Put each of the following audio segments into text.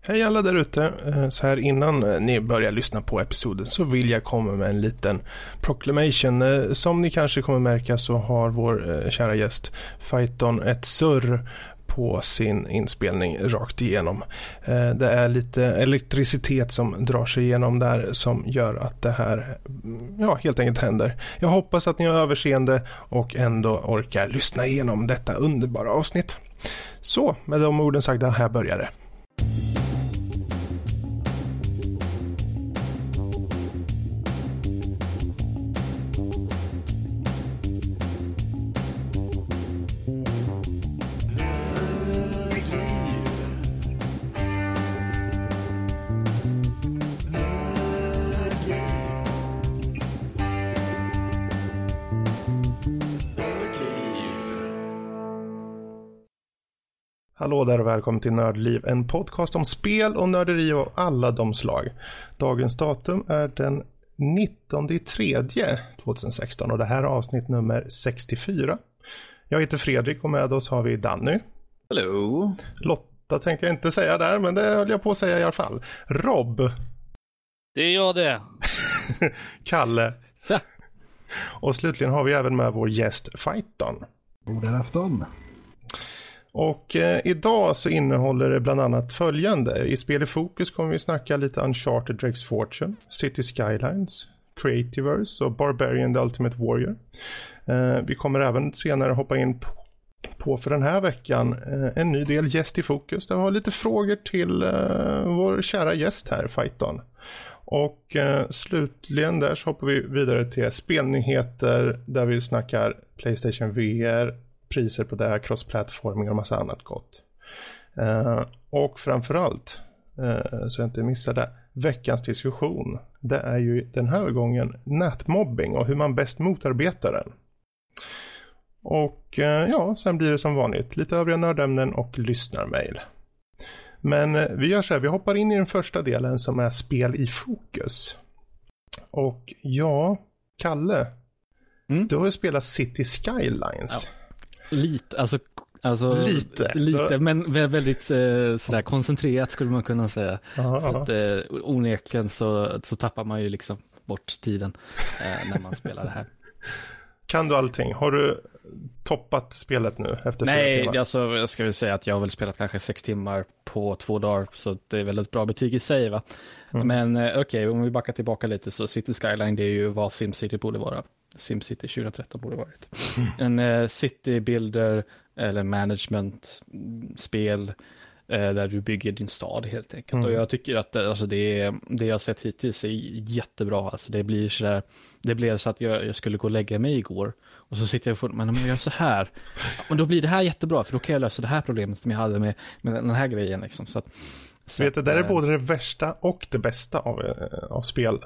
Hej alla där ute. Så här innan ni börjar lyssna på episoden så vill jag komma med en liten proclamation. Som ni kanske kommer märka så har vår kära gäst Fighton ett surr på sin inspelning rakt igenom. Det är lite elektricitet som drar sig igenom där som gör att det här helt enkelt händer. Jag hoppas att ni har överseende och ändå orkar lyssna igenom detta underbara avsnitt. Så, med de orden sagda, här börjar det. Hallå där och välkommen till Nördliv, en podcast om spel och nörderi och alla de slag. Dagens datum är den 19/3/2016 och det här är avsnitt nummer 64. Jag heter Fredrik och med oss har vi Danny. Hallå. Lotta tänkte jag inte säga där, men det höll jag på att säga i alla fall. Rob. Det är jag det. Kalle. Så. Och slutligen har vi även med vår gäst Fighton. God afton. Och idag så innehåller det bland annat följande. I Spel i fokus kommer vi snacka lite Uncharted Drake's Fortune, City Skylines, Creativerse och Barbarian the Ultimate Warrior. Vi kommer även senare hoppa in på för den här veckan en ny del gäst i fokus. Där vi har lite frågor till vår kära gäst här, Fighton. Och slutligen där så hoppar vi vidare till spelnyheter där vi snackar PlayStation VR, priser på det här, cross-platforming och massa annat gott. Och framförallt, så jag inte missar det, veckans diskussion. Det är ju den här gången nätmobbing och hur man bäst motarbetar den. Och sen blir det som vanligt lite övriga nördämnen och lyssnarmail. Men vi gör så här, vi hoppar in i den första delen som är spel i fokus. Och Kalle, du har ju spelat City Skylines. Ja. Lite, men väldigt sådär koncentrerat skulle man kunna säga. För att onekligen så tappar man ju liksom bort tiden när man spelar det här. Kan du allting? Har du toppat spelet nu efter 4 timmar? Nej, alltså jag ska väl säga att jag har väl spelat kanske 6 timmar på 2 dagar, så det är väl ett bra betyg i sig, va? Men okej, om vi backar tillbaka lite, så City Skyline, det är ju vad SimCity borde vara. SimCity 2013 borde varit. En city builder eller management spel där du bygger din stad helt enkelt. Och jag tycker att alltså det jag har sett hittills är jättebra. Alltså det blev så att jag skulle gå och lägga mig igår och så sitter jag och men om jag gör så här, men då blir det här jättebra, för då kan jag lösa det här problemet som jag hade med den här grejen liksom. Så vet du, det där är både det värsta och det bästa av spel.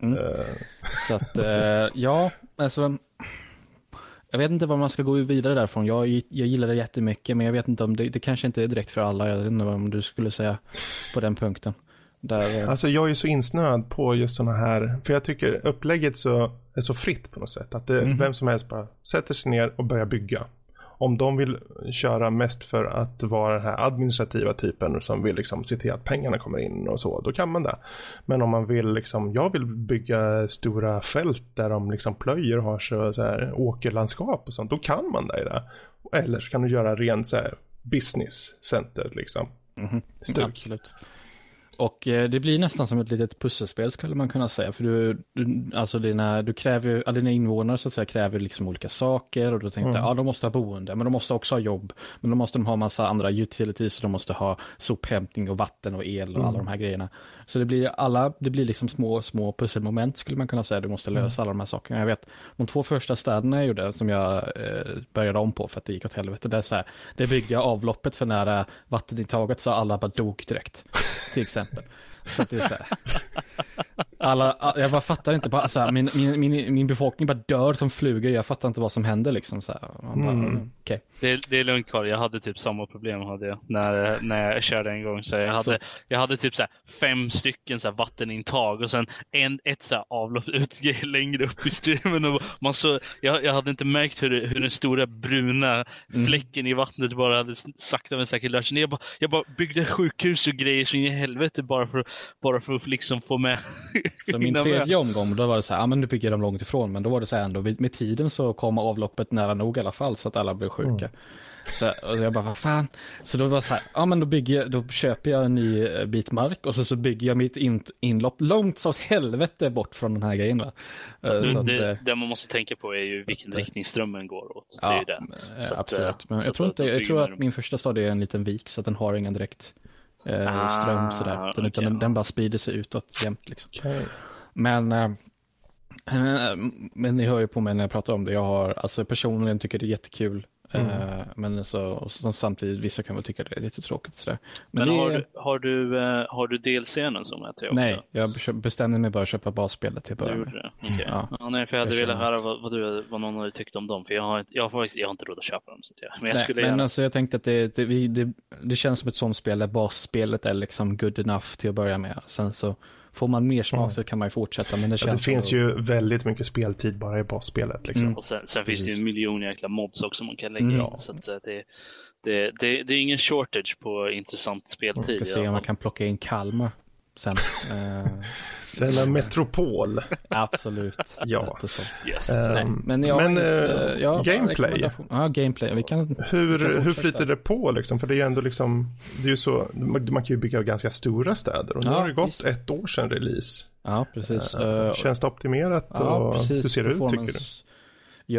Så att alltså jag vet inte vad man ska gå vidare därifrån. Jag gillar det jättemycket, men jag vet inte om det kanske inte är direkt för alla. Jag vet inte vad du skulle säga på den punkten. Alltså jag är så insnöad på just såna här, för jag tycker upplägget är så fritt på något sätt. Att vem som helst bara sätter sig ner och börjar bygga. Om de vill köra mest för att vara den här administrativa typen som vill liksom se till att pengarna kommer in och så, då kan man det. Men om man vill liksom, jag vill bygga stora fält där de liksom plöjer och har så här åkerlandskap och sånt, då kan man det i det. Eller så kan du göra ren så här business center liksom. Absolut. Och det blir nästan som ett litet pusselspel skulle man kunna säga, för alltså du kräver, dina invånare så att säga kräver liksom olika saker, och då tänkte jag, de måste ha boende, men de måste också ha jobb, men då måste de ha massa andra utilities, så de måste ha sophämtning och vatten och el och alla de här grejerna. Så det blir liksom små pusselmoment skulle man kunna säga, du måste lösa alla de här sakerna. Jag vet, de 2 första städerna jag gjorde, som jag började om på för att det gick åt helvete, det är så här, det byggde jag avloppet för nära vattenintaget så alla bara dog direkt. Till exempel. Så att det är så här. Jag bara fattar inte, bara, så här, min befolkning bara dör som flugor, jag fattar inte vad som händer liksom. Så här. Okay. Det är lugnt, Carl. Jag hade typ samma problem när jag körde en gång. Så jag hade typ så här 5 stycken så här vattenintag och sen ett så här avlopp ut längre upp i strömmen. Och jag hade inte märkt hur den stora bruna fläcken i vattnet bara hade sakta men säkert lärt sig ner. Jag bara byggde sjukhus och grejer så in i helvete bara för att liksom få med. Så min tredje omgång, då var det så här, men nu bygger de långt ifrån, men då var det så här ändå, med tiden så kom avloppet nära nog i alla fall så att alla blev sjuka. Så jag bara, vad fan? Så då var det så här, men då köper jag en ny bit mark och så bygger jag mitt inlopp långt så åt helvete bort från den här grejen. Va? Alltså, det man måste tänka på är ju vilken riktning strömmen går åt. Det är ju det. Så absolut. Men jag tror att min första stad är en liten vik så att den har ingen direkt ström sådär. Utan den bara sprider sig utåt jämt liksom. Okay. Men ni hör ju på mig när jag pratar om det. Jag har, alltså personligen tycker det är jättekul. Men så samtidigt vissa kan väl tycka det är lite tråkigt sådär. Men har du DLC-en som heter också? Nej, jag bestämde mig bara att köpa basspelet till början. Okay. Nej, för jag hade velat höra vad någon hade tyckt om dem, för jag har inte råd att köpa dem så men alltså jag tänkte att det känns som ett sånt spel där basspelet är liksom good enough till att börja med. Sen så får man mer smak så kan man ju fortsätta. Men det finns ju väldigt mycket speltid bara i basspelet. Liksom. Och sen finns det ju en miljon jäkla mods också man kan lägga in. Så att det är ingen shortage på intressant speltid. Jag ska se om man kan plocka in Kalmar sen. Denna metropol. Absolut. Ja. Yes. Men gameplay. Ja, gameplay. Hur flyter det på liksom? För det är ju ändå liksom, det är ju så, man kan ju bygga ganska stora städer och nu har det gått ett år sedan release. Ja, precis. Känns det optimerat och hur ser det ut tycker du?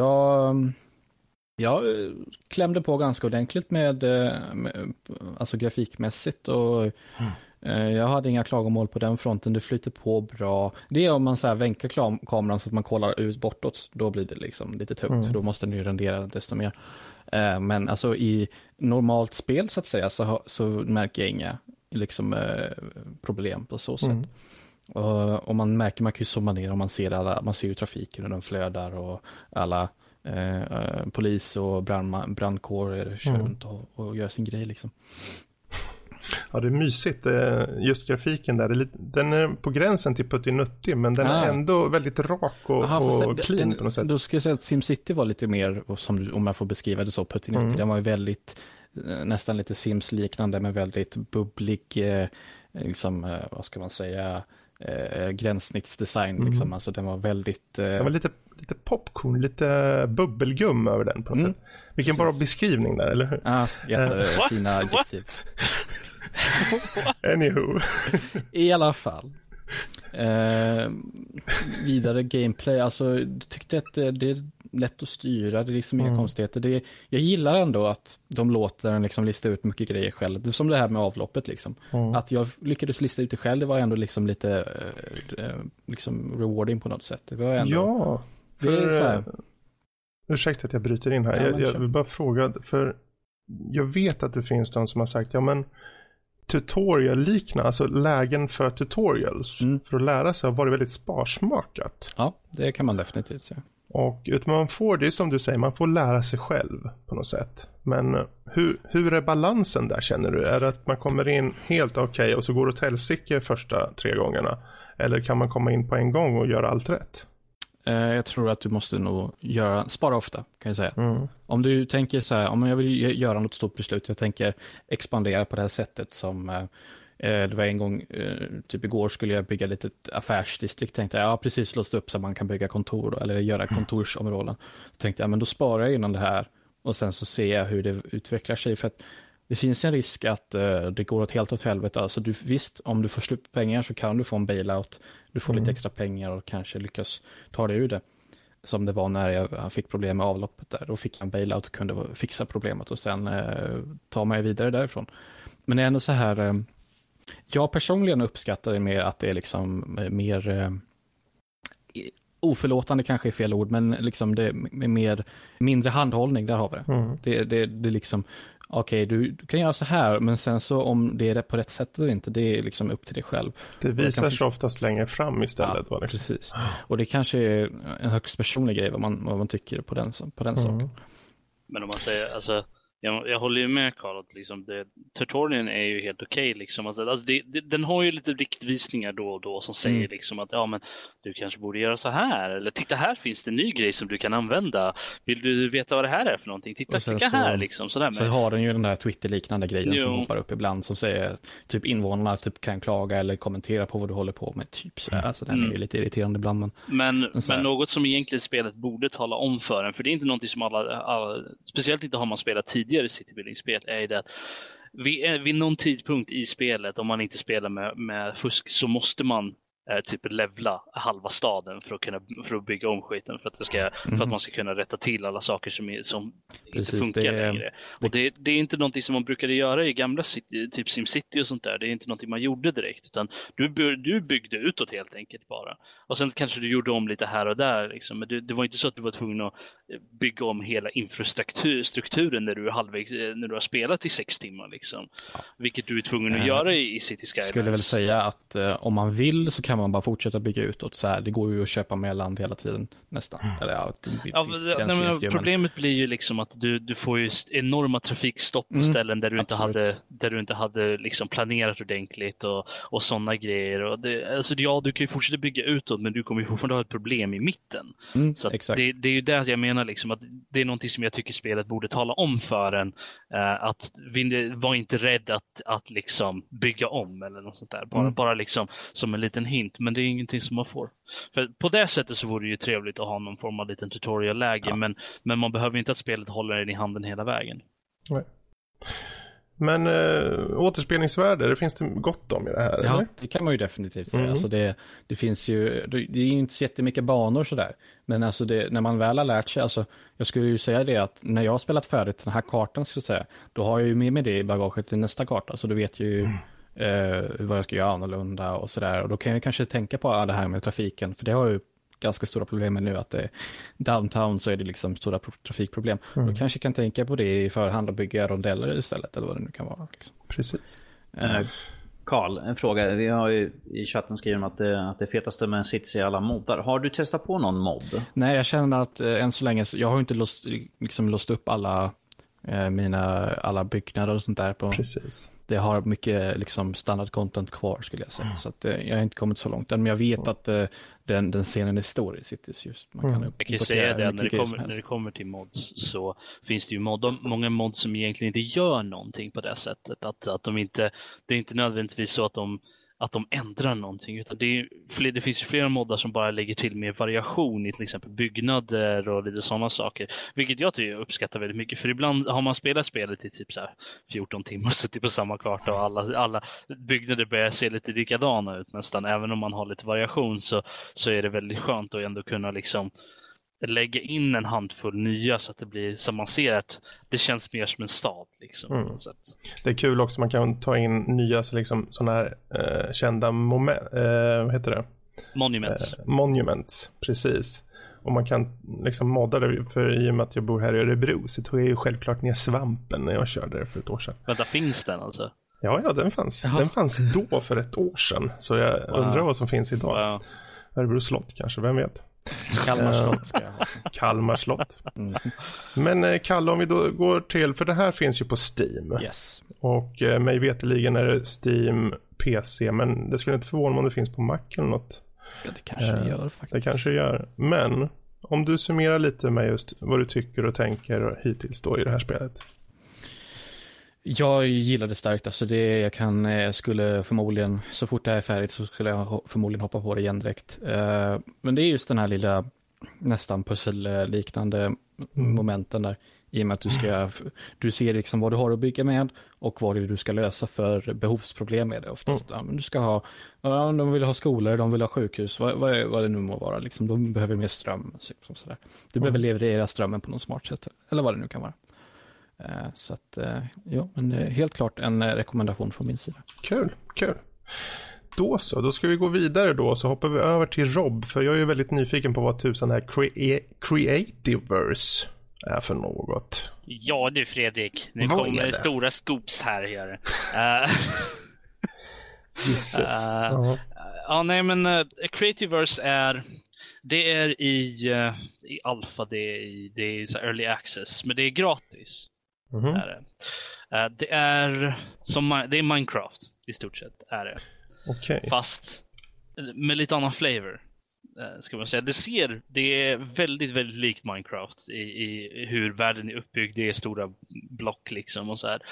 Jag klämde på ganska ordentligt med alltså grafikmässigt och jag hade inga klagomål på den fronten. Det flyter på bra. Det är om man så här vänkar kameran så att man kollar ut bortåt. Då blir det liksom lite tungt. För då måste den ju rendera desto mer. Men alltså i normalt spel så att säga så märker jag inga liksom, problem på så sätt. Och man märker, man kan ju zooma ner och man ser ju trafiken och den flödar och alla polis och brandkårer kör runt och gör sin grej liksom. Ja, det är mysigt. Just grafiken där. Den är på gränsen till puttinuttig, men den är ändå väldigt rak och clean på något sätt. Då skulle jag säga att SimCity var lite mer, om jag får beskriva det så, puttinuttig. Den var ju väldigt, nästan lite Sims-liknande, men väldigt bubblig, liksom, vad ska man säga, gränssnittsdesign. Liksom. Alltså den var väldigt... Det var lite popcorn, lite bubbelgum över den på något sätt. Vilken bra beskrivning där, eller hur? Ja, jättefina adjektiv. Anywho. I alla fall. Vidare gameplay, alltså jag tyckte att det är lätt att styra, det är liksom inga konstigheter. Jag gillar ändå att de låter den liksom lista ut mycket grejer själv. Det är som det här med avloppet liksom. Att jag lyckades lista ut det själv, det var ändå liksom lite liksom rewarding på något sätt. Det var ändå, ursäkta att jag bryter in här. Jag vill bara fråga, för jag vet att det finns någon som har sagt, tutorial-liknande, alltså lägen för tutorials för att lära sig har varit väldigt sparsmakat. Ja, det kan man definitivt säga. Och utan man får, det som du säger, man får lära sig själv på något sätt. Men hur är balansen där, känner du? Är det att man kommer in helt okej och så går det åt helsike första 3 gångerna? Eller kan man komma in på en gång och göra allt rätt? Jag tror att du måste nog spara ofta, kan jag säga. Om du tänker så här, om jag vill göra något stort beslut, jag tänker expandera på det här sättet som det var en gång, typ igår skulle jag bygga lite affärsdistrikt, tänkte jag, precis låst upp så man kan bygga kontor eller göra kontorsområden. Så tänkte jag, men då sparar jag innan det här och sen så ser jag hur det utvecklar sig, för att det finns en risk att det går åt helvete. Alltså visst, om du får slut på pengar så kan du få en bailout. Du får lite extra pengar och kanske lyckas ta dig ur det. Som det var när jag fick problem med avloppet där. Då fick jag en bailout och kunde fixa problemet och sen ta mig vidare därifrån. Men det är ändå så här, jag personligen uppskattar det mer att det är liksom mer oförlåtande kanske är fel ord, men liksom det är mindre handhållning, där har vi det. Det är liksom, okej, du kan göra så här, men sen så om det är på rätt sätt eller inte, det är liksom upp till dig själv. Det visar sig oftast längre fram istället. Ja, precis. Och det kanske är en högst personlig grej vad man tycker på den saken. Men om man säger, alltså, jag håller ju med Carl att liksom tutorialen är ju helt okej liksom. Alltså den har ju lite riktvisningar då och då som säger liksom att ja, men du kanske borde göra så här, eller titta, här finns det en ny grej som du kan använda. Vill du veta vad det här är för någonting? Klicka här liksom. Så har den ju den där Twitter-liknande grejen som hoppar upp ibland som säger typ invånarna typ kan klaga eller kommentera på vad du håller på med typ sådär. Alltså den är ju lite irriterande ibland. Men något som egentligen spelet borde tala om för en, för det är inte någonting som alla speciellt inte har man spelat tidigare citybuilding-spel, är det att vid någon tidpunkt i spelet, om man inte spelar med fusk, så måste man typ levla halva staden för att bygga om skiten, för att man ska kunna rätta till alla saker som inte funkar längre. Och det är inte någonting som man brukade göra i gamla city, typ SimCity och sånt där. Det är inte någonting man gjorde direkt, utan du byggde utåt helt enkelt bara. Och sen kanske du gjorde om lite här och där liksom. Men det var inte så att du var tvungen att bygga om hela infrastrukturen när du har spelat i 6 timmar liksom. Vilket du är tvungen att göra i City Skylines. Skulle väl säga att om man vill så kan man bara fortsätta bygga utåt så här. Det går ju att köpa med land hela tiden nästan. Eller, problemet blir ju liksom att du får ju enorma trafikstopp på ställen där du inte hade liksom planerat ordentligt och sådana grejer. Och du kan ju fortsätta bygga utåt, men du kommer ju fortfarande ha ett problem i mitten. Så det är ju det jag menar liksom, att det är någonting som jag tycker spelet borde tala om för en, att var inte rädd att liksom bygga om eller något sånt där. Bara liksom som en liten hint, men det är ingenting som man får. För på det sättet så vore det ju trevligt att ha någon form av liten tutorial-läge, men man behöver inte att spelet håller den i handen hela vägen. Nej. Men återspelningsvärde, det finns det gott om i det här? Ja, eller? Det kan man ju definitivt säga. Alltså det finns ju, det är ju inte så jättemycket banor sådär. Men alltså när man väl har lärt sig, alltså jag skulle ju säga det att när jag har spelat färdigt den här kartan, så att säga, då har jag ju med mig det i bagaget till nästa karta. Så då vet jag ju vad jag ska göra annorlunda och sådär. Och då kan jag kanske tänka på det här med trafiken, för det har ju ganska stora problem med nu, att downtown så är det liksom stora trafikproblem. Då kanske jag kan tänka på det i förhand och bygga rondeller istället, eller vad det nu kan vara. Liksom. Precis. Karl, en fråga. Vi har ju i chatten skrivit att det fetaste med Cities är alla moddar. Har du testat på någon mod? Nej, jag känner att än så länge, jag har inte låst upp alla byggnader och sånt där på. Precis. Det har mycket liksom standard content kvar, skulle jag säga. Så att jag har inte kommit så långt än, men jag vet att den scenen är stor i Cities just. Man kan jag kan säga det, när det kommer till mods så finns det ju många mods som egentligen inte gör någonting på det sättet. Att det är inte nödvändigtvis så att de ändrar någonting, utan det finns ju flera moddar som bara lägger till mer variation i till exempel byggnader och lite sådana saker, vilket jag tycker uppskattar väldigt mycket, för ibland har man spelat spelet i typ så här 14 timmar och suttit på samma karta och alla byggnader börjar se lite likadana ut nästan, även om man har lite variation så är det väldigt skönt att ändå kunna liksom lägga in en handfull nya så att det blir, som man ser att det känns mer som en stad liksom, på något sätt. Det är kul också, man kan ta in nya så liksom sådana här kända vad heter det? Monuments, precis. Och man kan liksom modda det, för i och med att jag bor här i Örebro så tog jag ju självklart ner svampen när jag körde det för ett år sedan. Vänta, finns den alltså? Ja, den fanns. Den fanns då för ett år sedan, så jag undrar vad som finns idag. Wow. Örebro slott kanske, vem vet? Kalmar slott ska jag ha. Kalmar slott. Men Kalle, om vi då går till, för det här finns ju på Steam. Yes. Och mig veteligen är det Steam PC, men det skulle inte förvåna om det finns på Mac eller något. Ja, det kanske det gör faktiskt. Det kanske det gör. Men om du summerar lite med just vad du tycker och tänker hittills då i det här spelet. Jag gillar det starkt, alltså skulle förmodligen, så fort det är färdigt så skulle jag förmodligen hoppa på det igen direkt. Men det är just den här lilla nästan pussel-liknande momenten där, i och med att du ser liksom vad du har att bygga med och vad du ska lösa för behovsproblem med det oftast. Ja, men du ska ha, de vill ha skolor, de vill ha sjukhus, vad det nu må vara liksom. De behöver mer ström, sådär. Du behöver leverera strömmen på något smart sätt, eller vad det nu kan vara. Så att, men helt klart en rekommendation från min sida. Kul. Då ska vi gå vidare då, så hoppar vi över till Rob, för jag är ju väldigt nyfiken på vad tusan är Creativerse är för något? Ja du Fredrik, nu Vad kommer är det? stora scoops här. Jesus. Ja, nej men Creativerse det är i alpha, det är i så early access, men det är gratis. Det är Minecraft i stort sett är det. Okay. Fast med lite annan flavor. Ska man säga. Det är väldigt, väldigt likt Minecraft i hur världen är uppbyggd. Det är stora block liksom och så här.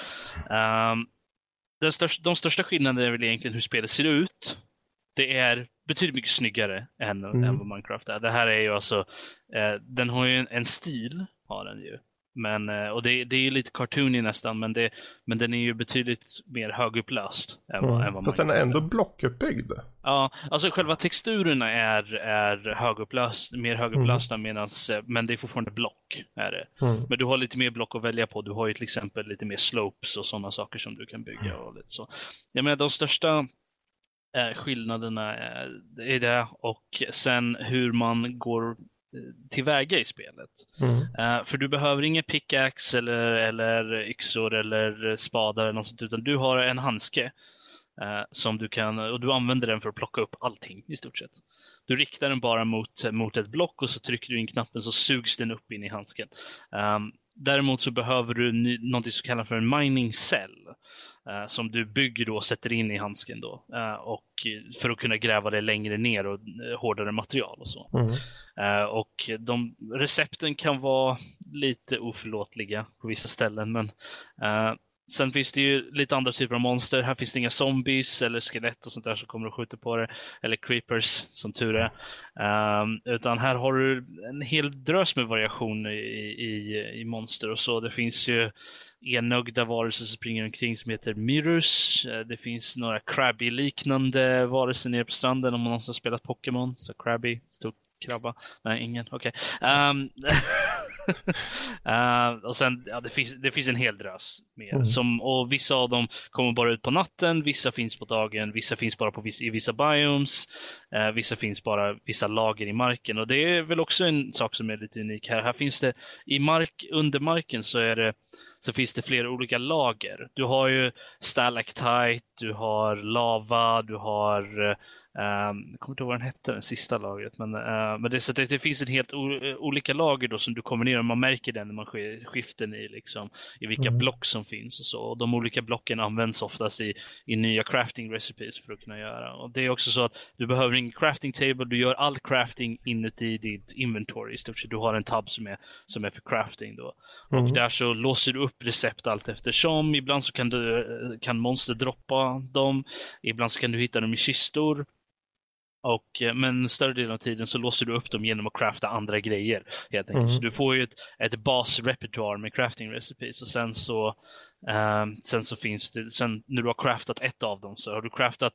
De största skillnaderna är väl egentligen hur spelet ser ut. Det är betydligt mycket snyggare än vad Minecraft är. Det här är ju alltså den har ju en stil, har den ju. Men, och det är ju lite cartoony nästan, men den är ju betydligt mer högupplöst än vad fast den är ändå blockuppbyggd. Ja, alltså själva texturerna är mer högupplösta men det är fortfarande block är det. Men du har lite mer block att välja på. Du har ju till exempel lite mer slopes och sådana saker som du kan bygga och lite så. Jag menar de största skillnaderna är det, och sen hur man går tillväga i spelet. För du behöver ingen pickaxe eller yxor eller spadar eller något sånt, utan du har en handske som du kan, och du använder den för att plocka upp allting i stort sett. Du riktar den bara mot ett block och så trycker du in knappen så sugs den upp in i handsken. Däremot så behöver du något som kallas för en mining cell som du bygger då och sätter in i handsken då, och för att kunna gräva det längre ner och hårdare material och så. Och de recepten kan vara lite oförlåtliga på vissa ställen, men sen finns det ju lite andra typer av monster. Här finns det inga zombies eller skelett och sånt där som kommer och skjuter på det, eller creepers som tur är. Utan här har du en hel drös med variation i monster och så. Det finns ju enögda varelser som springer omkring som heter Mirrors. Det finns några Krabby-liknande varelser nere på stranden om man någonsin har spelat Pokémon. Så Krabby, stor krabba. Nej, ingen. Okej. Och sen, det finns en hel drös mer. Och vissa av dem kommer bara ut på natten, vissa finns på dagen, vissa finns bara i vissa biomes, vissa finns bara vissa lager i marken. Och det är väl också en sak som är lite unik här. Här finns det under marken så finns det flera olika lager. Du har ju stalactite, du har lava, du har jag kommer inte ihåg vad den hette, den sista lagret, men det finns en helt olika lager då som du kommer ner och man märker den när man skiften i vilka block som finns och så. Och de olika blocken används oftast i nya crafting recipes för att kunna göra. Och det är också så att du behöver ingen crafting table, du gör all crafting inuti ditt inventory i stort sett. Du har en tab som är för crafting då. Och där så låser du upp recept allt eftersom. Ibland så kan monster droppa dem, ibland så kan du hitta dem i kistor. Men större delen av tiden så låser du upp dem genom att crafta andra grejer helt enkelt. Så du får ju ett bas-repertoire med crafting recipes, och sen så finns det, sen när du har craftat ett av dem så har du craftat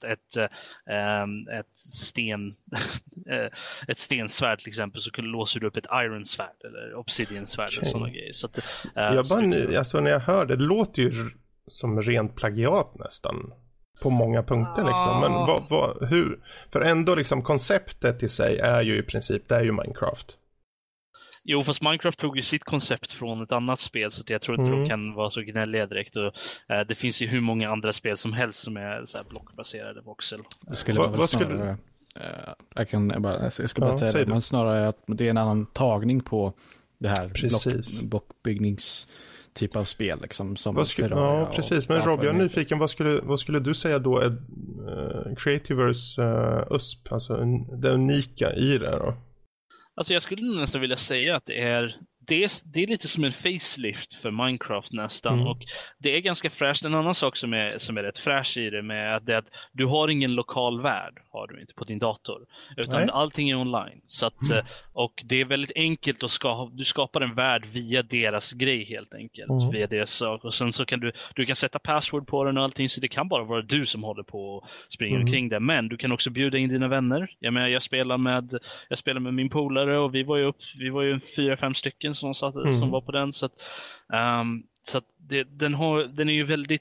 ett stensvärd till exempel, så låser du upp ett ironsvärd eller obsidian-svärd och sådana grejer. Så att, alltså när jag hör det låter ju som rent plagiat nästan. På många punkter liksom. Men hur? För ändå liksom konceptet i sig är ju i princip, det är ju Minecraft. Jo, fast Minecraft tog ju sitt koncept från ett annat spel, så jag tror inte de kan vara så gnälliga direkt. Och, det finns ju hur många andra spel som helst som är så här blockbaserade voxel. Det skulle vara väl snarare... Jag skulle bara säga det, men snarare att det är en annan tagning på det här blockbyggnings... typ av spel liksom, som ja, precis. Men Rob, jag är nyfiken, vad skulle du säga då är Creativerse USP, alltså det unika i det då? Alltså jag skulle nästan vilja säga att det är lite som en facelift för Minecraft nästan, och det är ganska fräscht. En annan sak som är rätt fräsch i det med att du har ingen lokal värld, har du inte på din dator, utan allting är online. Så att, och det är väldigt enkelt att du skapar en värld via deras grej helt enkelt, via deras sak, och sen så kan du kan sätta password på den och allting, så det kan bara vara du som håller på och springer omkring det, men du kan också bjuda in dina vänner. Jag spelar med min polare, och vi var ju 4-5 stycken som var på den, så att den är ju väldigt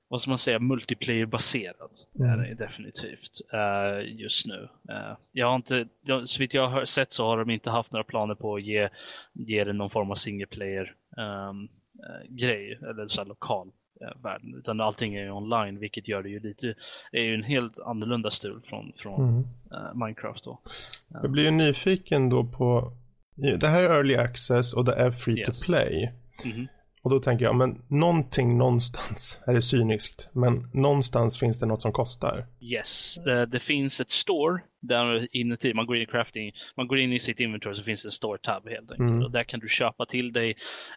vad ska man säga, multiplayer-baserat är det definitivt just nu. Jag har inte, så vitt jag har sett så har de inte haft några planer på att ge det någon form av single player grej eller så här lokal världen, utan allting är ju online, vilket gör det ju lite, är ju en helt annorlunda stil från Minecraft då. Jag blir ju nyfiken då på, det här är early access och det är free to play. Och då tänker jag, men någonting någonstans är det cyniskt, men någonstans finns det något som kostar. Yes, det finns ett store där inuti, man går in i sitt inventory, så finns det en store tab helt enkelt. Och där kan du köpa till dig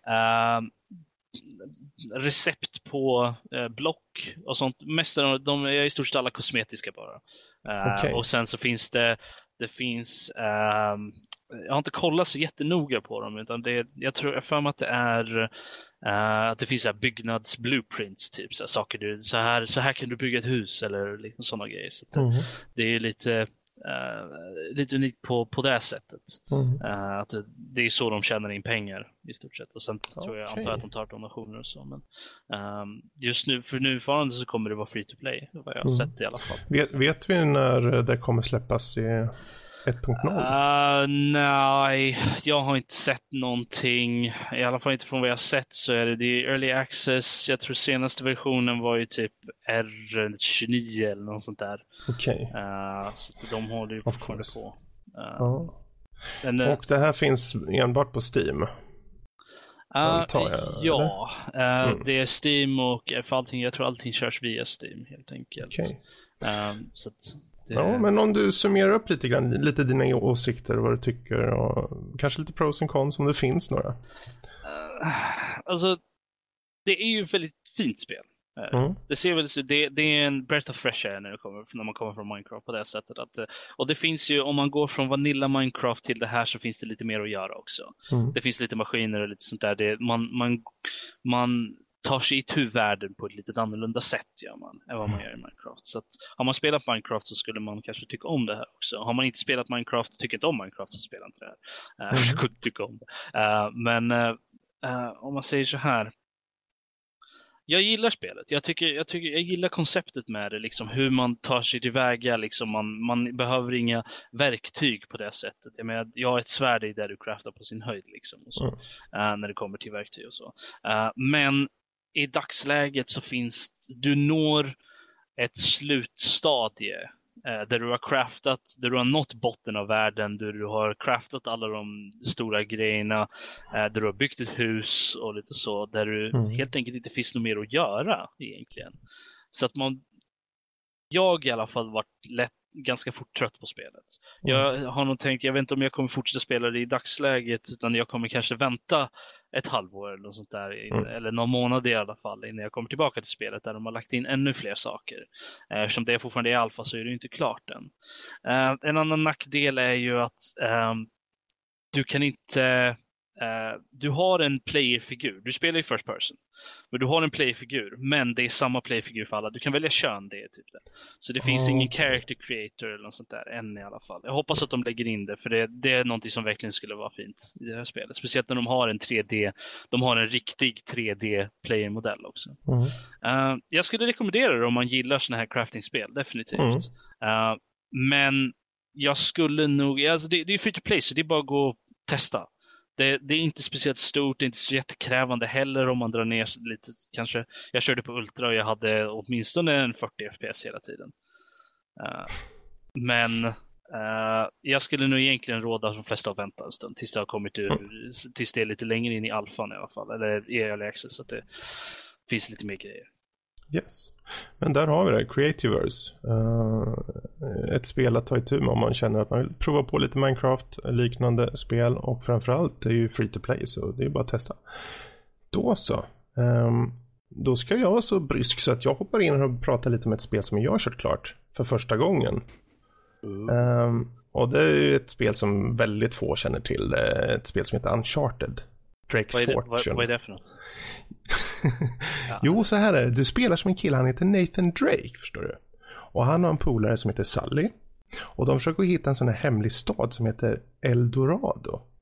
recept på block och sånt. Mest av de är i stort sett alla kosmetiska bara. Och sen så finns det finns jag har inte kollat så jättenoga på dem, utan jag tror för mig att det är att det finns så här byggnadsblueprints typ, så här saker så här kan du bygga ett hus eller liksom sådana grejer, så att det är lite unikt på det sättet. Att det är så de tjänar in pengar i stort sett, och sen tror jag antar att de tar donationer och så, men just nu för nuvarande så kommer det vara free to play, vad jag har sett i alla fall. Vet vi när det kommer släppas i 1.0? Nej, jag har inte sett någonting. I alla fall inte från vad jag har sett, så är det early access. Jag tror senaste versionen var ju typ R29 eller något sånt där. Okej. Så de håller ju fortfarande på. Och det här finns enbart på Steam? Det är Steam och för allting, jag tror allting körs via Steam helt enkelt. Okay. Så att ja, men om du summerar upp lite dina åsikter och vad du tycker, och kanske lite pros and cons om det finns några. Alltså, det är ju ett väldigt fint spel. Det ser väl, det är en breath of fresh air när man kommer från Minecraft på det sättet att, och det finns ju, om man går från vanilla Minecraft till det här, så finns det lite mer att göra också. Det finns lite maskiner och lite sånt där. Man tar sig i världen på ett lite annorlunda sätt än vad man gör i Minecraft. Så att, har man spelat Minecraft så skulle man kanske tycka om det här också. Har man inte spelat Minecraft och tycker inte om Minecraft, så spelar inte det här. För att tycka om det. Men om man säger så här, jag gillar spelet. Jag gillar konceptet med det, liksom hur man tar sig tillväga, liksom man behöver inga verktyg på det sättet. Jag har ett svärd i där du craftar på sin höjd liksom, och så, när det kommer till verktyg och så. Men i dagsläget så du når ett slutstadie där du har nått botten av världen, där du har craftat alla de stora grejerna, där du har byggt ett hus och lite så, där du helt enkelt inte finns något mer att göra egentligen. Så att jag i alla fall varit ganska fort trött på spelet. Jag har nog tänkt, jag vet inte om jag kommer fortsätta spela det i dagsläget, utan jag kommer kanske vänta ett halvår eller något sånt där, eller någon månad i alla fall, innan jag kommer tillbaka till spelet där de har lagt in ännu fler saker. Eftersom det är fortfarande i alfa, så är det inte klart än. En annan nackdel är ju att du kan inte du har en playerfigur. Du spelar i first person, men du har en playerfigur, men det är samma playerfigur för alla. Du kan välja kön, det är typ det. Så det finns ingen character creator eller något sånt där än i alla fall. Jag hoppas att de lägger in det, för det är någonting som verkligen skulle vara fint i det här spelet. Speciellt när de har en riktig 3D playermodell också. Jag skulle rekommendera det om man gillar såna här crafting-spel, definitivt. Men jag skulle nog, alltså det är free to play, så det är bara att gå och testa. Det är inte speciellt stort, det är inte så jättekrävande heller om man drar ner lite. Kanske, jag körde på Ultra och jag hade åtminstone en 40 FPS hela tiden. Men jag skulle nog egentligen råda de flesta att vänta en stund tills det har kommit tills det är lite längre in i alfan i alla fall, eller i early access, så att det finns lite mer grejer. Yes. Men där har vi det, Creativerse. Ett spel att ta itu med om man känner att man vill prova på lite Minecraft-liknande spel, och framförallt det är ju free to play, så det är bara att testa. Då så. Då ska jag vara så brysk så att jag hoppar in och pratar lite om ett spel som jag har kört klart för första gången. Och det är ju ett spel som väldigt få känner till. Det är ett spel som heter Uncharted. Drake's Fortune. Vad är det för något? Jo, så här är det. Du spelar som en kille, han heter Nathan Drake, förstår du. Och han har en polare som heter Sully. Och de försöker hitta en sån här hemlig stad som heter El Dorado.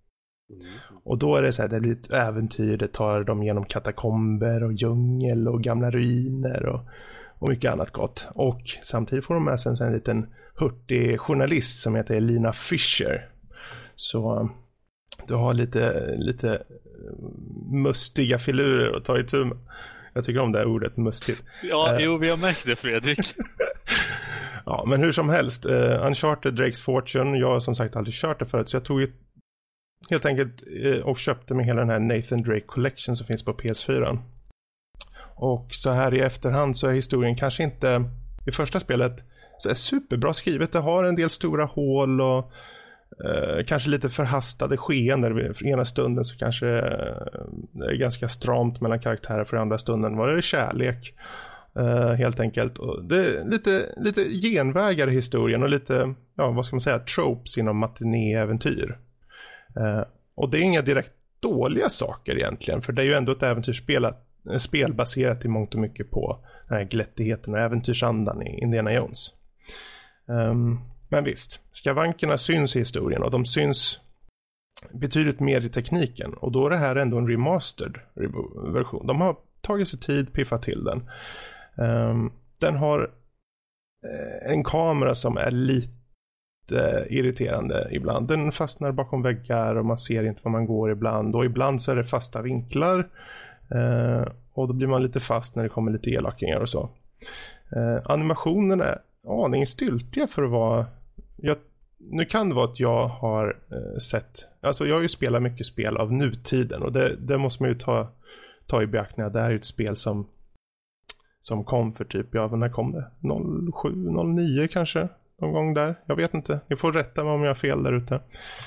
Och då är det så här, det blir ett äventyr, det tar dem genom katakomber och djungel och gamla ruiner och mycket annat gott. Och samtidigt får de med sig en liten hurtig journalist som heter Elina Fisher. Så du har lite mustiga filurer att ta i tur med. Jag tycker om det här ordet mustigt. Ja, jo, vi har märkt det, Fredrik. Ja, men hur som helst. Uncharted Drake's Fortune, jag har som sagt aldrig kört det förut, så jag tog helt enkelt och köpte med hela den här Nathan Drake Collection som finns på PS4. Och så här i efterhand så är historien kanske inte i första spelet så är superbra skrivet. Det har en del stora hål och kanske lite förhastade skeenden. För ena stunden så kanske det är ganska stramt mellan karaktärer, för andra stunden var det kärlek. Helt enkelt. Och det är lite genvägar i historien och lite, ja, vad ska man säga, tropes inom matinéäventyr. Och det är inga direkt dåliga saker egentligen, för det är ju ändå ett äventyrsspel baserat i mångt och mycket på den här glättigheten och äventyrsandan i Indiana Jones. Men visst, skavankerna syns i historien och de syns betydligt mer i tekniken, och då är det här ändå en remastered version. De har tagit sig tid, piffat till den. Den har en kamera som är lite irriterande ibland. Den fastnar bakom väggar och man ser inte var man går ibland. Och ibland så är det fasta vinklar. Och då blir man lite fast när det kommer lite elakingar och så. Animationerna är aningen styltiga för att vara... Nu kan det vara att jag har sett... Alltså jag har ju spelat mycket spel av nutiden. Och det måste man ju ta i beaktning. Det här är ju ett spel som kom för typ, ja, när kom det? 07, 09 kanske? Någon gång där. Jag vet inte. Ni får rätta mig om jag har fel där ute.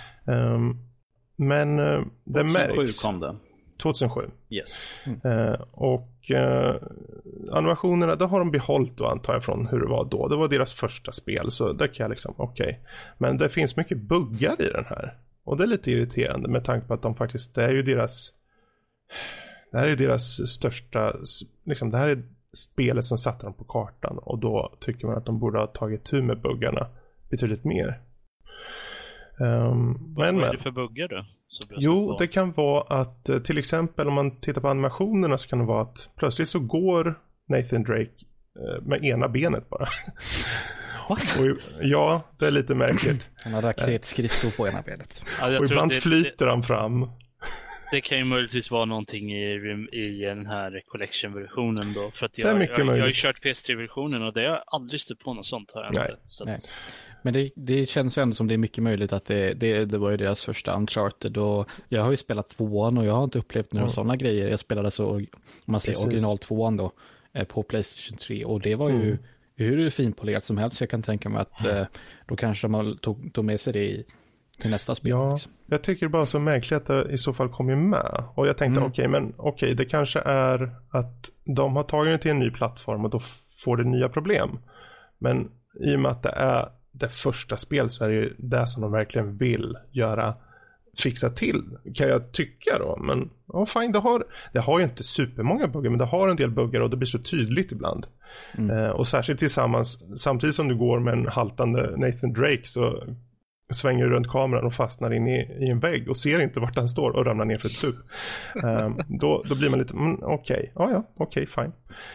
Men det märks. 2007 kom det. 2007. Yes. Och animationerna, då har de behållit då, antar jag, från hur det var då. Det var deras första spel, så där kan jag liksom, okej. Men det finns mycket buggar i den här. Och det är lite irriterande med tanke på att de faktiskt, det här är deras största, liksom, det här är spelet som satte dem på kartan, och då tycker man att de borde ha tagit tur med buggarna betydligt mer. Vad är det för buggar då? Jo, det kan vara att till exempel om man tittar på animationerna så kan det vara att plötsligt så går Nathan Drake med ena benet bara. What? Och, ja, det är lite märkligt. Han har raketskridskor på ena benet. Ja, och ibland flyter han fram. Det kan ju möjligtvis vara någonting i den här collection-versionen då. För att jag har ju kört PS3-versionen och det har jag aldrig stött på något sånt. Har jag inte. Så Nej. Men det känns ju ändå som det är mycket möjligt att det var ju deras första Uncharted. Och jag har ju spelat 2:an och jag har inte upplevt några sådana grejer. Jag spelade så, om man säger original 2:an då, på PlayStation 3. Och det var ju hur finpolerat som helst. Så jag kan tänka mig att då kanske de tog med sig det till nästa spel. Ja, liksom. jag tycker bara så märkligt att det i så fall kommer med. Och jag tänkte okej, det kanske är att de har tagit det till en ny plattform och då får det nya problem. Men i och med att det är det första spel så är det ju det som de verkligen vill fixa till, kan jag tycka då. Men fine, det har ju inte supermånga buggar, men det har en del buggar och det blir så tydligt ibland. Och särskilt samtidigt som du går med en haltande Nathan Drake så svänger runt kameran och fastnar in i en vägg och ser inte vart han står och ramlar ner för ett stup. Då blir man lite okej, fine.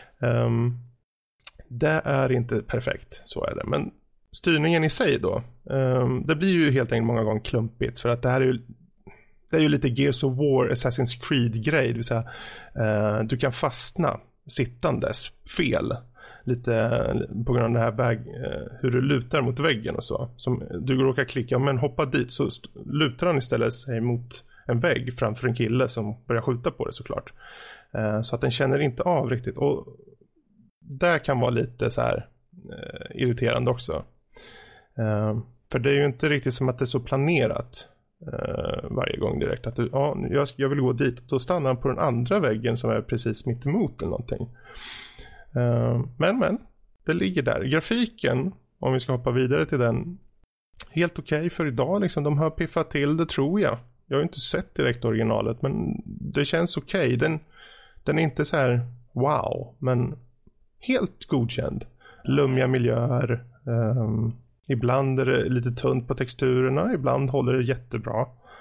Det är inte perfekt, så är det. Men styrningen i sig då, det blir ju helt enkelt många gånger klumpigt, för att det är ju lite Gears of War, Assassin's Creed-grej, det vill säga du kan fastna sittandes fel lite på grund av den här hur du lutar mot väggen och så. Som du råkar klicka, men hoppa dit så lutar han istället sig mot en vägg framför en kille som börjar skjuta på det, såklart. Så att den känner inte av riktigt, och det kan vara lite så här irriterande också. För det är ju inte riktigt som att det är så planerat varje gång direkt att jag vill gå dit, då stannar han på den andra väggen som är precis mitt emot eller någonting. Men det ligger där. Grafiken, om vi ska hoppa vidare till den, helt okej för idag liksom. De har piffat till det, tror jag. Jag har inte sett direkt originalet, men det känns okej. Den är inte så här wow, men helt godkänd. Lummiga miljöer, ibland är det lite tunt på texturerna, ibland håller det jättebra.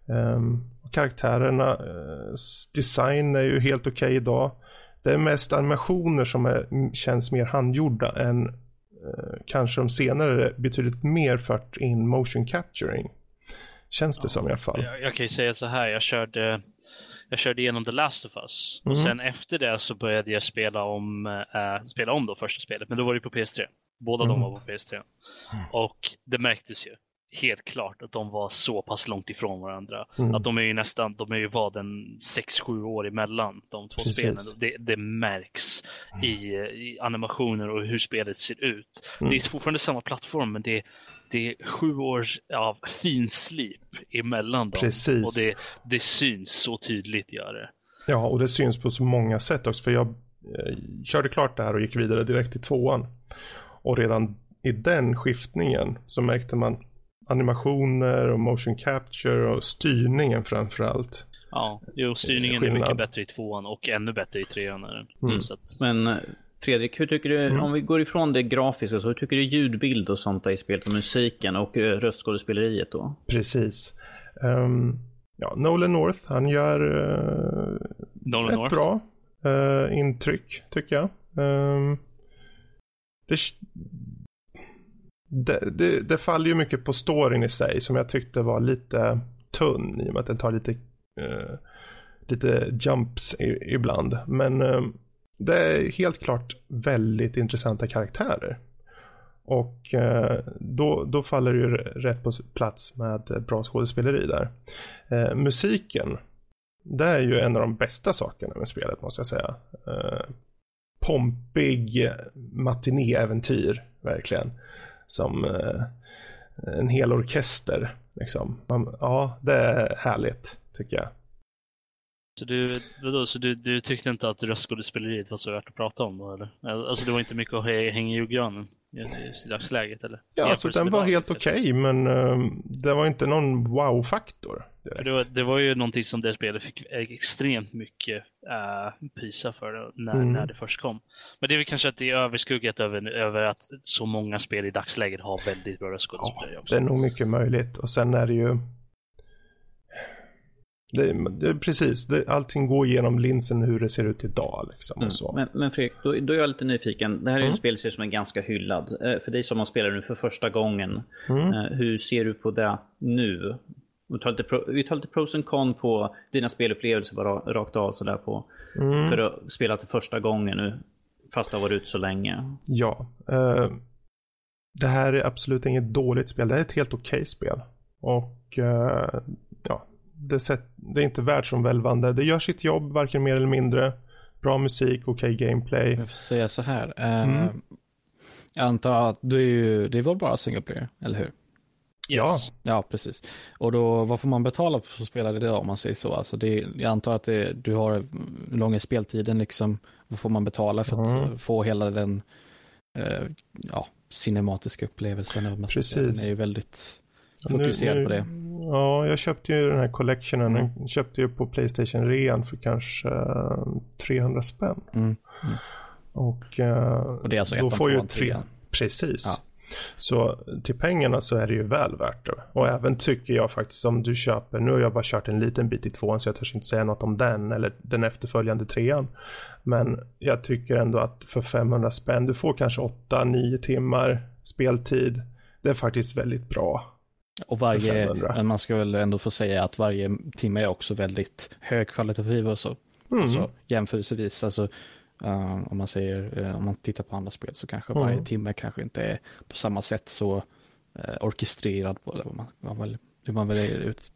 Karaktärerna design är ju helt okej idag. Det är mest animationer som känns mer handgjorda än kanske de senare betydligt mer fört in motion capturing. Känns det som i alla fall. Jag kan ju säga så här, jag körde igenom The Last of Us. Och sen efter det så började jag spela om då första spelet. Men då var det på PS3. Båda de var på PS3. Och det märktes ju helt klart att de var så pass långt ifrån varandra. Att de är ju vad en 6-7 år emellan de två spelen. Det märks i animationer och hur spelet ser ut. Det är fortfarande samma plattform, men det är 7 år av finslip emellan dem. Precis. Och det syns så tydligt, gör det. Ja, och det syns på så många sätt också. För jag körde klart det här och gick vidare direkt till 2:an. Och redan i den skiftningen så märkte man animationer och motion capture och styrningen framförallt. Ja, styrningen är mycket bättre i 2:an och ännu bättre i 3:an. Men Fredrik, hur tycker du, om vi går ifrån det grafiska, så hur tycker du ljudbild och sånt där i spelet, och musiken och röstskådespeleriet då? Precis. Nolan North, han gör ett bra intryck, tycker jag. Det faller ju mycket på storyn i sig, som jag tyckte var lite tunn, i och med att den tar lite jumps ibland. Men det är helt klart väldigt intressanta karaktärer. Och då faller det ju rätt på plats med bra skådespeleri där. Musiken, det är ju en av de bästa sakerna med spelet, måste jag säga. Pompig matinéäventyr, verkligen. Som en hel orkester liksom. Ja, det är härligt, tycker jag. Så du tyckte inte att röstskådespeleriet var så värt att prata om då, eller? Alltså det var inte mycket att hänga i julgranen i dagsläget, eller? Ja, alltså den var helt okej, men det var inte någon wow-faktor. För det var ju någonting som det spelet fick extremt mycket prisa för när det först kom. Men det är väl kanske att det är överskuggat över att så många spel i dagsläget har väldigt bra röstskådespelare också. Det är nog mycket möjligt. Och sen är det ju precis, allting går igenom linsen hur det ser ut idag liksom, och så. Men Fredrik, då är jag lite nyfiken. Det här är en spelserie som är ganska hyllad. För dig som har spelat nu för första gången, hur ser du på det nu? Vi tar lite pros and cons på dina spelupplevelser bara rakt av sådär på för att spela till första gången nu, fast det har varit ut så länge. Ja, det här är absolut inget dåligt spel. Det är ett helt okej spel. Och det är inte världsomvälvande. Det gör sitt jobb, varken mer eller mindre. Bra musik, okej gameplay. Jag får säga så här. Jag antar att det är väl bara single player, eller hur? Yes. Ja, precis. Och då, vad får man betala för att spela det om man säger så? Alltså jag antar att du har långa speltiden liksom. Vad får man betala för att få hela den cinematiska upplevelsen? Precis. Den är ju väldigt fokuserad på det. Ja, jag köpte ju den här collectionen. Den köpte ju på PlayStation rean för kanske 300 spänn. Och det är alltså då får ju 3. Precis. Ja. Så till pengarna så är det ju väl värt det. Och även tycker jag faktiskt, om du köper, nu har jag bara kört en liten bit i 2:an, så jag törs inte säga något om den eller den efterföljande 3:an. Men jag tycker ändå att för 500 spänn, du får kanske 8-9 timmar speltid. Det är faktiskt väldigt bra. Och man ska väl ändå få säga att varje timme är också väldigt högkvalitativ och så. Alltså jämförelsevis, alltså om man tittar på andra spel så kanske varje timme kanske inte är på samma sätt så orkestrerad på, eller hur man väljer ut.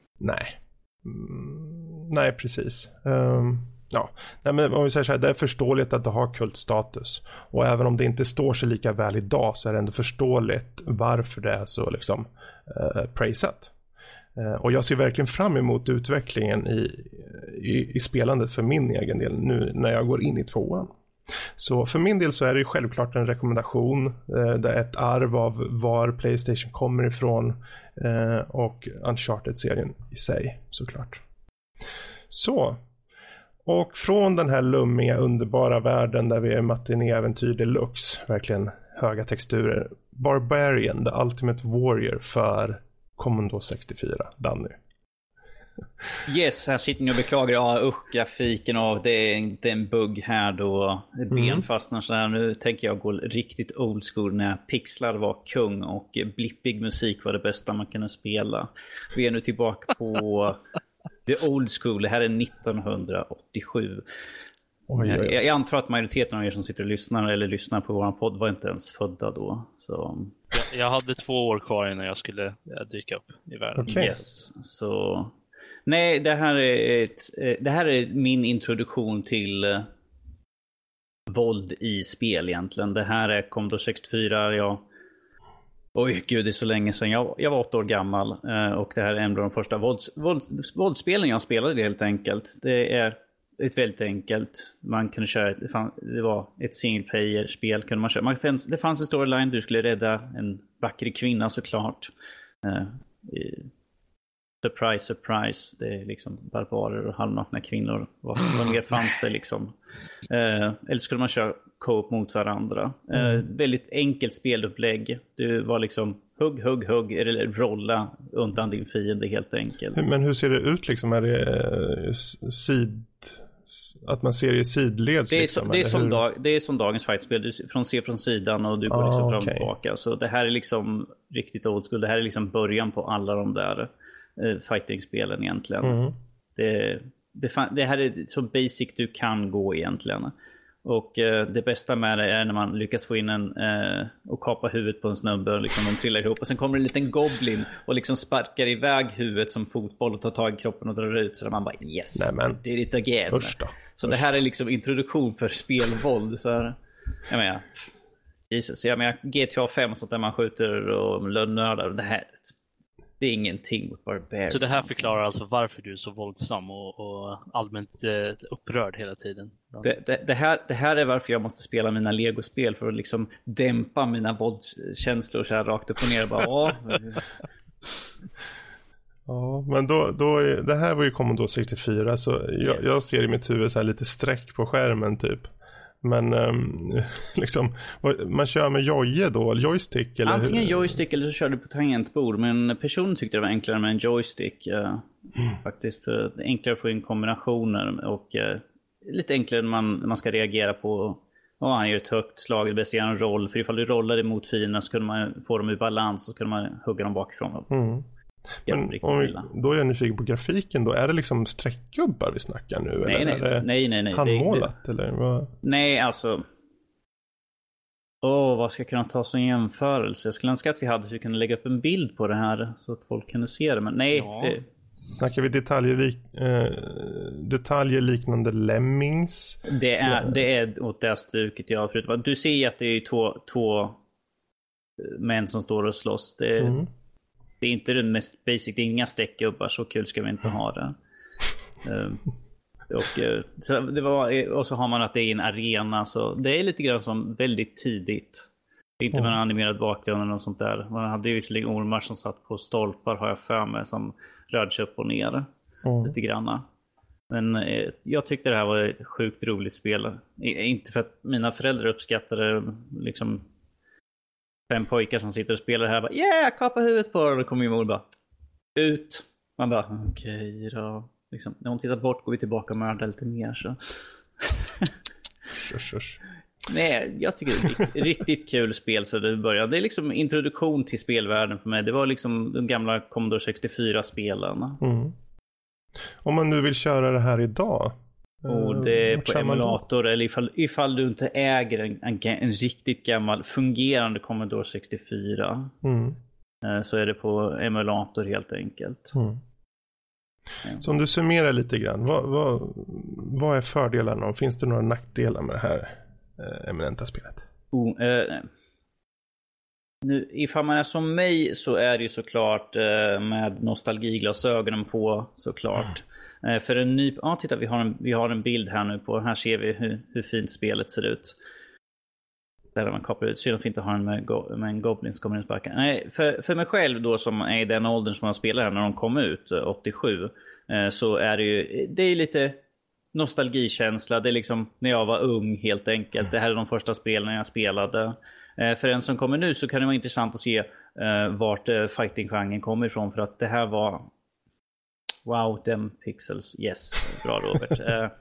Nej, precis. Nej, men om vi säger så här, det är förståeligt att det har kultstatus. Och även om det inte står sig lika väl idag, så är det ändå förståeligt varför det är så liksom praisat. Och jag ser verkligen fram emot utvecklingen i spelandet för min egen del nu när jag går in i 2:an. Så för min del så är det självklart en rekommendation. Det är ett arv av var PlayStation kommer ifrån och Uncharted-serien i sig, såklart. Så. Och från den här lummiga, underbara världen där vi är matinéäventyr deluxe, verkligen höga texturer. Barbarian, the ultimate warrior för Commodore 64, Danny. Yes, här sitter ni och beklagar. Grafiken av det är en bugg här då. Ben fastnar så här. Nu tänker jag gå riktigt old school när pixlar var kung och blippig musik var det bästa man kunde spela. Vi är nu tillbaka på the old school. Det här är 1987. Jag antar att majoriteten av er som sitter och lyssnar på våran podd var inte ens födda då. Så... Jag hade 2 år kvar innan jag skulle dyka upp i världen. Okay. Yes, så... Nej, det här är min introduktion till våld i spel egentligen. Det här är Commodore 64. Oj gud, det är så länge sedan. Jag var 8 år gammal och det här är en av de första våldsspelen jag spelade helt enkelt. Det är ett väldigt enkelt. Man kunde köra, det var ett single player spel kunde man köra. Det fanns en storyline, du skulle rädda en vacker kvinna såklart. Surprise, surprise. Det är liksom barbarer och halvnakna kvinnor. Vad mer fanns det liksom? Eller skulle man köra co-op mot varandra? Väldigt enkelt spelupplägg. Du var liksom hugg eller rolla undan din fiende helt enkelt. Men hur ser det ut liksom? Är det att man ser i sidleds? Det är som dagens fightspel. Du ser från sidan och du går liksom fram och tillbaka. Så det här är liksom riktigt old school. Det här är liksom början på alla de där fighting-spelen egentligen. Det här är så basic du kan gå egentligen. Och det bästa med det är när man lyckas få in och kapa huvudet på en snubbe och liksom de trillar ihop och sen kommer en liten goblin och liksom sparkar iväg huvudet som fotboll och tar tag i kroppen och drar ut så där man bara yes, did it again. Så det här är liksom introduktion för spelvåld så här, jag menar GTA 5 så där man skjuter och lönnördar det här. Det är ingenting mot Barbarian. Så det här förklarar alltså varför du är så våldsam och allmänt upprörd hela tiden. Det här är varför jag måste spela mina Lego-spel för att liksom dämpa mina våldskänslor så här rakt upp och ner. Bara, Ja, men då det här var ju Commodore 64 så jag ser i mitt huvud så här lite streck på skärmen typ. Men liksom, man kör med joystick eller antingen hur? Joystick eller så kör du på tangentbord. Men personen tyckte det var enklare med en joystick faktiskt. Enklare att få in kombinationer och lite enklare när man ska reagera på han gör ett högt slag eller bestämmer en roll. För ifall du rollar emot fienden så kunde man få dem i balans och så kunde man hugga dem bakifrån. Men då är jag nyfiken på grafiken då. Är det liksom streckgubbar vi snackar nu? Nej. Handmålat eller vad? Nej, alltså. Vad ska jag kunna ta som jämförelse? Jag skulle önska att vi kunde lägga upp en bild på det här så att folk kunde se det. Men nej. Ja. Snackar vi detaljer liknande Lemmings? Det är åt det stuket, ja. Förutom, du ser att det är två män som står och slåss. Det är inte det mest basic, det är inga streckgubbar, så kul ska vi inte ha det. Och så har man att det är en arena, så det är lite grann som väldigt tidigt. Det är inte med en animerad bakgrund eller något sånt där. Man hade ju visserligen ormar som satt på stolpar, har jag för mig, som rörde sig upp och ner lite granna. Men jag tyckte det här var ett sjukt roligt spel. Inte för att mina föräldrar uppskattade liksom 5 pojkar som sitter och spelar här. Kapa huvudet på och då kommer ju mor bara ut. Man bara, okej då. Liksom, när hon tittar bort går vi tillbaka och mördar lite mer. Så. Nej, jag tycker det är riktigt kul spel så det började. Det är liksom introduktion till spelvärlden för mig. Det var liksom de gamla Commodore 64-spelarna. Om man nu vill köra det här idag. Och det är på emulator eller ifall du inte äger en riktigt gammal fungerande Commodore 64 så är det på emulator helt enkelt. Så om du summerar lite grann, vad är fördelarna och finns det några nackdelar med det här eminenta spelet? Nu, ifall man är som mig så är det ju såklart med nostalgiglasögonen på såklart. För en ny... titta, vi har en bild här nu på... Här ser vi hur fint spelet ser ut. Där man kopplar ut. Synd att vi inte har en med en goblin som kommer in och sparkar. Nej, för mig själv då som är i den åldern som man spelar här när de kom ut, 87, så är det ju... Det är lite nostalgikänsla. Det är liksom när jag var ung helt enkelt. Det här är de första spelen jag spelade. För en som kommer nu så kan det vara intressant att se vart fighting-genren kommer ifrån. För att det här var... Wow, them pixels. Yes, bra Robert.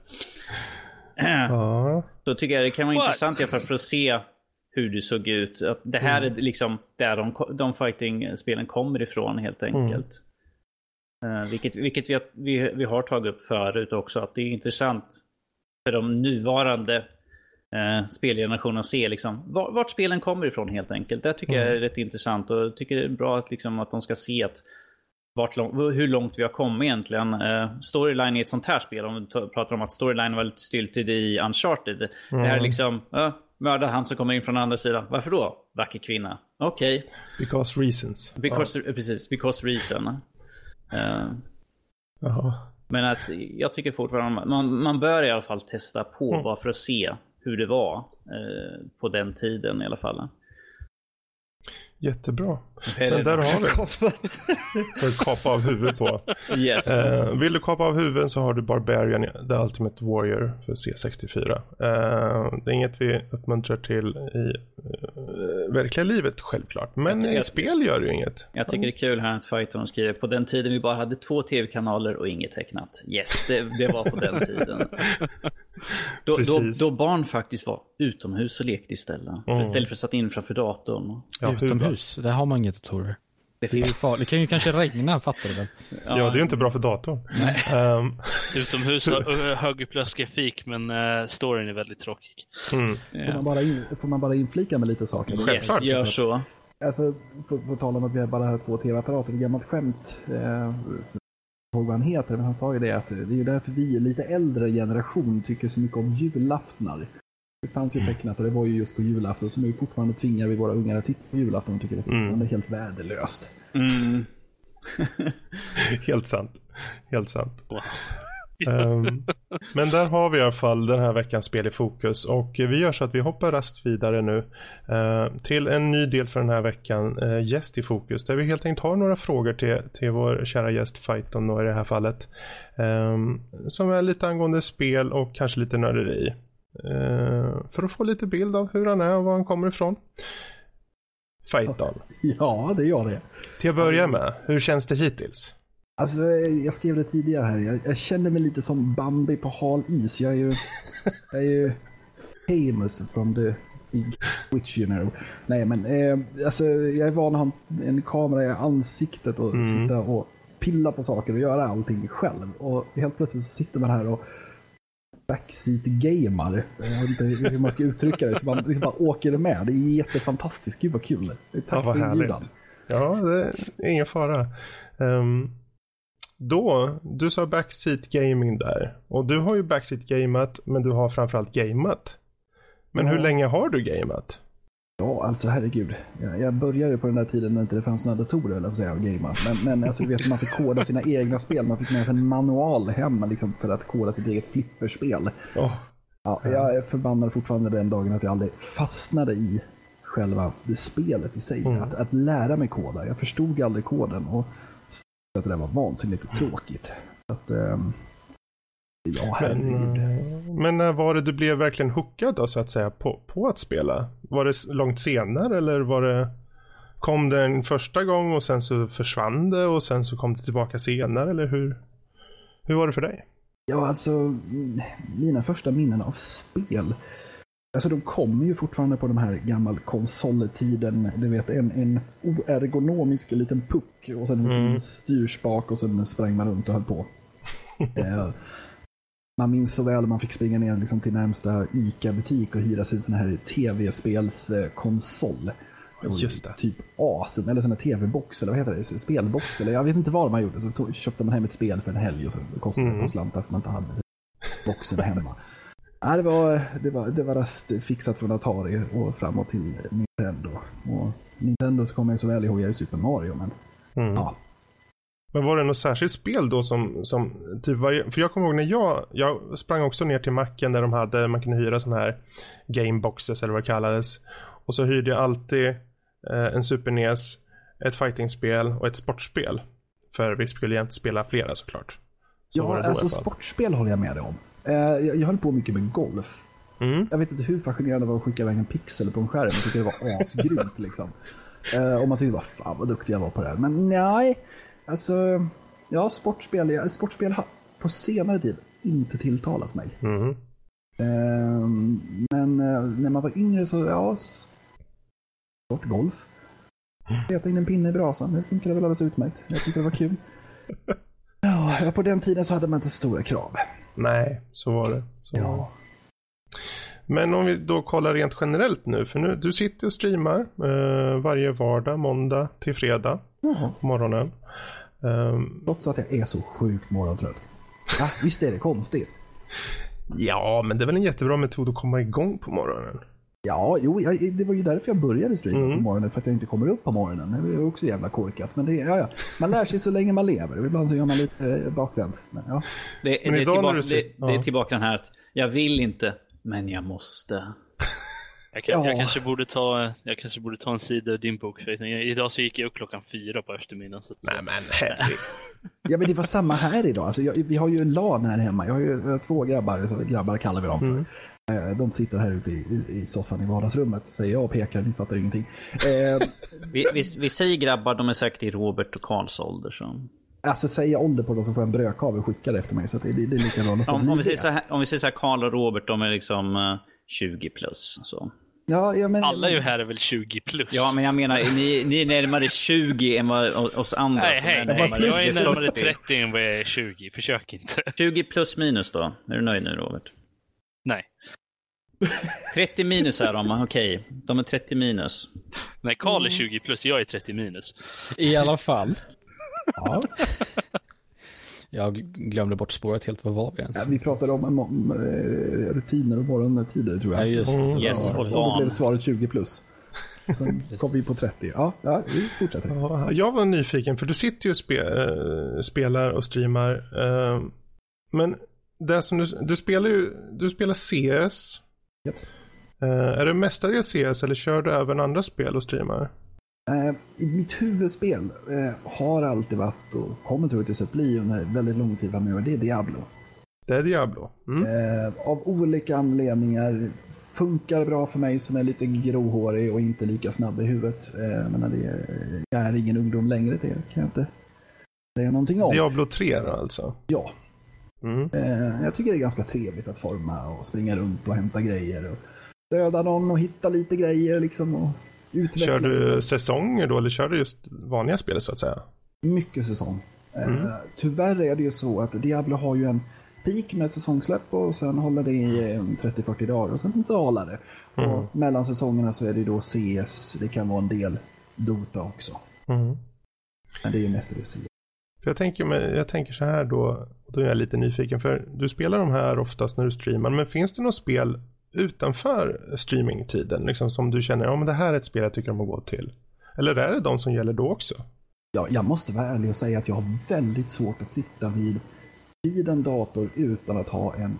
Så tycker jag det kan vara intressant för att se hur det såg ut. Att det här är liksom där de fighting-spelen kommer ifrån helt enkelt. Vilket vi har tagit upp förut också. Att det är intressant för de nuvarande spelgenerationerna att se liksom, vart spelen kommer ifrån helt enkelt. Det tycker jag är rätt intressant. Och jag tycker det är bra att, liksom, att de ska se att hur långt vi har kommit egentligen. Storyline i ett sånt här spel, om vi pratar om att storyline var lite styltig i Uncharted. Det här är liksom, mörda han som kommer in från andra sidan. Varför då? Vacker kvinna. Okej. Okay. Because reasons. Precis, because reason. Men att jag tycker fortfarande man bör i alla fall testa på bara för att se hur det var på den tiden i alla fall. Jättebra. Men där har vi för att kapa av huvudet på. Yes. Vill du kapa av huvudet så har du Barbarian, The Ultimate Warrior för C64. Det är inget vi uppmuntrar till i verkliga livet självklart. Men i spel gör det ju inget. Jag tycker det är kul här att Fighton skriver på den tiden vi bara hade 2 tv-kanaler och inget tecknat. Yes, det var på den tiden. Då barn faktiskt var utomhus och lekte istället för att satt in framför datorn. Ja, utomhus, där har man inget datorer. Det kan ju kanske regna, fattar du väl? Ja, det är ju inte bra för datorn. Utomhus högupplös grafik, men storyn är väldigt tråkig. Får man bara inflika med lite saker? Yes, gör så. Alltså, på tal om att vi bara har 2 tv-apparater, ett gammalt skämt. Vad han heter, men han sa ju det att det är ju därför vi, lite äldre generation, tycker så mycket om julaftnar. Det fanns ju tecknat och det var ju just på julafton, så nu fortfarande tvingar vi våra ungar att titta på julafton och tycker det är helt värdelöst. Helt sant. Wow. Men där har vi i alla fall den här veckans spel i fokus, och vi gör så att vi hoppar rast vidare nu till en ny del för den här veckan, gäst i fokus, där vi helt enkelt har några frågor till vår kära gäst Fighton i det här fallet, som är lite angående spel och kanske lite nörderi, för att få lite bild av hur han är och var han kommer ifrån. Fighton. Ja, det gör det. Till att börja med, hur känns det hittills? Alltså, jag skrev det tidigare här. Jag känner mig lite som Bambi på hal is. Jag är ju famous from the big witch, you know. Nej, men alltså, jag är van att ha en kamera i ansiktet och sitta och pilla på saker och göra allting själv. Och helt plötsligt sitter man här och backseat-gamar. Jag vet inte hur man ska uttrycka det. Så man liksom bara åker med. Det är jättefantastiskt. Gud vad kul. Tack för inbjudan. Ja, det är ingen fara. Du sa backseat gaming där. Och du har ju backseat gamat, men du har framförallt gamat. Men hur länge har du gamat? Ja, alltså herregud. Jag började på den där tiden när inte det fanns några datorer, eller säga, att gamea. Men alltså, du vet, man fick koda sina egna spel. Man fick med sig en manual hemma liksom, för att koda sitt eget flipperspel. Ja, jag är förbannad fortfarande den dagen att jag aldrig fastnade i själva det spelet i sig. Att lära mig koda. Jag förstod aldrig koden och att det där var vansinnigt tråkigt. Så att, ja, men när var det du blev verkligen hookad då, så att säga, på att spela? Var det långt senare, eller kom det en första gång och sen så försvann det och sen så kom det tillbaka senare, eller hur var det för dig? Ja, alltså mina första minnen av spel, alltså de kommer ju fortfarande på de här gammal konsoltiden. Du vet, en oergonomisk liten puck och sen en styrspak och sen sprang man runt och höll på. Man minns så väl, man fick springa ner liksom till närmsta ICA-butik och hyra sig en sån här tv-spelskonsol. Just det. Typ Asum, eller sån här tv-box, eller vad heter det? Spelbox, eller jag vet inte vad man gjorde. Så köpte man hem ett spel för en helg och så kostade det på slantar för man inte hade boxen hemma. Ja, det var rast fixat från Atari och framåt till Nintendo. Och Nintendo så kommer jag så väl ihåg, jag är Super Mario, men ja. Men var det något särskilt spel då som typ för jag kommer ihåg när jag sprang också ner till macken där man kunde hyra sån här gameboxes eller vad det kallades. Och så hyrde jag alltid en Super NES, ett fightingspel och ett sportspel. För vi skulle egentligen spela flera såklart. Ja, alltså sportspel håller jag med dig om. Jag höll på mycket med golf. Jag vet inte hur fascinerande det var att skicka iväg en pixel på en skärm. Jag tycker det var asgrymt liksom. Och man tyckte, fan vad duktig jag var på det här. Men nej, alltså Ja, sportspel har på senare tid inte tilltalat mig. Men när man var yngre så, ja, sportgolf. Peta in en pinne i brasan, det funkar väl alldeles utmärkt. Jag tyckte det var kul. Ja, på den tiden så hade man inte stora krav. Nej, så var det. Ja. Men om vi då kollar rent generellt nu, för nu, du sitter och streamar varje vardag, måndag till fredag på morgonen. Trots att jag är så sjukt morgontrött. Ja, visst är det konstigt. Ja, men det är väl en jättebra metod att komma igång på morgonen. Ja, det var ju därför jag började streama på morgonen, för att jag inte kommer upp på morgonen. Det är också jävla korkat, men det, man lär sig så länge man lever. Ibland så gör man lite bakvänt. Men, ja. Det är tillbaka den här att jag vill inte, men jag måste. Jag kanske borde ta en sida ur din bok. För idag så gick jag upp 4:00 på eftermiddagen. Så nej, men herregud. Ja, men det var samma här idag. Alltså, vi har ju en LAN här hemma. Jag har ju 2 grabbar, så grabbar kallar vi dem för. De sitter här ute i soffan i vardagsrummet, säger jag och pekar, ni fattar ju ingenting. Vi säger grabbar, de är säkert i Robert och Karls ålder. Så. Alltså säger jag ålder på dem så får jag en brödkav och skickar efter mig, så det är lika bra. Om vi säger så här, Karl och Robert, de är liksom 20 plus. Så. Ja, men, alla ju här är väl 20 plus. Ja, men jag menar, ni är närmare 20 än vad oss andra. Nej, jag är närmare 30 än vad jag är 20. Försök inte. 20 plus minus då. Är du nöjd nu, Robert? Nej. 30 minus är de, okej. De är 30 minus. Nej, Karl är 20 plus, jag är 30 minus. I alla fall. Ja. Jag glömde bort spåret helt, vad var vi ens? Ja, vi pratade om rutiner och morgontider, tror jag. Ja, just det. Yes, och då blev svaret 20 plus. Sen kom vi på 30. Ja, vi fortsätter. Ja, jag var nyfiken, för du sitter ju och spelar och streamar. Men det som du spelar CS. Yep. Är det mestadels CS eller kör du även andra spel och streamar? Mitt huvudspel har alltid varit och kommer troligtvis att bli under väldigt lång tid framöver. Det är Diablo. Det är Diablo. Av olika anledningar funkar bra för mig som är lite gråhårig och inte lika snabb i huvudet. Men jag är ingen ungdom längre, det kan jag inte säga någonting om. Diablo 3 då, alltså? Ja. Jag tycker det är ganska trevligt att forma och springa runt och hämta grejer och döda någon och hitta lite grejer liksom och utveckla. Kör du säsonger då, eller kör du just vanliga spel så att säga? Mycket säsong. Tyvärr är det ju så att Diablo har ju en peak med säsongsläpp och sen håller det i 30-40 dagar och sen dalar det. Och mellan säsongerna så är det då CS, det kan vara en del Dota också. Men det är ju mest det CS. För jag tänker så här då är jag lite nyfiken, för du spelar de här oftast när du streamar, men finns det något spel utanför streamingtiden liksom, som du känner, men det här är ett spel jag tycker om att gå till? Eller är det de som gäller då också? Ja, jag måste vara ärlig och säga att jag har väldigt svårt att sitta vid en dator utan att ha en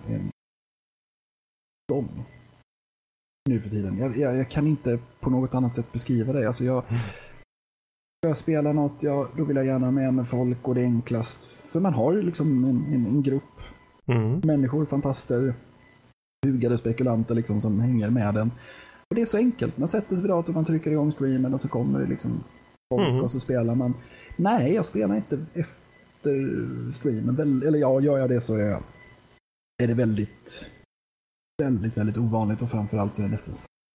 gång nu för tiden. Jag kan inte på något annat sätt beskriva det. Alltså jag spelar något, då vill jag gärna med folk och det är enklast. För man har liksom en grupp människor, fantaster, hugade spekulanter liksom, som hänger med den. Och det är så enkelt. Man sätter sig vid datorn, man trycker igång streamen och så kommer det liksom folk och så spelar man. Nej, jag spelar inte efter streamen. Eller ja, gör jag det så är det väldigt, väldigt, väldigt ovanligt och framförallt så är det nästan.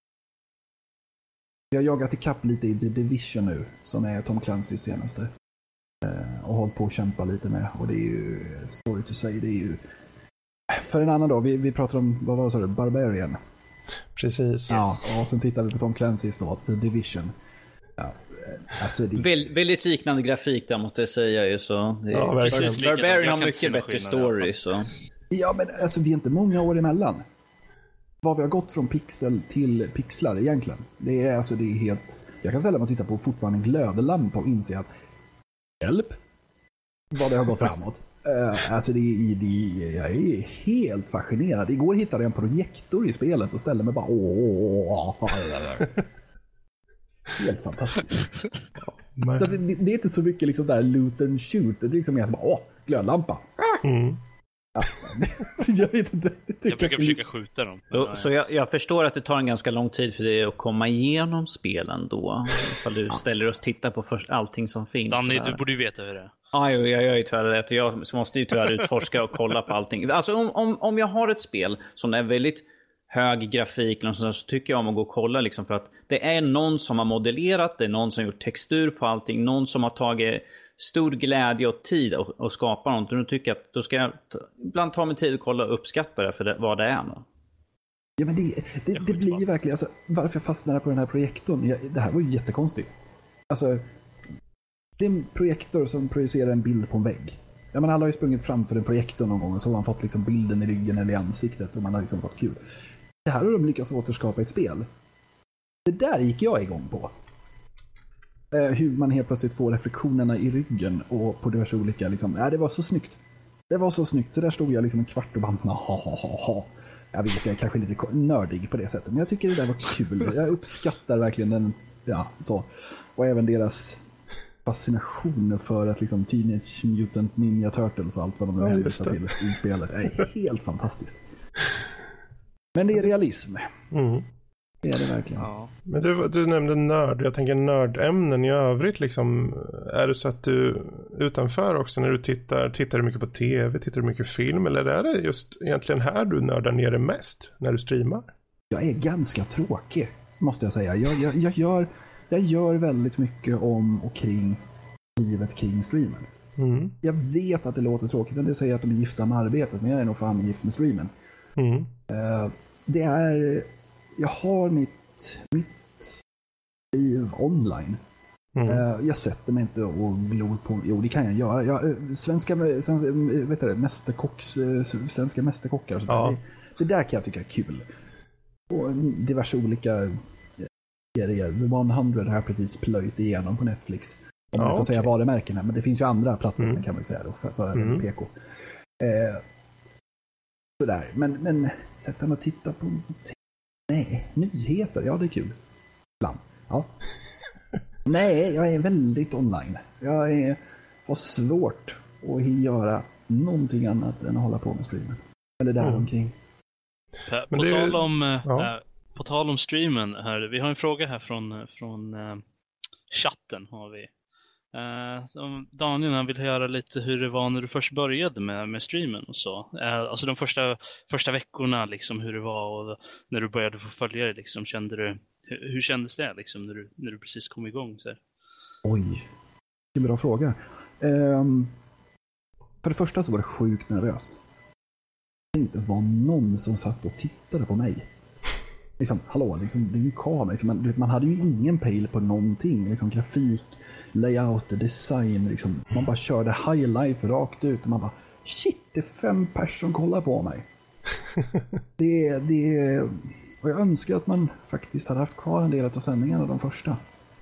Jag har jagat ikapp lite i The Division nu, som är Tom Clancy's senaste. Och hållit på att kämpa lite med. Och det är ju, sorry to say, det är ju... För en annan dag, vi pratar om, vad var det, så det? Barbarian. Precis. Ja, och sen tittar vi på Tom Clancy's då, The Division. Ja, alltså väldigt liknande grafik där, måste jag säga ju så. Barbarian har mycket bättre story så. Ja, men alltså vi är inte många år emellan. Vad vi har gått från pixel till pixlar egentligen. Det är helt... Jag kan ställa mig och titta på fortfarande en glödelampa och inse att hjälp, vad det har gått framåt. Alltså jag är helt fascinerad. Igår hittade jag en projektor i spelet och ställde mig bara helt fantastiskt. Så det är inte så mycket liksom där loot and shoot. Det är liksom mer bara glödlampa. Ja, jag vet inte. Jag brukar försöka skjuta dem. Så jag förstår att det tar en ganska lång tid för dig att komma igenom spelen då. Ifall du ställer och tittar på först allting som finns. Danny, du borde ju veta hur det är. Jag är ju tyvärr rätt. Jag måste ju tyvärr utforska och kolla på allting. Alltså om jag har ett spel som är väldigt hög grafik så tycker jag om att gå och kolla liksom, för att det är någon som har modellerat, det är någon som har gjort textur på allting, någon som har tagit stor glädje och tid och skapa något. Och då tycker jag att då ska jag ibland ta mig tid och kolla och uppskatta det för vad det är. Ja, men det blir ju verkligen, alltså, varför jag fastnade på den här projektorn, det här var ju jättekonstigt. Alltså, det är en projektor som projicerar en bild på en vägg. Ja, men alla har ju sprungit framför en projektor någon gång och så har man fått liksom bilden i ryggen eller i ansiktet och man har liksom fått kul. Det här har de lyckats återskapa ett spel. Det där gick jag igång på. Hur man helt plötsligt får reflektionerna i ryggen och på diverse olika liksom. Det var så snyggt. Det var så snyggt, så där stod jag liksom en kvart och bara ha. Jag vet, jag är kanske lite nördig på det sättet, men jag tycker det där var kul. Jag uppskattar verkligen den, så. Och även deras fascination för att liksom Teenage Mutant Ninja Turtles och allt vad de nu hänvisar till i spelet. Det är helt fantastiskt. Men det är realism. Det är det verkligen. Ja. Men du nämnde nörd. Jag tänker nördämnen i övrigt liksom. Är det så att du utanför också när du tittar du mycket på tv, tittar du mycket film, eller är det just egentligen här du nördar ner det mest när du streamar? Jag är ganska tråkig, måste jag säga. Jag gör väldigt mycket om och kring livet kring streamen. Jag vet att det låter tråkigt när det säger att de är gifta med arbetet, men jag är nog fan gift med streamen. Jag har mitt liv online. Jag sätter mig inte och glor på. Jo, det kan jag göra. Svenska mästerkockar och sådär. Det där kan jag tycka är kul. Och diverse olika serier. The 100 har jag precis plöjt igenom på Netflix. Om man får säga varumärkena. Men det finns ju andra plattformar kan man ju säga då, för PK. Sådär. Men sätta mig och titta på nyheter. Ja, det är kul. Ibland. Ja. Nej, jag är väldigt online. Jag har svårt att göra någonting annat än att hålla på med streamen. Eller där omkring. På tal om streamen här, vi har en fråga här från chatten har vi. Daniel, han vill höra lite hur det var när du först började med streamen och så. Alltså de första veckorna liksom, hur det var och när du började få följare liksom, hur kändes det liksom när du precis kom igång så här? Oj, vilken bra fråga. För det första så var det sjukt nervöst. Det inte var någon som satt och tittade på mig. Liksom, hallå, liksom, det är ju kamera. Liksom, man hade ju ingen pejl på någonting. Liksom, grafik, layout, design. Liksom. Man bara körde high life rakt ut. Och man bara, shit, det är 5 personer som kollar på mig. Och jag önskar att man faktiskt hade haft kvar en del av sändningarna, de första.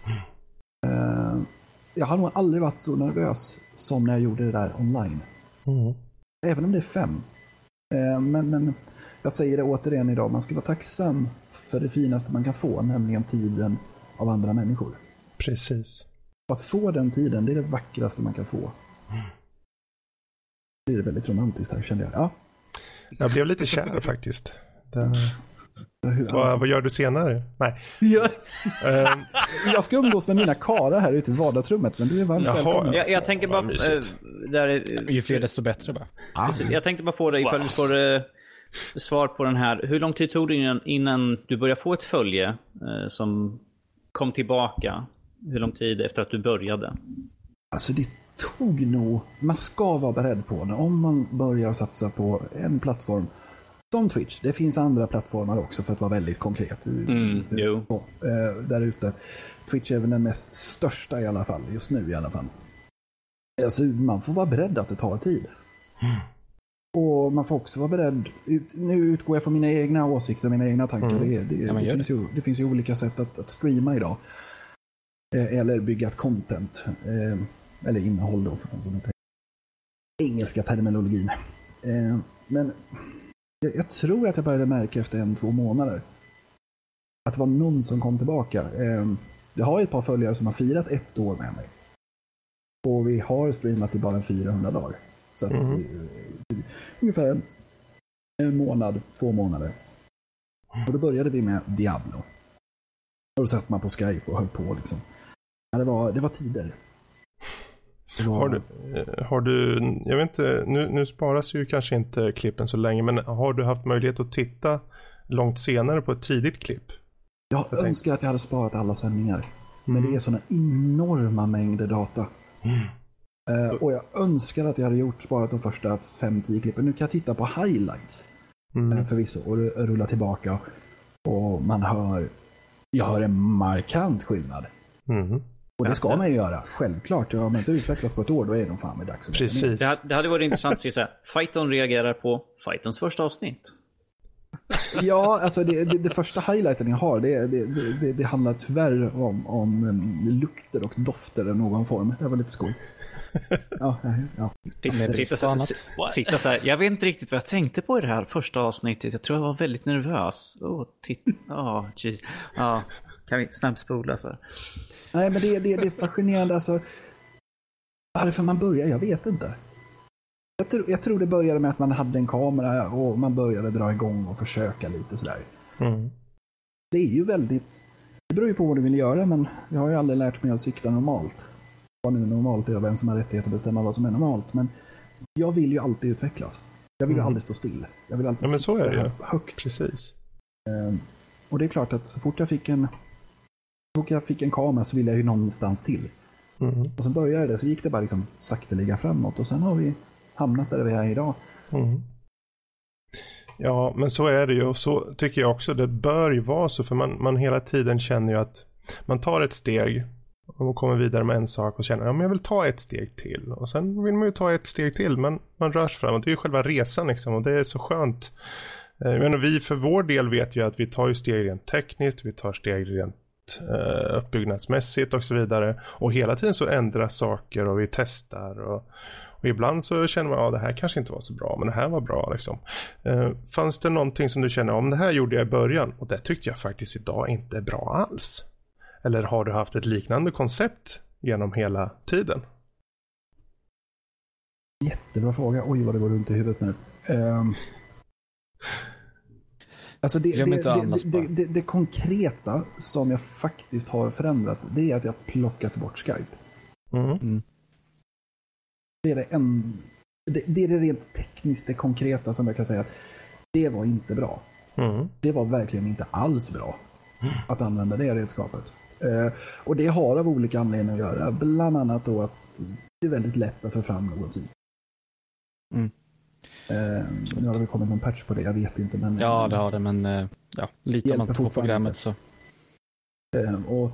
Jag har nog aldrig varit så nervös som när jag gjorde det där online. Även om det är 5. Men jag säger det återigen idag, man ska vara tacksam för det finaste man kan få, nämligen tiden av andra människor. Precis. Och att få den tiden, det är det vackraste man kan få. Det är väldigt romantiskt här, kände jag. Ja. Jag blev lite kär faktiskt. Vad gör du senare? Nej. Jag ska umgås med mina karar här ute i vardagsrummet, men det är varmt välkommen. Jag tänker bara ju fler desto bättre bara. Jag tänkte bara få dig ifall du får svar på den här. Hur lång tid tog det innan du började få ett följe som kom tillbaka? Hur lång tid efter att du började? Alltså det tog nog, man ska vara beredd på det. Om man börjar satsa på en plattform som Twitch, det finns andra plattformar också för att vara väldigt konkret. Där ute. Twitch är väl den mest största i alla fall, just nu i alla fall. Alltså, man får vara beredd att det tar tid. Och man får också vara beredd, nu utgår jag från mina egna åsikter och mina egna tankar. Det finns ju olika sätt att streama idag. Eller bygga ett content. Eller innehåll då, för de som inte engelska terminologin. Men jag tror att jag började märka efter 1-2 månader att det var någon som kom tillbaka. Jag har ett par följare som har firat 1 år med mig. Och vi har streamat i bara 400 dagar. Så att ungefär 1-2 månader. Och då började vi med Diablo. Och då satt man på Skype och höll på liksom. Ja, det var tider. Har du, jag vet inte, nu sparas ju kanske inte klippen så länge, men har du haft möjlighet att titta långt senare på ett tidigt klipp? Jag önskar att jag hade sparat alla sändningar. Men det är såna enorma mängder data. Och jag önskar att jag hade sparat de första 5-10 klippen. Nu kan jag titta på highlights förvisso och rulla tillbaka. Och jag hör en markant skillnad. Och det ska man ju göra, självklart. Om man inte utvecklas på ett år, då är det nog fan med dags. Precis. Det hade varit intressant att se så här, Fighton reagerar på Fightons första avsnitt. Ja, alltså det första highlighten jag har, det handlar tyvärr om lukter och dofter i någon form. Det var lite skoj. Ja. Sitta så här, jag vet inte riktigt vad jag tänkte på i det här första avsnittet. Jag tror jag var väldigt nervös. Kan vi snabbt spola så här? Nej, men det är fascinerande. Alltså, varför man börjar, jag vet inte. Jag tror det började med att man hade en kamera och man började dra igång och försöka lite sådär. Det är ju väldigt... Det beror ju på vad du vill göra, men jag har ju aldrig lärt mig att sikta normalt. Vad nu normalt är, vem som har rättighet att bestämma vad som är normalt. Men jag vill ju alltid utvecklas. Jag vill ju aldrig stå still. Jag vill alltid men så är det ju. Högt. Precis. Och det är klart att så fort jag fick en kamera så ville jag ju någonstans till. Och så började det, så gick det bara liksom sakteliga framåt. Och sen har vi hamnat där vi är idag. Ja, men så är det ju. Och så tycker jag också det bör ju vara så. För man hela tiden känner ju att man tar ett steg och kommer vidare med en sak och känner att jag vill ta ett steg till. Och sen vill man ju ta ett steg till, men man rör sig framåt. Det är ju själva resan liksom, och det är så skönt. Men vi för vår del vet ju att vi tar ju steg rent tekniskt, vi tar steg rent uppbyggnadsmässigt och så vidare. Och hela tiden så ändras saker och vi testar och ibland så känner man att det här kanske inte var så bra, men det här var bra liksom. Fanns det någonting som du känner om det här gjorde jag i början och det tyckte jag faktiskt idag inte är bra alls? Eller har du haft ett liknande koncept genom hela tiden? Jättebra fråga. Oj, vad det går runt i huvudet nu. Alltså det konkreta som jag faktiskt har förändrat, det är att jag plockat bort Skype. Det är det rent tekniskt, det konkreta som jag kan säga att det var inte bra. Det var verkligen inte alls bra att använda det redskapet. Och det har av olika anledningar att göra. Bland annat då att det är väldigt lätt att få fram någon sida. Nu har det kommit någon patch på det, jag vet inte. Men, ja, det har det, men litar man på programmet så. Och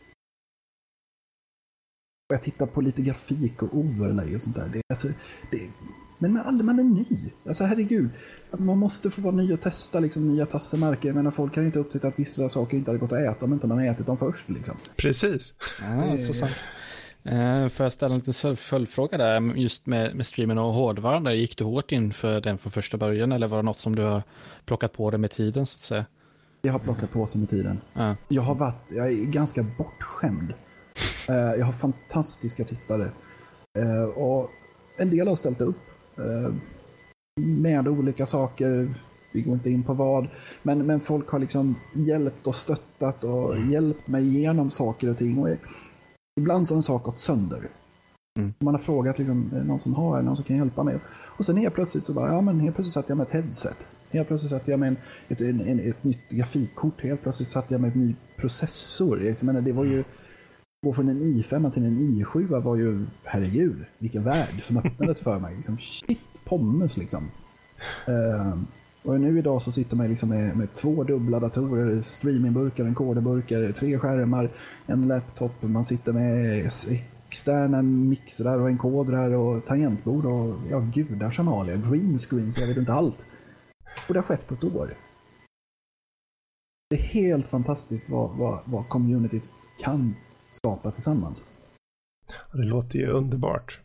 jag tittar på lite grafik och overlay och sånt där. Men man är ny. Alltså herregud, man måste få vara ny och testa liksom, nya tassemärken. Jag menar, folk kan inte upptäcka att vissa saker inte hade gått att äta om inte man har ätit dem först. Liksom. Precis. Ja, så sant. Får jag ställa en liten följdfråga där just med streamen och hårdvaran där. Gick du hårt in för den från första början eller var det något som du har plockat på det med tiden så att säga? Jag har plockat på sig med tiden. Jag är ganska bortskämd. Jag har fantastiska tittare. Och en del har ställt upp med olika saker. Vi går inte in på vad. Men folk har liksom hjälpt och stöttat och hjälpt mig igenom saker och ting. Och ibland så har en sak gått sönder. Man har frågat liksom, någon som har någon som kan hjälpa mig. Och sen helt plötsligt så bara, helt plötsligt satt jag med ett headset. Helt plötsligt satt jag med ett nytt grafikkort. Helt plötsligt satt jag med ett ny processor. Jag menar, det var ju gå från en i5 till en i7 var ju, herregud, vilken värld som öppnades för mig. Liksom, shit, pommes liksom. Och nu idag så sitter man liksom med 2 dubbla datorer, streamingburkar, encoderburkar, 3 skärmar, en laptop. Man sitter med externa mixrar och enkodrar och tangentbord och gudar som aliga, green screens, jag vet inte allt. Och det har skett på ett år. Det är helt fantastiskt vad communityt kan skapa tillsammans. Det låter ju underbart.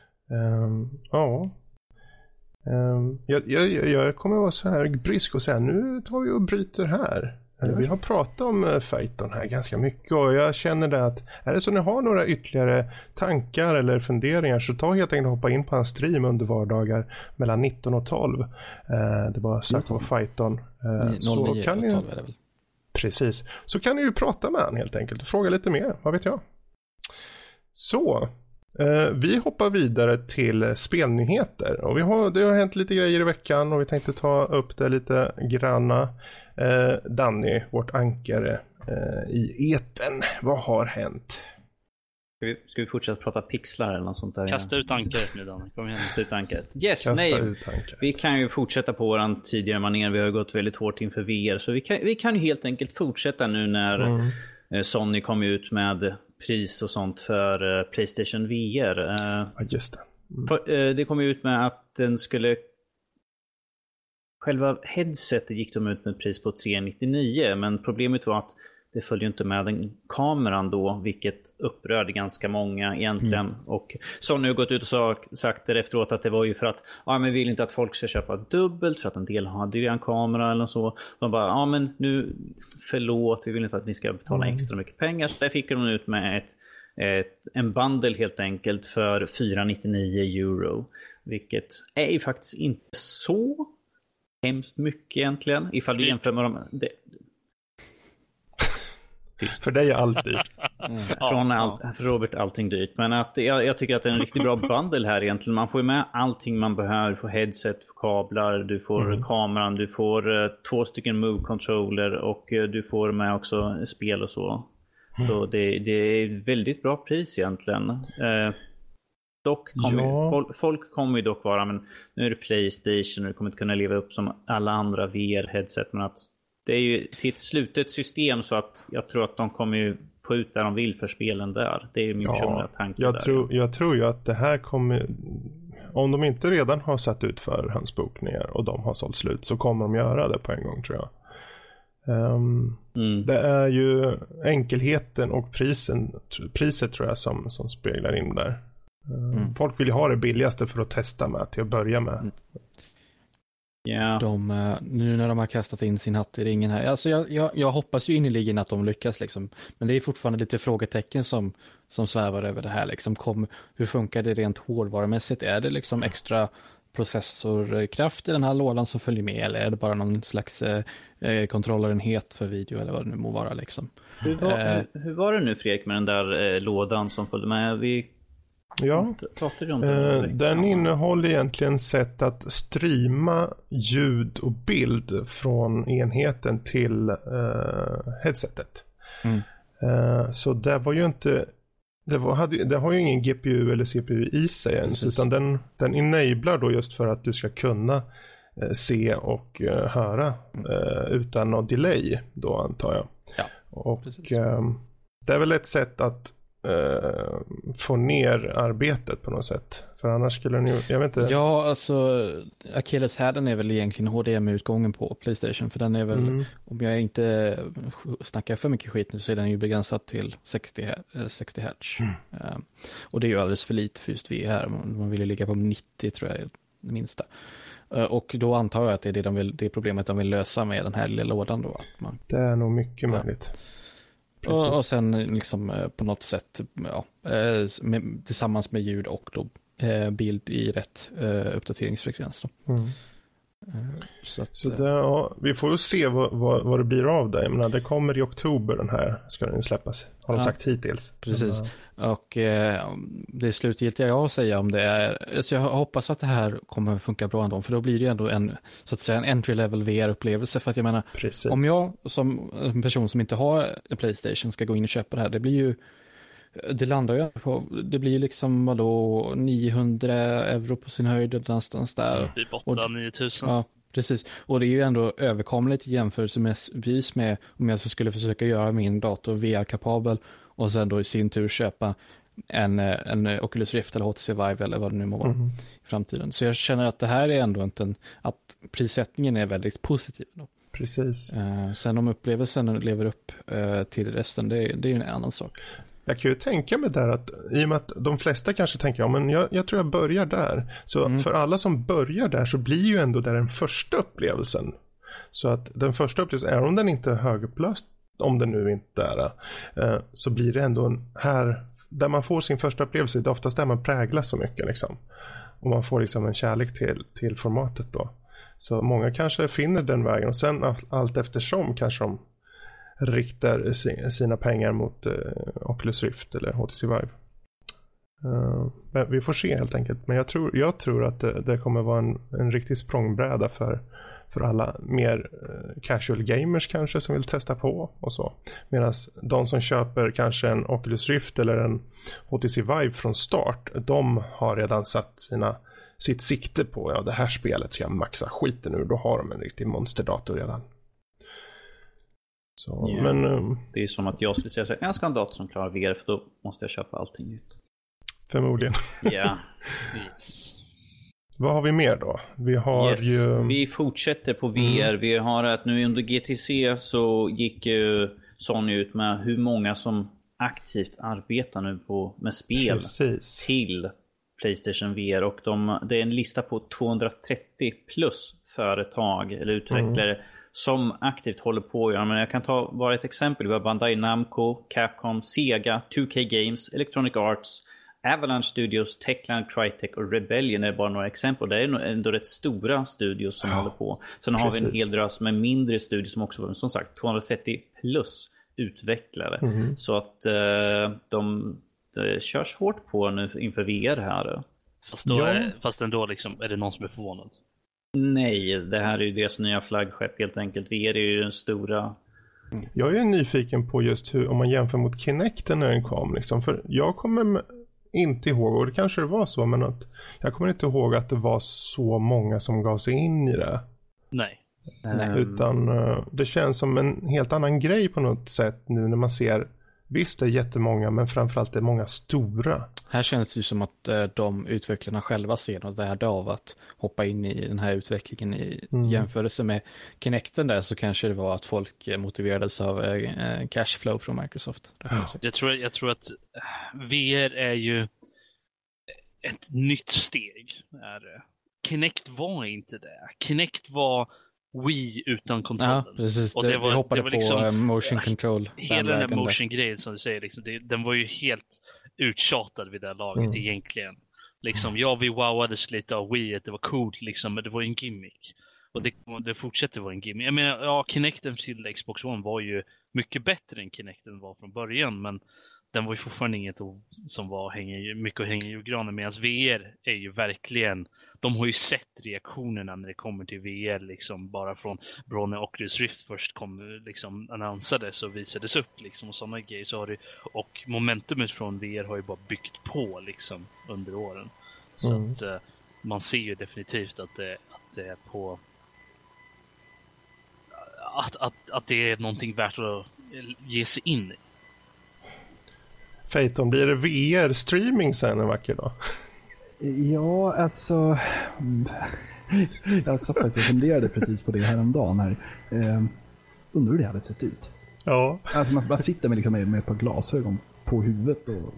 Jag kommer vara så här brysk och säga nu tar vi och bryter här. Vi har pratat om Fighton här ganska mycket och jag känner det att är det så ni har några ytterligare tankar eller funderingar så ta helt enkelt och hoppa in på en stream under vardagar mellan 19 och 12. Det bara söka på Fighton. 09 kan och 12 är det väl. Precis. Så kan ni ju prata med han helt enkelt och fråga lite mer, vad vet jag. Så, Vi hoppar vidare till spelnyheter och det har hänt lite grejer i veckan och vi tänkte ta upp det lite granna. Danny, vårt ankare i eten, vad har hänt? Ska vi fortsätta prata pixlar eller något sånt där? Kasta ut ankaret nu, Danny. Kom igen. Kasta ut ankaret. Yes, nej. Vi kan ju fortsätta på våran tidigare manér. Vi har gått väldigt hårt inför VR. Så vi kan ju helt enkelt fortsätta nu när Sony kom ut med pris och sånt för PlayStation VR. Ja, just det. Det kom ut med att den skulle... Själva headsetet gick de ut med ett pris på 399, men problemet var att det följde inte med den kameran då, vilket upprörde ganska många egentligen. Och Sony har gått ut och sagt efteråt att det var ju för att men vi vill inte att folk ska köpa dubbelt för att en del hade ju en kamera eller så. De bara, men nu förlåt, vi vill inte att ni ska betala extra mycket pengar. Så där fick de ut med en bundle helt enkelt för 499 euro. Vilket är ju faktiskt inte så hemskt mycket egentligen. Ifall du jämför med För dig är allt dyrt. För Robert allting dyrt. Men att jag tycker att det är en riktigt bra bundle här egentligen. Man får ju med allting man behöver. Du får headset, kablar, du får kameran, du får 2 stycken move controller och du får med också spel och så. Så det är väldigt bra pris egentligen. Dock folk kommer ju dock vara, men nu är det PlayStation och du kommer inte kunna leva upp som alla andra VR-headset, men att det är ju till ett slutet system så att jag tror att de kommer ju få ut där de vill för spelen där. Det är ju min personliga tanke jag tror ju att det här kommer, om de inte redan har satt ut förhandsbokningar och de har sålt slut, så kommer de göra det på en gång, tror jag. Det är ju enkelheten och priset tror jag som speglar in där. Folk vill ju ha det billigaste för att testa med till att börja med. Yeah. Nu när de har kastat in sin hatt i ringen här, alltså jag hoppas ju innerligen att de lyckas liksom. Men det är fortfarande lite frågetecken som svävar över det här liksom. Hur funkar det rent hårdvarumässigt? Är det liksom extra processorkraft i den här lådan som följer med, eller är det bara någon slags kontrollerenhet för video eller vad det nu må vara liksom? Hur var det nu, Fredrik, med den där lådan som följde med? Den innehåller egentligen sätt att streama ljud och bild från enheten till headsetet. Så det var ju inte, det har ju ingen GPU eller CPU i sig ens, utan den enablar då just för att du ska kunna se och höra utan någon delay då, antar jag. Ja, och det är väl ett sätt att få ner arbetet på något sätt. För annars skulle den ju, jag vet inte. Ja, alltså Achilleshälen är väl egentligen HDMI-utgången på PlayStation, för den är väl, om jag inte snackar för mycket skit nu, så är den ju begränsad till 60 Hz. Och det är ju alldeles för lite för just VR. Man vill ju ligga på 90, tror jag, det minsta. Och då antar jag att det är det problemet de vill lösa med den här lilla lådan då. Det är nog mycket möjligt. Och sen liksom på något sätt tillsammans med ljud och då bild i rätt uppdateringsfrekvens då. Så vi får se vad det blir av det. Jag menar, det kommer i oktober, den här ska den släppas, har de sagt hittills. Precis. Och det slutgiltiga jag har att säga om det är, så jag hoppas att det här kommer att funka bra ändå, för då blir det ändå en entry-level VR-upplevelse. För att jag menar, om jag som en person som inte har en PlayStation ska gå in och köpa det här, det landar ju på, det blir liksom 900 euro på sin höjd någonstans där. Typ 8-9 000. Ja, precis. Och det är ju ändå överkomligt i jämförelse med om jag skulle försöka göra min dator VR-kapabel och sen då i sin tur köpa en Oculus Rift eller HTC Vive eller vad det nu må vara i framtiden. Så jag känner att det här är ändå att prissättningen är väldigt positiv då. Precis. Sen om upplevelsen lever upp till resten, det är ju en annan sak. Jag kan ju tänka mig där att i och med att de flesta kanske tänker, men jag tror jag börjar där. Så för alla som börjar där så blir ju ändå där den första upplevelsen. Så att den första upplevelsen, även om den inte är högupplöst, om den nu inte är, så blir det ändå här där man får sin första upplevelse. Det är oftast där man präglas så mycket liksom. Och man får liksom en kärlek till formatet då. Så många kanske finner den vägen, och sen allt eftersom kanske de riktar sina pengar mot Oculus Rift eller HTC Vive. Vi får se helt enkelt. Men jag tror att det kommer vara en riktig språngbräda för alla mer casual gamers kanske som vill testa på och så. Medan de som köper kanske en Oculus Rift eller en HTC Vive från start, de har redan satt sitt sikte på det här spelet ska jag maxa skiten ur. Då har de en riktig monsterdator redan. Så, yeah. Men, det är som att jag skulle säga så här, jag ska ha en dator som klarar VR för då måste jag köpa allting nytt. Förmodligen. Ja. Yeah. Yes. Vad har vi mer då? Vi har Vi fortsätter på VR. Vi har att nu under GTC så gick Sony ut med hur många som aktivt arbetar nu med spel till PlayStation VR. Och det är en lista på 230 plus företag eller utvecklare som aktivt håller på att göra. Men jag kan ta bara ett exempel. Vi har Bandai Namco, Capcom, Sega, 2K Games, Electronic Arts, Avalanche Studios, Techland, Crytek och Rebellion är bara några exempel. Det är ändå rätt stora studios som håller på. Sen har vi en hel drös med mindre studios som också var, som sagt, 230 plus utvecklare. Så att det körs hårt på nu inför VR här. Fast ändå liksom, är det någon som är förvånad? Nej, det här är ju deras nya flaggskepp helt enkelt. VR är ju den stora... Jag är nyfiken på just hur, om man jämför mot Kinecten när den kom liksom, för jag kommer inte ihåg, och det kanske det var så, men att jag kommer inte ihåg att det var så många som gav sig in i det. Nej. Utan det känns som en helt annan grej på något sätt nu när man ser, visst det är jättemånga, men framförallt det är många stora. Här känns det ju som att de utvecklarna själva ser något värde av att hoppa in i den här utvecklingen i jämförelse med Kinecten där, så kanske det var att folk motiverades av cashflow från Microsoft. Jag tror att VR är ju ett nytt steg. Kinect var inte det. Kinect var Wii utan kontrollen. Ja, precis. Och det var, hoppade det var liksom, på motion control. Hela den här motion-grejen som du säger, liksom, den var ju helt uttjatad vid det här laget egentligen. Liksom, vi wowades lite av Wii, det var coolt liksom, men det var ju en gimmick. Och det fortsätter vara en gimmick. Jag menar, Kinecten till Xbox One var ju mycket bättre än Kinecten var från början, men den var ju fortfarande inget som mycket att hänga i julgranen, medan VR är ju verkligen, de har ju sett reaktionerna när det kommer till VR liksom, bara från när Oculus Rift först kom liksom annonsades och visades upp liksom, och sådana grejer, så har det, och momentumet från VR har ju bara byggt på liksom under åren. Så att man ser ju definitivt att det är på att det är någonting värt att ge sig in i. Phaeton, blir det VR-streaming sen en vacker dag? Ja, alltså... jag satt faktiskt och funderade precis på det häromdagen här. Undrar hur det hade sett ut. Ja. Alltså man bara sitter med ett par glasögon på huvudet och...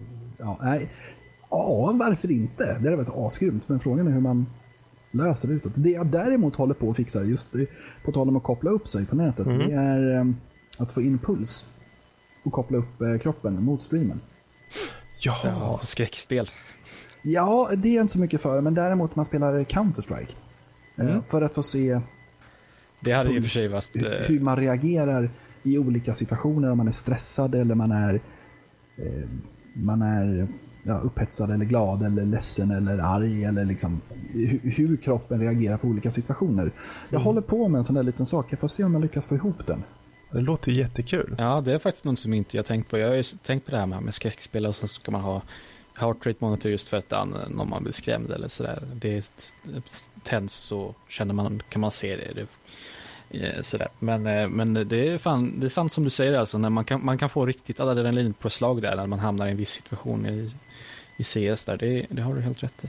varför inte? Det hade varit asgrymt, men frågan är hur man löser det utåt. Det jag däremot håller på att fixa, just på tal om att koppla upp sig på nätet, det är att få in puls och koppla upp kroppen mot streamen. Ja, skräckspel. Ja, det är inte så mycket för, men däremot man spelar Counter-Strike. För att få se det hade ju för sig varit hur man reagerar i olika situationer, om man är stressad eller man är upphetsad eller glad eller ledsen eller arg, eller liksom hur kroppen reagerar på olika situationer. Jag håller på med en sån där liten sak. Jag får se om jag lyckas få ihop den. Det låter jättekul. Ja, det är faktiskt något som inte jag tänkt på. Jag har ju tänkt på det här med skräckspel, och sen ska man ha heart rate monitor just för att om man blir skrämd eller sådär. Det är tens, så kan man se det sådär. Men det är sant som du säger, alltså, när man kan få riktigt adrenalinpåslag där när man hamnar i en viss situation i CS där. Det har du helt rätt i.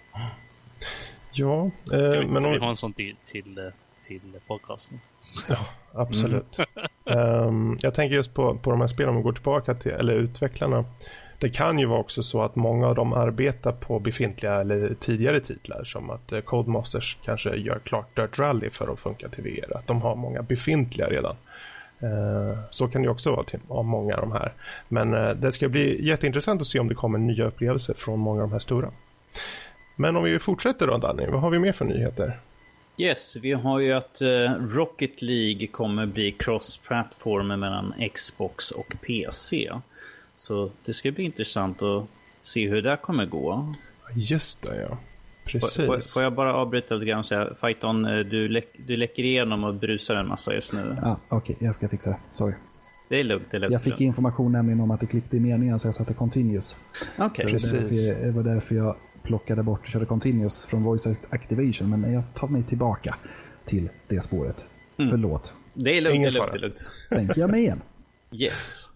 Ja, men vi har en sån till podcasten. Ja, absolut. Jag tänker just på de här spelen, om vi går tillbaka till, eller utvecklarna. Det kan ju vara också så att många av dem arbetar på befintliga eller tidigare titlar, som att Codemasters kanske gör klart Dirt Rally för att funka till VR. Att de har många befintliga redan. Så kan det också vara till många av de här. Men det ska bli jätteintressant att se om det kommer nya upplevelser från många av de här stora. Men om vi fortsätter då, Danny, vad har vi mer för nyheter? Yes, vi har ju att Rocket League kommer bli cross-platform mellan Xbox och PC. Så det ska bli intressant att se hur det kommer gå. Just det, ja. Precis. Får jag bara avbryta lite grann och säga, Fighton, du läcker igenom och brusar en massa just nu. Ja, okej, jag ska fixa det. Sorry. Det är lugnt. Jag fick information nämligen om att det klippte i meningen så jag satte continuous. Okej. Det var därför jag plockade bort och körde continuous från voice activation. Men jag tar mig tillbaka till det spåret. Förlåt. Det är lugnt. Tänker jag mig igen. Yes.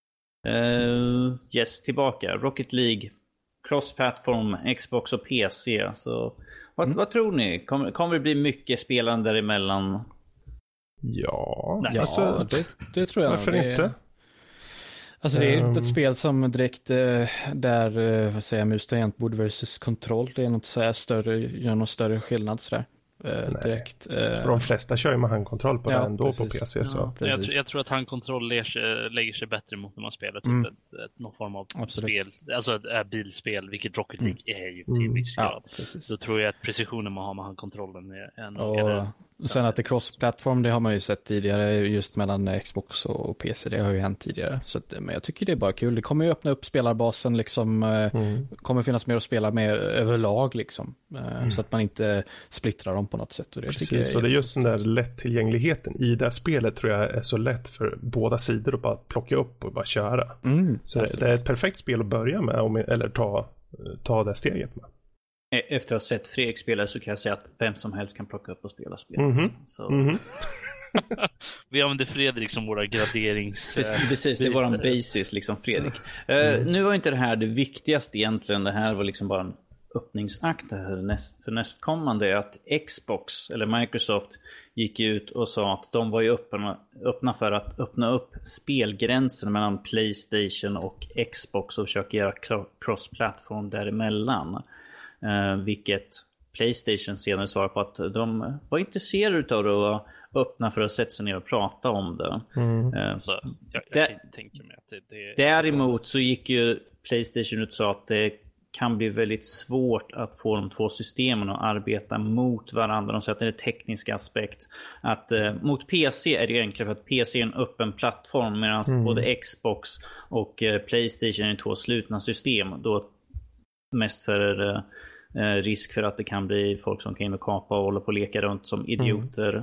Yes, tillbaka. Rocket League. Cross-platform, Xbox och PC. Så, vad tror ni? Kommer det bli mycket spelande däremellan? Ja, Nej, alltså, det tror jag. Varför inte? Alltså det är inte ett spel som direkt där, vad säger jag, mus tangentbord versus kontroll. Det är något så här större, gör någon större skillnad sådär. Direkt. De flesta kör ju med handkontroll på det ändå precis. på PC. Så. Jag tror att handkontroll lägger sig bättre mot när man spelar typ någon form av spel, alltså ett bilspel, vilket Rocket League är ju till viss grad. Då tror jag att precisionen man har med handkontrollen är och sen att det är cross-platform, det har man ju sett tidigare just mellan Xbox och PC, det har ju hänt tidigare. Så att, men jag tycker det är bara kul. Det kommer ju öppna upp spelarbasen liksom, kommer finnas mer att spela med överlag liksom. Så att man inte splittrar dem på något sätt. Och det precis, och det är just den där lättillgängligheten i det här spelet tror jag är så lätt för båda sidor att bara plocka upp och bara köra. Så det är ett perfekt spel att börja med eller ta det steget med. Efter att ha sett Fredrik spela så kan jag säga att vem som helst kan plocka upp och spela spelet. Vi använder Fredrik som våra graderings... Precis, det är våran basis liksom, Fredrik. Nu var inte det här det viktigaste egentligen. Det här var liksom bara en öppningsakt för nästkommande. Att Xbox eller Microsoft gick ut och sa att de var ju öppna för att öppna upp spelgränsen mellan PlayStation och Xbox och försöka göra cross-platform däremellan. Vilket PlayStation senare svarade på att de var intresserade av det och öppna för att sätta sig ner och prata om det. Så jag kan inte tänka mig att det... Däremot så gick ju PlayStation ut och sa att det kan bli väldigt svårt att få de två systemen att arbeta mot varandra. De säger att det är en teknisk aspekt. Att mot PC är det enklare för att PC är en öppen plattform medan både Xbox och PlayStation är två slutna system. Då mest för risk för att det kan bli folk som kan in och kapa och hålla på och leka runt som idioter.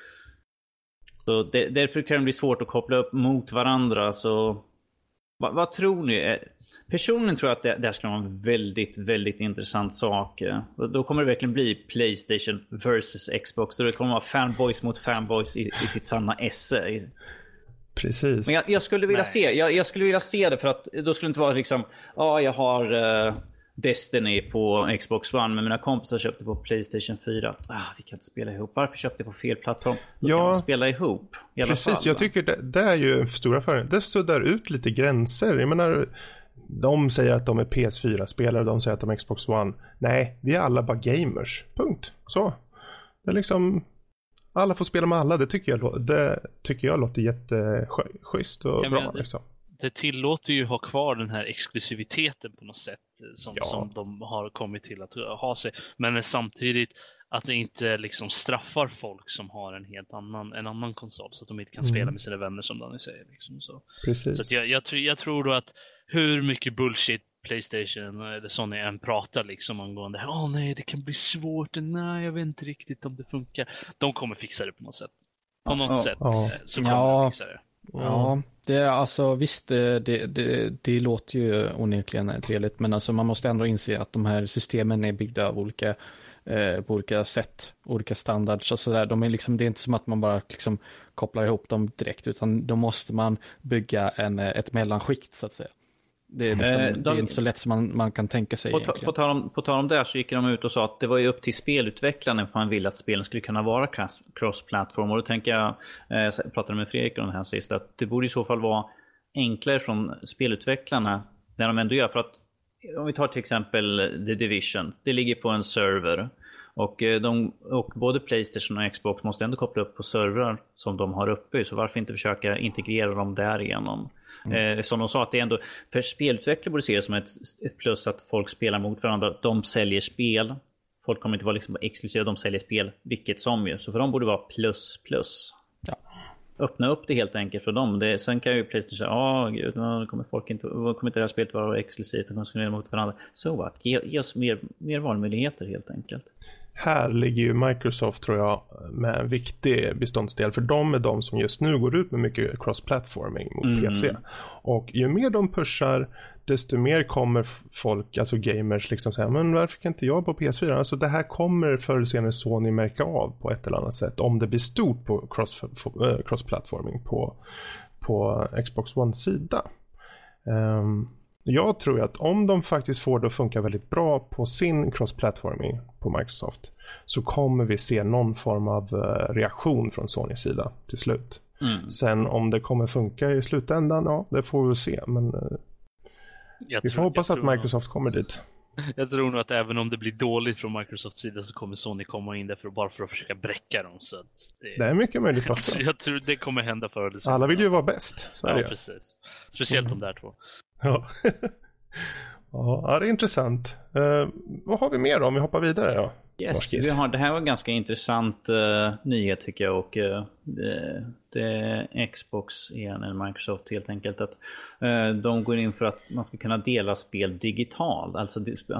Så därför kan det bli svårt att koppla upp mot varandra. Så vad tror ni? Personligen tror jag att det här ska vara en väldigt, väldigt intressant sak. Då kommer det verkligen bli PlayStation versus Xbox. Då det kommer vara fanboys mot fanboys i sitt sanna esse. Precis. Men jag skulle vilja se det, för att då skulle det inte vara liksom, jag har Destiny på Xbox One, men mina kompisar köpte på PlayStation 4. Vi kan inte spela ihop. Varför köpte jag på fel plattform? Då kan man spela ihop i alla precis, fall, jag tycker det är ju en stor affär. Det suddar ut lite gränser. Jag menar, de säger att de är PS4-spelare, de säger att de är Xbox One. Nej, vi är alla bara gamers. Punkt. Så. Det är liksom, alla får spela med alla. Det tycker jag låter jätteschysst och bra. Liksom. Det tillåter ju ha kvar den här exklusiviteten på något sätt som de har kommit till att ha sig. Men samtidigt att det inte liksom straffar folk som har en annan konsol så att de inte kan spela med sina vänner, som Danny säger. Liksom, så. Precis. Så att jag tror då att hur mycket bullshit PlayStation eller Sony än pratar liksom angående nej, det kan bli svårt, nej, jag vet inte riktigt om det funkar. De kommer fixa det på något sätt. På något sätt så kommer de fixa det. Ja, det är alltså visst, det låter ju onekligen trevligt, men alltså man måste ändå inse att de här systemen är byggda av på olika sätt, olika standards och sådär. De är liksom, det är inte som att man bara liksom kopplar ihop dem direkt, utan då måste man bygga ett mellanskikt så att säga. Det är, liksom, det är inte så lätt som man kan tänka sig egentligen. På tal om det så gick de ut och sa att det var ju upp till spelutvecklarna om man vill att spelen skulle kunna vara cross-platform. Och då tänker jag pratade med Fredrik om det här sist, att det borde i så fall vara enklare från spelutvecklarna när de ändå gör. För att om vi tar till exempel The Division, det ligger på en server. Och både PlayStation och Xbox måste ändå koppla upp på servrar som de har uppe. Så varför inte försöka integrera dem därigenom? Som de sa, att det är ändå, för spelutvecklare borde se det som ett plus att folk spelar mot varandra. De säljer spel. Folk kommer inte vara liksom exklusiva, de säljer spel vilket som ju. Så för dem borde det vara plus. öppna upp det helt enkelt för dem. Sen kan ju Playstation säga, gud, kommer inte det här spelet vara exklusivt och de ska mot varandra. Så vad? Ge oss mer valmöjligheter helt enkelt. Här ligger ju Microsoft, tror jag, med en viktig beståndsdel. För de är de som just nu går ut med mycket cross-platforming mot PC. Och ju mer de pushar, desto mer kommer folk, alltså gamers, liksom säga, men varför kan inte jag på PS4? Alltså det här kommer förr eller senare Sony märka av på ett eller annat sätt. Om det blir stort på cross-platforming på Xbox One-sida. Jag tror att om de faktiskt får det att funka väldigt bra på sin cross-platforming på Microsoft, så kommer vi se någon form av reaktion från Sonys sida till slut. Sen om det kommer funka i slutändan, ja, det får vi se. Men vi får hoppas att Microsoft kommer dit. Jag tror nog att även om det blir dåligt från Microsofts sida så kommer Sony komma in där bara för att försöka bräcka dem. Så att det är mycket möjligt också. Jag tror det kommer hända förr eller senare. Alla vill ju vara bäst. Så är det. Precis. Speciellt de där två. Ja. Ja, det är intressant. Vad har vi mer då om vi hoppar vidare då? Yes, det här var en ganska intressant nyhet tycker jag, och det är Xbox igen, eller Microsoft helt enkelt, att de går in för att man ska kunna dela spel digitalt, alltså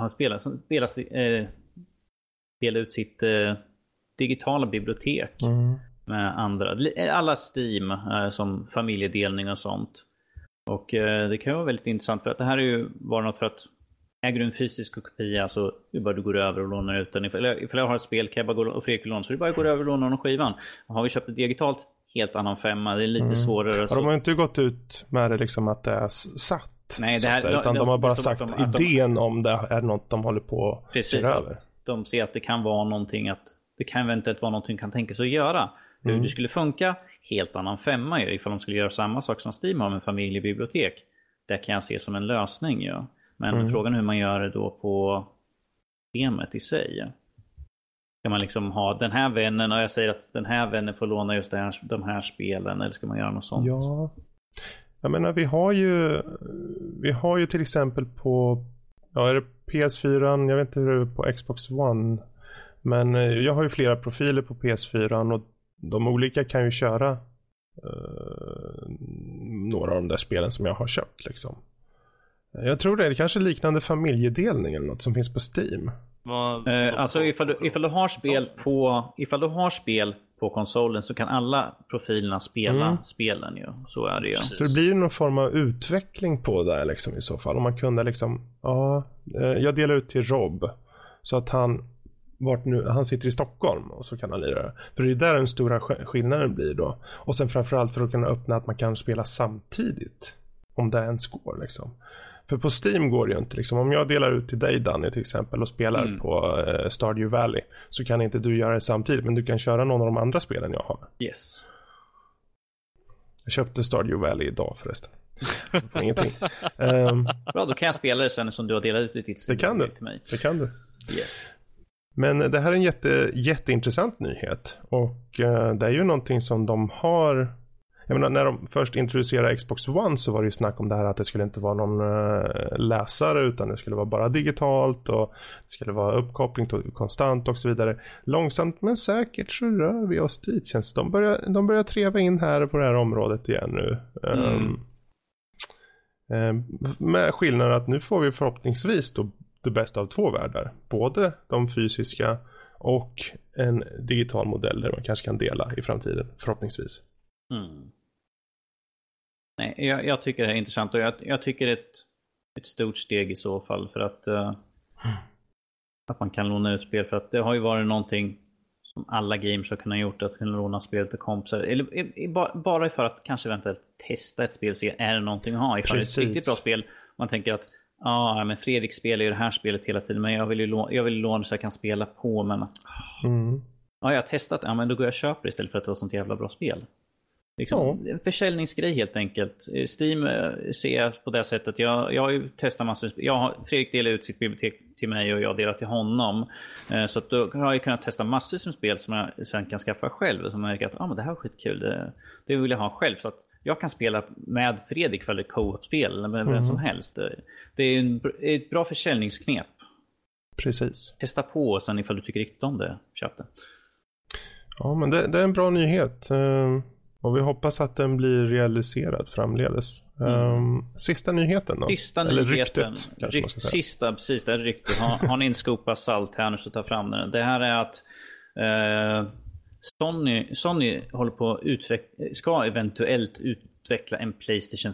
dela ut sitt digitala bibliotek med andra, alla Steam som familjedelning och sånt. Och det kan vara väldigt intressant, för att det här är ju bara något för att äger du en fysisk kopia så bara du går över och lånar ut den. Ifall jag har ett spel kan jag bara gå och Fredrik låna, så du bara går över och lånar den skivan. Har vi köpt det digitalt, helt annan femma. Det är lite svårare. Ja, de har inte gått ut med det liksom att det är satt. Nej, det här, utan de har bara sagt idén om det är något de håller på att se över. De ser att det kan vara någonting, att det kan eventuellt vara någonting kan tänka sig att göra. Hur det skulle funka, helt annan femma ju, ifall de skulle göra samma sak som Steam har med familjebibliotek. Det kan jag se som en lösning ju. Men frågan är hur man gör det då på systemet i sig. Ska man liksom ha den här vännen och jag säger att den här vännen får låna just de här spelen, eller ska man göra något sånt? Ja, jag menar vi har ju till exempel på är det PS4, jag vet inte hur det är på Xbox One, men jag har ju flera profiler på PS4 och de olika kan ju köra några av de där spelen som jag har köpt liksom. Jag tror det är kanske liknande familjedelning eller något som finns på Steam. Alltså ifall du har spel på konsolen så kan alla profilerna spela spelen ju. Så är det ju. Så det blir ju någon form av utveckling på det här liksom, i så fall. Om man kunde liksom, jag delar ut till Rob så att han sitter i Stockholm och så kan han lira det. För det är där den stora skillnaden blir då. Och sen framförallt för att kunna öppna att man kan spela samtidigt. Om det ens går liksom. För på Steam går det ju inte liksom. Om jag delar ut till dig Danny till exempel och spelar på Stardew Valley, så kan inte du göra det samtidigt, men du kan köra någon av de andra spelen jag har. Yes. Jag köpte Stardew Valley idag förresten. Ingenting. Bra, då kan jag spela det sen som du har delat ut ditt till mig. Det kan du. Yes. Men det här är en jätteintressant nyhet. Och det är ju någonting som de har. Jag menar, när de först introducerade Xbox One så var det ju snack om det här att det skulle inte vara någon läsare, utan det skulle vara bara digitalt och det skulle vara uppkoppling konstant och så vidare. Långsamt men säkert så rör vi oss dit, känns det. De börjar treva in här på det här området igen nu. Med skillnaden att nu får vi förhoppningsvis då det bästa av två världar. Både de fysiska och en digital modell där man kanske kan dela i framtiden, förhoppningsvis. Nej, jag tycker det är intressant, och jag tycker det är ett stort steg i så fall, för att man kan låna ut spel, för att det har ju varit någonting som alla gamers har kunnat gjort, att kunna låna spel till kompisar, eller bara för att kanske eventuellt testa ett spel, se är det någonting att ha, ifall det är ett riktigt bra spel, man tänker att men Fredrik spelar ju det här spelet hela tiden, men jag vill låna så jag kan spela på, men jag har testat, men då går jag och köper istället för att det var sånt jävla bra spel. Liksom, en försäljningsgrej helt enkelt. Steam ser jag på det sättet. Jag har ju testat massor. Fredrik delar ut sitt bibliotek till mig och jag delar till honom. Så att då har jag kunnat testa massor som spel som jag sen kan skaffa själv. Som jag märker att men det här är skitkul. Det vill jag ha själv. Så att jag kan spela med Fredrik för ett co-op-spel eller med vem som helst. Det är ett bra försäljningsknep. Precis. Testa på och sen ifall du tycker riktigt om det, köp det. Ja, men det är en bra nyhet. Och vi hoppas att den blir realiserad framledes. Sista nyheten då? Sista eller nyheten. Ryktet, kanske man ska säga. Sista, precis, det är ryktet. Har ni en skopa salt här nu så ta fram den. Det här är att Sony håller på att ska eventuellt utveckla en PlayStation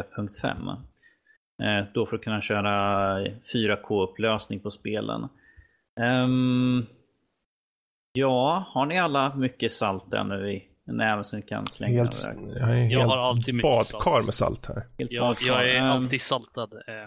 4.5. Då för att kunna köra 4K-upplösning på spelen. Ja, har ni alla mycket salt där nu i näven som ni kan slänga? Jag har alltid mycket badkar salt. med salt här. Jag är alltid saltad.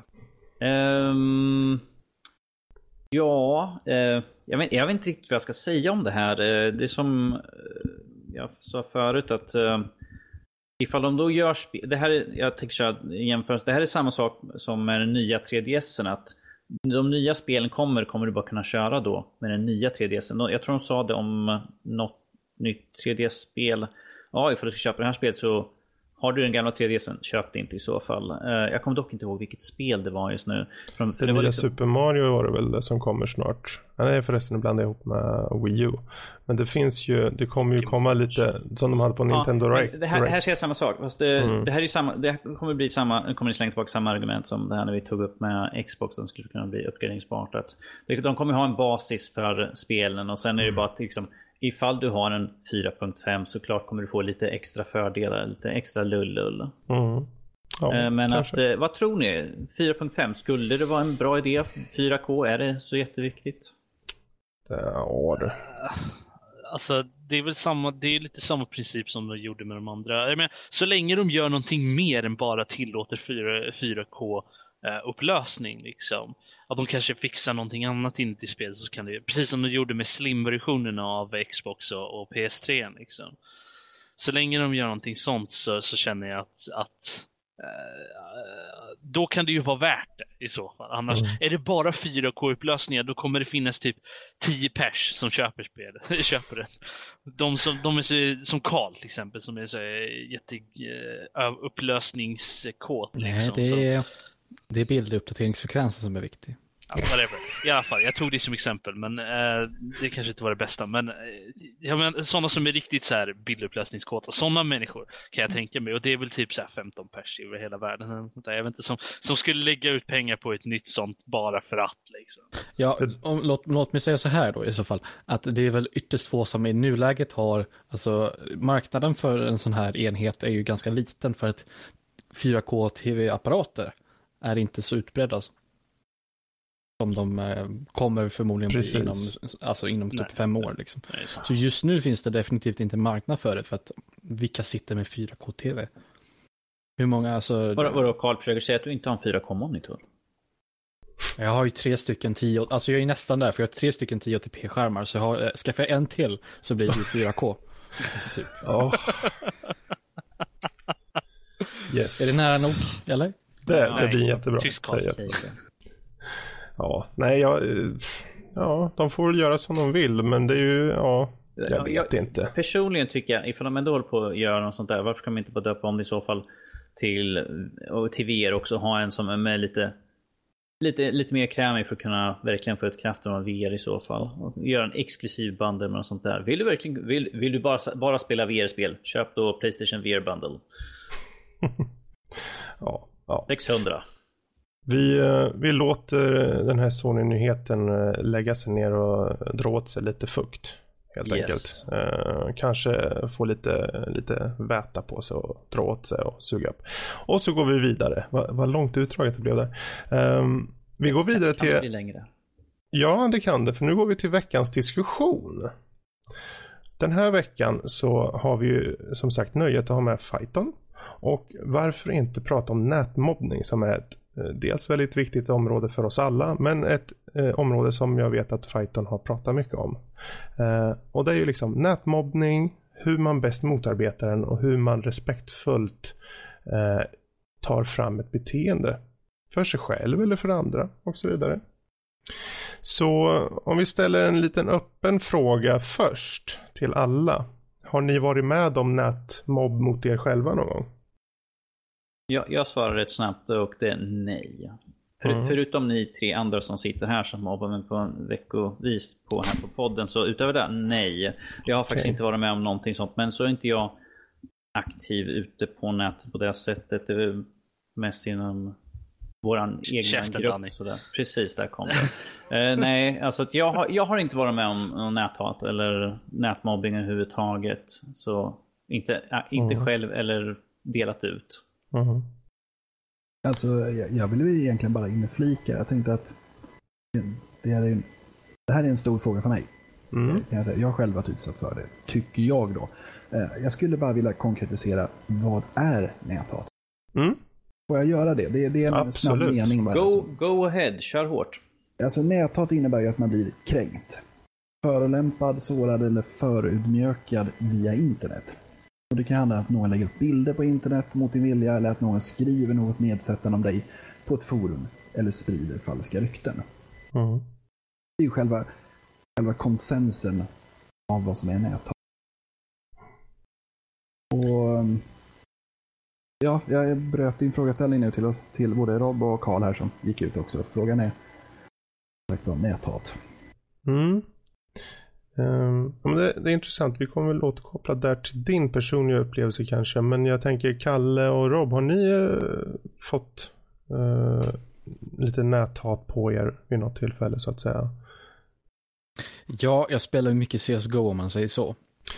Jag vet inte riktigt vad jag ska säga om det här. Det är som jag sa förut att ifall de då gör det här, jag tänker köra jämförelse. Det här är samma sak som med den nya 3DS:en, att de nya spelen kommer du bara kunna köra då med den nya 3DS:en. Jag tror de sa det om något nytt 3DS-spel. Ja, ifall du ska köpa det här spelet så har du den gamla 3DS:en, köp det inte i så fall. Jag kommer dock inte ihåg vilket spel det var just nu. För det var liksom... Super Mario var det väl det som kommer snart. Nej, förresten blandar ihop med Wii U. Men det finns ju, det kommer ju komma lite som de hade på Nintendo Direct. Det här ser samma sak. Fast det här är samma, det kommer bli samma, kommer ni slänga tillbaka samma argument som det här när vi tog upp med Xbox. Den skulle kunna bli uppgraderingsbart. De kommer ha en basis för spelen och sen är det bara att liksom, ifall du har en 4.5 så klart kommer du få lite extra fördelar, lite extra lull. Ja, men kanske. vad tror ni? 4.5, skulle det vara en bra idé? 4K, är det så jätteviktigt? Ja, det. Alltså det är väl lite samma princip som de gjorde med de andra. Jag menar, så länge de gör någonting mer än bara tillåter 4K upplösning liksom. Att de kanske fixar någonting annat in till spel, så kan det, precis som de gjorde med slim-versionerna av Xbox och PS3 liksom. Så länge de gör någonting sånt så känner jag att då kan det ju vara värt det i så fall. Annars är det bara 4K-upplösningar, då kommer det finnas typ 10 pers som köper spelet. köper det. De är så, som Carl till exempel, som är så upplösningskåt liksom. Nej, det är bilduppdateringsfrekvensen som är viktig. Ja, whatever. I alla fall, jag tog det som exempel, men det kanske inte var det bästa. Men sådana som är riktigt så här bildupplösningskåta, sådana människor kan jag tänka mig. Och det är väl typ så här 15 pers över hela världen. Jag vet inte, som skulle lägga ut pengar på ett nytt sånt bara för att liksom. Ja, låt mig säga så här då i så fall. Att det är väl ytterst få som i nuläget har, alltså marknaden för en sån här enhet är ju ganska liten, för att 4K tv-apparater är inte så utbredda som de kommer förmodligen bli inom typ 5 år liksom. Så just nu finns det definitivt inte marknad för det, för att vilka sitter med 4K-tv? Hur många alltså... Vadå Carl, försöker säga att du inte har en 4K-monitor? Jag har ju 3 stycken 10, alltså jag är nästan där, för jag har 3 stycken 1080p-skärmar, så skaffar jag en till så blir det 4K. Typ. Yes. Är det nära nog, eller? Det blir jättebra. Ja, de får väl göra som de vill, men det är ju, jag vet inte. Personligen tycker jag, ifall de ändå håller på att göra något sånt där, varför kan man inte bara döpa om det i så fall till VR också, ha en som är med lite mer krämig för att kunna verkligen få ut kraften av VR i så fall. Och göra en exklusiv bundle med något sånt där. Vill du bara spela VR-spel, köp då PlayStation VR bundle. Ja. 600. Vi låter den här Sony-nyheten lägga sig ner och dra åt sig lite fukt, helt enkelt. Kanske få lite väta på sig och dra åt sig och suga upp. Och så går vi vidare. Vad långt utdraget det blev där. Vi går vidare till... Kan det bli längre? Ja, det kan det. För nu går vi till veckans diskussion. Den här veckan så har vi ju som sagt nöjet att ha med Fighton. Och varför inte prata om nätmobbning, som är ett dels väldigt viktigt område för oss alla, men ett område som jag vet att Fighton har pratat mycket om. Och det är ju liksom nätmobbning, hur man bäst motarbetar den och hur man respektfullt tar fram ett beteende för sig själv eller för andra och så vidare. Så om vi ställer en liten öppen fråga först till alla. Har ni varit med om nätmobb mot er själva någon gång? Jag svarar rätt snabbt och det är nej. Förutom ni 3 andra som sitter här som mobbar mig på en veckovis här på podden, så utöver det, nej. Jag har faktiskt inte varit med om någonting sånt, men så är inte jag aktiv ute på nätet på det sättet. Det är mest inom våran egna grupp. Sådär. Precis, där kom det. Nej, alltså att jag har inte varit med om näthat eller nätmobbing överhuvudtaget. Så inte själv eller delat ut. Alltså, jag ville egentligen bara inflika. Jag tänkte att det här är en stor fråga för mig. Jag har själv varit utsatt för det, tycker jag då. Jag skulle bara vilja konkretisera, vad är näthat? Får jag göra det? Det är en snabb mening bara. Go ahead, kör hårt. Alltså näthat innebär ju att man blir kränkt, förolämpad, sårad eller förödmjukad via internet. Och det kan handla om att någon lägger upp bilder på internet mot din vilja, eller att någon skriver något nedsättande om dig på ett forum eller sprider falska rykten. Det är ju själva konsensen av vad som är näthat. Och ja, jag bröt din frågeställning nu till både Rob och Carl här som gick ut också. Frågan är vad näthat. Det är intressant. Vi kommer väl återkoppla där till din personliga upplevelse kanske. Men jag tänker, Kalle och Rob, har ni fått lite näthat på er vid något tillfälle så att säga? Ja, jag spelar mycket CSGO om man säger så.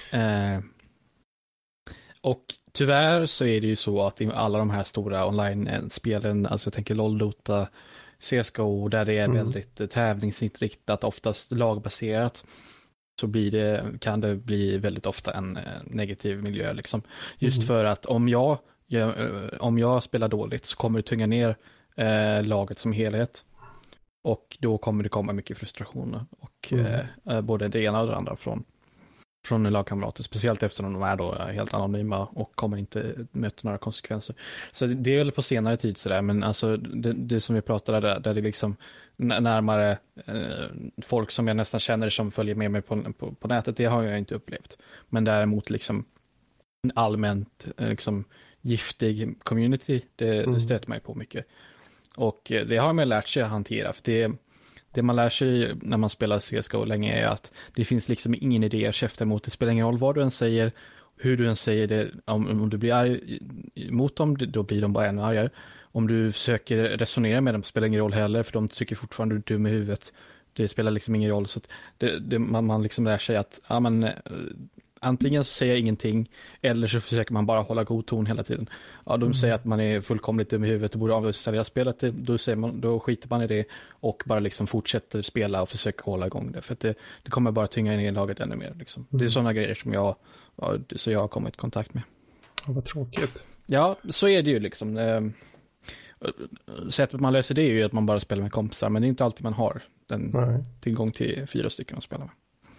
Och tyvärr så är det ju så att i alla de här stora online-spelen, alltså jag tänker LoL, Dota, CSGO, där det är väldigt tävlingsinriktat, oftast lagbaserat, så kan det bli väldigt ofta en negativ miljö liksom. Just för att om jag spelar dåligt så kommer det tynga ner laget som helhet. Och då kommer det komma mycket frustration och både det ena och det andra från lagkamrater, speciellt eftersom de är då helt anonyma och kommer inte möta några konsekvenser. Så det är väl på senare tid sådär, men alltså det som vi pratade där det är liksom närmare folk som jag nästan känner som följer med mig på nätet, det har jag inte upplevt. Men däremot liksom allmänt liksom giftig community, det stöter mig på mycket. Och det har man lärt sig att hantera, för det man lär sig när man spelar CSGO länge är att det finns liksom ingen idé att käfta emot. Det spelar ingen roll vad du än säger, hur du än säger det. Om du blir arg mot dem, då blir de bara ännu argare. Om du försöker resonera med dem, spelar ingen roll heller, för de tycker fortfarande du är dum i huvudet. Det spelar liksom ingen roll. Så att man liksom lär sig att antingen så säger jag ingenting, eller så försöker man bara hålla god ton hela tiden. Ja, de säger att man är fullkomligt dum i huvudet och borde avsälja spelet. Då skiter man i det och bara liksom fortsätter spela och försöker hålla igång det. För att det kommer bara tynga in i laget ännu mer. Liksom. Det är sådana grejer som jag har kommit i kontakt med. Ja, vad tråkigt. Ja, så är det ju liksom. Sättet man löser det är ju att man bara spelar med kompisar, men det är inte alltid man har den tillgång till 4 stycken att spela med.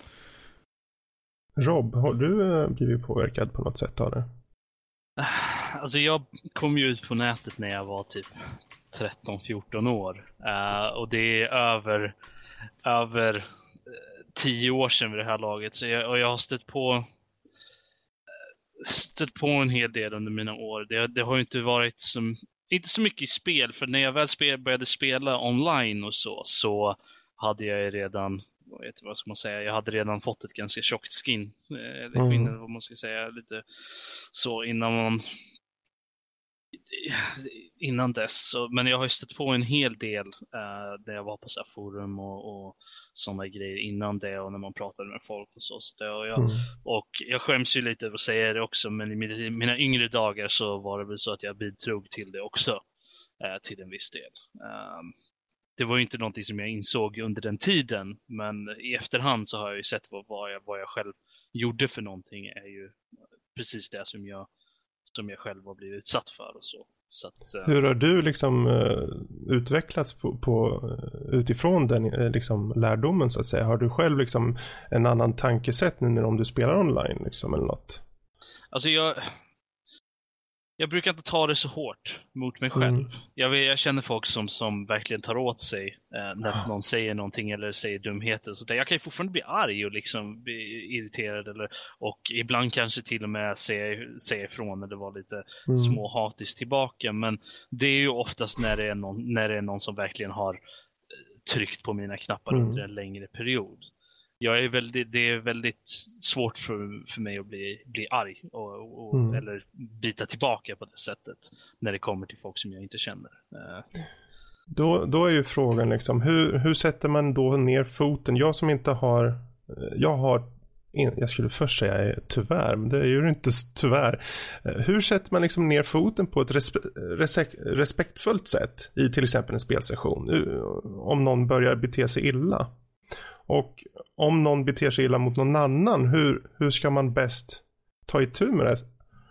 Rob, har du blivit påverkad på något sätt av det? Alltså jag kom ju ut på nätet när jag var typ 13-14 år. Och det är över 10 år sedan vid det här laget. Så jag har stött på en hel del under mina år. Det har ju inte varit inte så mycket i spel. För när jag väl började spela online och så hade jag redan... vad ska man säga? Jag hade redan fått ett ganska tjockt skin. Eller skinn, eller vad man ska säga. Lite så innan dess. Men jag har ju stött på en hel del där jag var på så här forum och sådana grejer innan det, och när man pratade med folk och så. Och jag skäms ju lite över att säga det också, men i mina yngre dagar så var det väl så att jag bidrog till det också. Till en viss del. Det var ju inte någonting som jag insåg under den tiden, men i efterhand så har jag ju sett vad jag själv gjorde för någonting är ju precis det som jag själv har blivit utsatt för och så. Hur har du liksom utvecklats utifrån den liksom lärdomen så att säga? Har du själv liksom en annan tankesätt nu om du spelar online liksom, eller något? Alltså jag brukar inte ta det så hårt mot mig själv. Jag känner folk som verkligen tar åt sig när någon säger någonting eller säger dumheter. Så jag kan ju fortfarande bli arg och liksom bli irriterad. Och ibland kanske till och med säga ifrån eller vara lite småhatisk tillbaka. Men det är ju oftast när det är någon som verkligen har tryckt på mina knappar under en längre period. det är väldigt svårt för mig att bli arg eller bita tillbaka på det sättet när det kommer till folk som jag inte känner. Då är ju frågan liksom, hur sätter man då ner foten? Jag som inte har, jag skulle först säga tyvärr, men det är ju inte tyvärr. Hur sätter man liksom ner foten på ett respektfullt sätt i till exempel en spelsession om någon börjar bete sig illa? Och om någon beter sig illa mot någon annan, hur ska man bäst ta itu med det?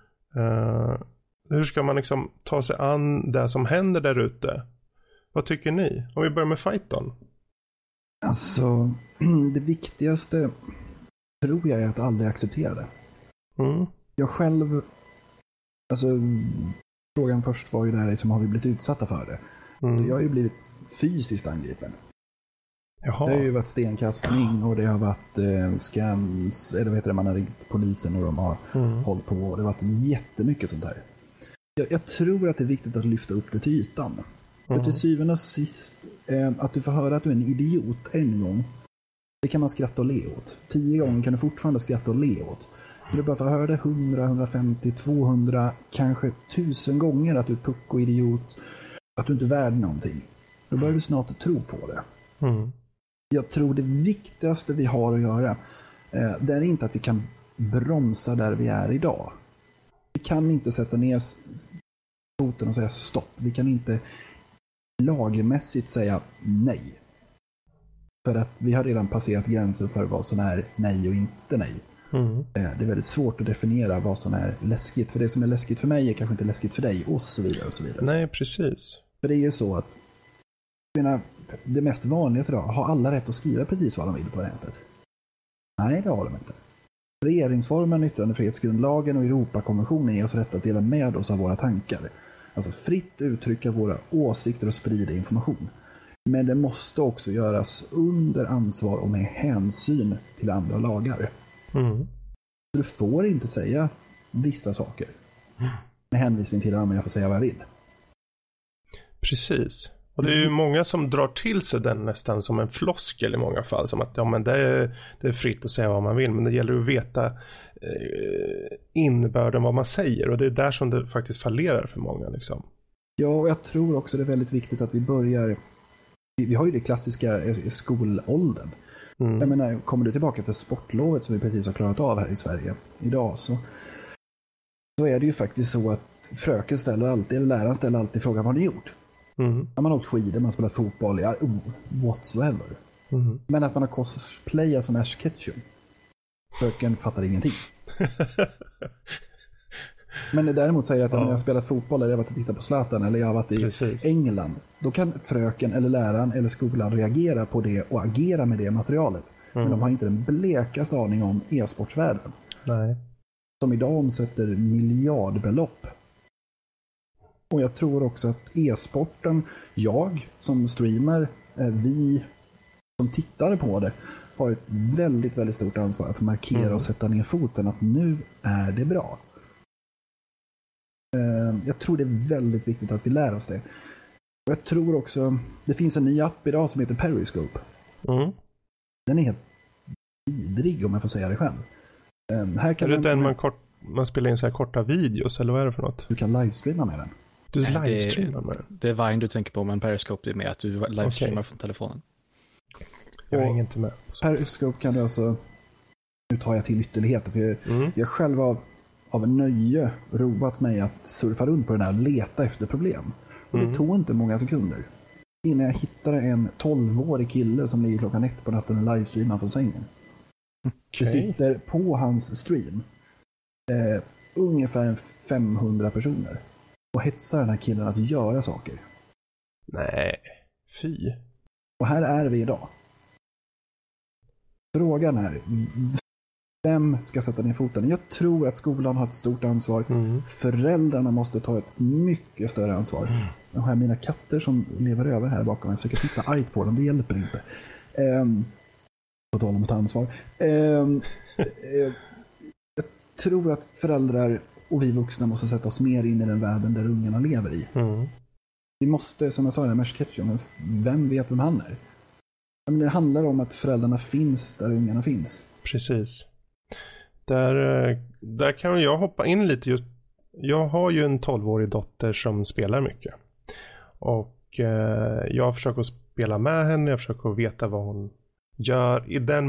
Hur ska man liksom ta sig an det som händer där ute? Vad tycker ni? Om vi börjar med Fighton. Alltså, det viktigaste tror jag är att aldrig acceptera det. Jag själv, alltså frågan först var ju där som har vi blivit utsatta för det. Jag har ju blivit fysiskt angripen. Jaha. Det har ju varit stenkastning och det har varit scams, eller vad heter det, man har ringt polisen och de har hållit på. Och det har varit jättemycket sånt här. Jag tror att det är viktigt att lyfta upp det till ytan. För till syvende och sist, att du får höra att du är en idiot en gång, det kan man skratta och le åt. 10 gånger kan du fortfarande skratta och le åt. Men du bara får höra det 100, 150, 200, kanske 1000 gånger att du är pucko-idiot, att du inte är värd någonting. Då börjar du snart tro på det. Jag tror det viktigaste vi har att göra, det är inte att vi kan bromsa där vi är idag. Vi kan inte sätta ner foten och säga stopp. Vi kan inte lagmässigt säga nej. För att vi har redan passerat gränsen för vad som är nej och inte nej. Det är väldigt svårt att definiera vad som är läskigt. För det som är läskigt för mig är kanske inte läskigt för dig, och så vidare och så vidare. Nej, precis. För det är ju så att det mest vanligaste idag, har alla rätt att skriva precis vad de vill på nätet? Nej, det har de inte. Regeringsformen, yttrandefrihetsgrundlagen och Europakonventionen ger oss rätt att dela med oss av våra tankar. Alltså fritt uttrycka våra åsikter och sprida information. Men det måste också göras under ansvar och med hänsyn till andra lagar. Du får inte säga vissa saker med hänvisning till att jag får säga vad jag vill. Precis. Och det är ju många som drar till sig den nästan som en floskel i många fall. Som att men det är fritt att säga vad man vill. Men det gäller att veta innebörden vad man säger. Och det är där som det faktiskt fallerar för många. Liksom. Ja, och jag tror också det är väldigt viktigt att vi börjar. Vi har ju det klassiska skolåldern. Jag menar, kommer du tillbaka till sportlovet som vi precis har klarat av här i Sverige idag, så är det ju faktiskt så att fröken ställer alltid, eller läraren ställer alltid frågan, vad har ni gjort? När man har åkt skidor, man har spelat fotboll, whatsoever. Men att man har cosplayat som Ash Ketchum, fröken fattar ingenting. Men däremot säger att om jag har spelat fotboll, eller jag har varit och tittat på Zlatan, eller jag har varit i England, då kan fröken eller läraren eller skolan reagera på det och agera med det materialet. Men de har inte den blekaste aning om e-sportsvärlden. Nej. Som idag omsätter miljardbelopp. Och jag tror också att e-sporten, jag som streamer, vi som tittare på det, har ett väldigt, väldigt stort ansvar att markera och sätta ner foten att nu är det bra. Jag tror det är väldigt viktigt att vi lär oss det. Och jag tror också, det finns en ny app idag som heter Periscope. Den är helt vidrig om jag får säga det själv. Här kan är det den man spelar in så här korta videos, eller vad är det för något? Du kan livestreama med den. Du livestreamar med den? Det är Vine du tänker på, men Periscope är med att du livestreamar från telefonen. Jag hänger inte med. Periscope kan du alltså, nu tar jag till ytterligheter, för jag själv av nöje roat mig att surfa runt på den här och leta efter problem. Och det tog inte många sekunder innan jag hittade en 12-årig kille som ligger klockan 1 på natten och livestreamar från sängen. Det sitter på hans stream ungefär 500 personer och hetsar den här killen att göra saker. Nej, fy. Och här är vi idag. Frågan är, vem ska sätta ner foten? Jag tror att skolan har ett stort ansvar. Föräldrarna måste ta ett mycket större ansvar. Jag har mina katter som lever över här bakom. Jag försöker titta argt på dem, det hjälper inte. På tal om att ta ansvar. Jag tror att föräldrar och vi vuxna måste sätta oss mer in i den världen där ungarna lever i. Vi måste, som jag sa, Ash Ketchum, vem vet vem han är? Men det handlar om att föräldrarna finns där ungarna finns. Precis. Där kan jag hoppa in lite just. Jag har ju en 12-årig dotter som spelar mycket. Och jag försöker spela med henne. Jag försöker veta vad hon gör i den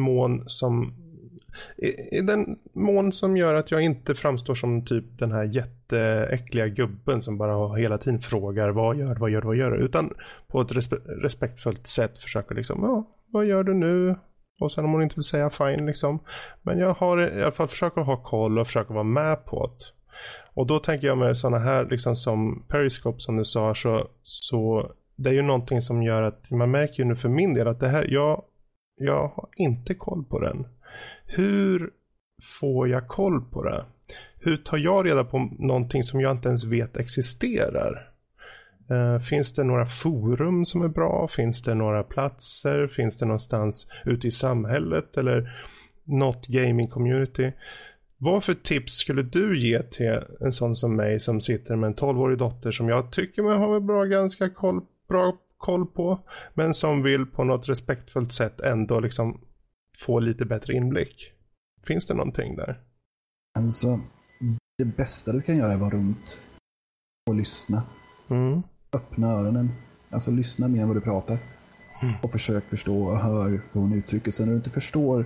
mån som gör att jag inte framstår som typ den här jätteäckliga gubben som bara hela tiden frågar vad gör du? Utan på ett respektfullt sätt försöker liksom, ja, vad gör du nu? Och sen om hon inte vill säga fine liksom. Men jag har i alla fall försöker ha koll och försöker vara med på det. Och då tänker jag med sådana här liksom som Periscope som du sa, så det är ju någonting som gör att man märker ju nu för min del att det här, jag har inte koll på den. Hur får jag koll på det? Hur tar jag reda på någonting som jag inte ens vet existerar? Finns det några forum som är bra? Finns det några platser? Finns det någonstans ute i samhället eller något gaming community? Vad för tips skulle du ge till en sån som mig som sitter med en 12-årig dotter som jag tycker man har ganska bra koll på, men som vill på något respektfullt sätt ändå liksom få lite bättre inblick? Finns det någonting där? Alltså, det bästa du kan göra är att vara runt och lyssna. Öppna öronen. Alltså lyssna mer än vad du pratar. Och försök förstå och hör hur hon uttrycker sig. När du inte förstår,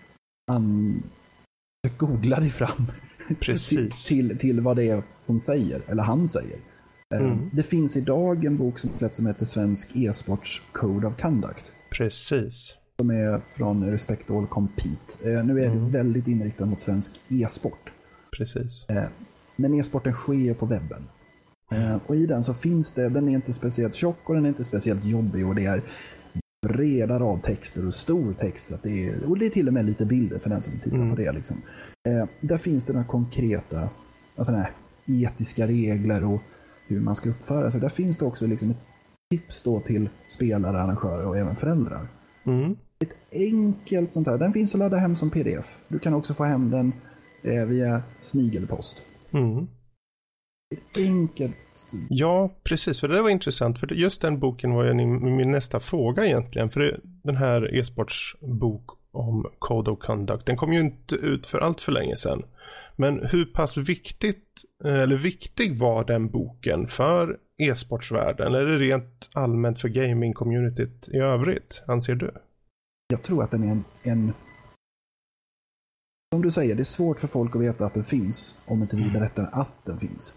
googla dig fram. Precis. till vad det är hon säger, eller han säger. Det finns idag en bok som heter Svensk e-sports Code of Conduct. Precis. Som är från Respect All Compete. Nu är det väldigt inriktad mot svensk e-sport. Precis. Men e-sporten sker på webben. Och i den så finns det, den är inte speciellt tjock och den är inte speciellt jobbig och det är breda radtexter och stor text. Och det är till och med lite bilder för den som tittar på det. Liksom. Där finns det några konkreta här etiska regler och hur man ska uppföra sig. Där finns det också liksom ett tips då till spelare, arrangörer och även föräldrar. Ett enkelt sånt här. Den finns att ladda hem som pdf. Du kan också få hem den via snigelpost. Ett enkelt. Ja, precis. För det var intressant. För just den boken var ju min nästa fråga egentligen. För den här e-sportsbok om Code of Conduct, den kom ju inte ut för allt för länge sedan. Men hur pass viktig var den boken för e-sportsvärlden? Eller är det rent allmänt för gaming-communityt i övrigt, anser du? Jag tror att den är en... Som du säger, det är svårt för folk att veta att den finns om inte vi berättar att den finns.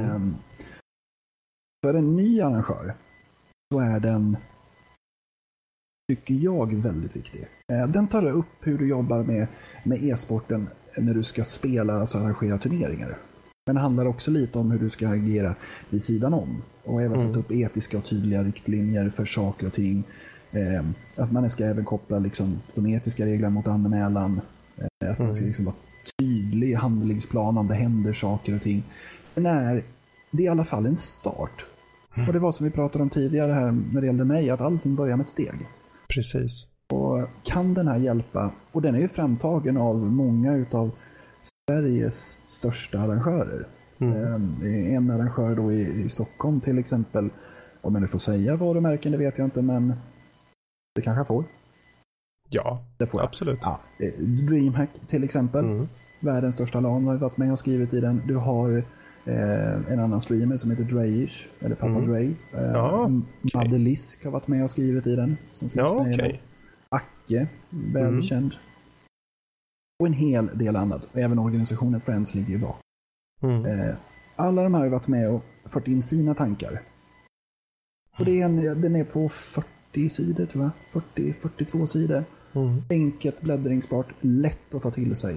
För en ny arrangör så är den, tycker jag, väldigt viktig. Den tar upp hur du jobbar med e-sporten när du ska spela, alltså arrangera turneringar. Men det handlar också lite om hur du ska agera vid sidan om. Och även sätta upp etiska och tydliga riktlinjer för saker och ting. Att man ska även koppla liksom de etiska reglerna mot anmälan. Att man ska liksom vara tydlig i handlingsplan om det händer saker och ting. Men det är i alla fall en start. Och det var som vi pratade om tidigare här när det gällde mig, att allting börjar med ett steg. Precis. Och kan den här hjälpa, och den är ju framtagen av många utav Sveriges största arrangörer. En arrangör då i Stockholm till exempel, om jag nu får säga varumärken, det vet jag inte, men det kanske jag får. Ja, det får jag. Absolut. Ja, DreamHack till exempel, världens största LAN, har varit med och skrivit i den. Du har en annan streamer som heter Dreyish, eller Papa Dre. Madelisk har varit med och skrivit i den. Som finns med i den. Acke, välkänd. Och en hel del annat. Även organisationen Friends ligger ju bak. Alla de här har varit med och fört in sina tankar. Och den är på 40 sidor tror jag. 42 sidor. Enkelt bläddringsbart, lätt att ta till sig.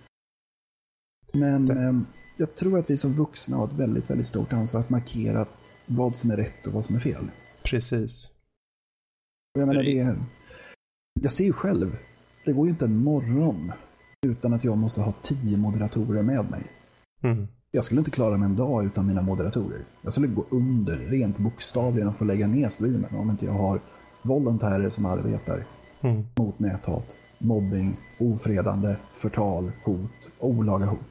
Men jag tror att vi som vuxna har ett väldigt, väldigt stort ansvar att markera vad som är rätt och vad som är fel. Precis. Och jag menar jag ser ju själv, det går ju inte en morgon utan att jag måste ha 10 moderatorer med mig. Jag skulle inte klara mig en dag utan mina moderatorer. Jag skulle gå under rent bokstavligen och få lägga ner streamen om inte jag har volontärer som arbetar mot näthat, mobbing, ofredande, förtal, hot, olaga hot.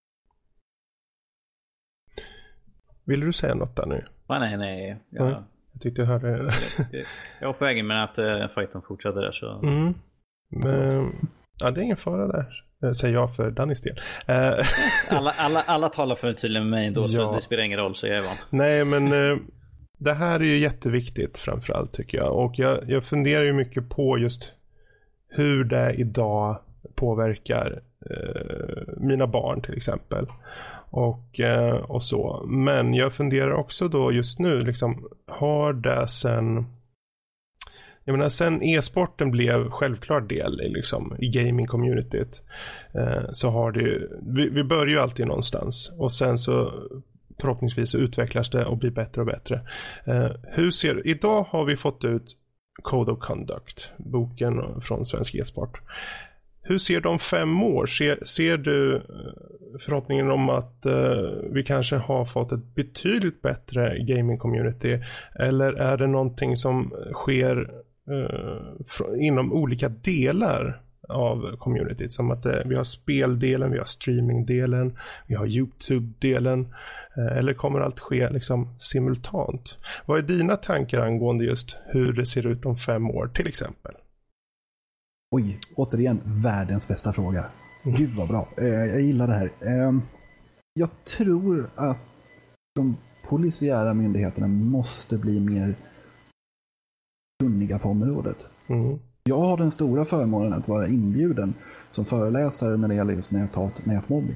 Vill du säga något där nu? Nej. Jag tyckte jag hörde... Jag var på vägen med att fighten fortsatte där så... Men, ja, det är ingen fara där. Säger jag för Dannys del. alla talar för tydligen med mig då, så det spelar ingen roll, så jag är van. Nej, men det här är ju jätteviktigt framförallt tycker jag. Och jag funderar ju mycket på just hur det idag påverkar mina barn till exempel. Och så. Men jag funderar också då just nu, liksom, har det sen... Jag menar, sen e-sporten blev självklart del liksom, i gaming-communityt, så har det ju, vi börjar ju alltid någonstans och sen så förhoppningsvis så utvecklas det och blir bättre och bättre. Idag har vi fått ut Code of Conduct, boken från Svensk e-sport. Hur ser de 5 år? Ser du förhoppningen om att vi kanske har fått ett betydligt bättre gaming-community, eller är det någonting som sker inom olika delar av communityt, som att vi har speldelen, vi har streamingdelen, vi har YouTube-delen, eller kommer allt ske liksom simultant? Vad är dina tankar angående just hur det ser ut om 5 år till exempel? Oj, återigen världens bästa fråga. Gud vad bra, jag gillar det här. Jag tror att de polisiära myndigheterna måste bli mer kunniga på området. Jag har den stora förmånen att vara inbjuden som föreläsare när det gäller just nätmobbning.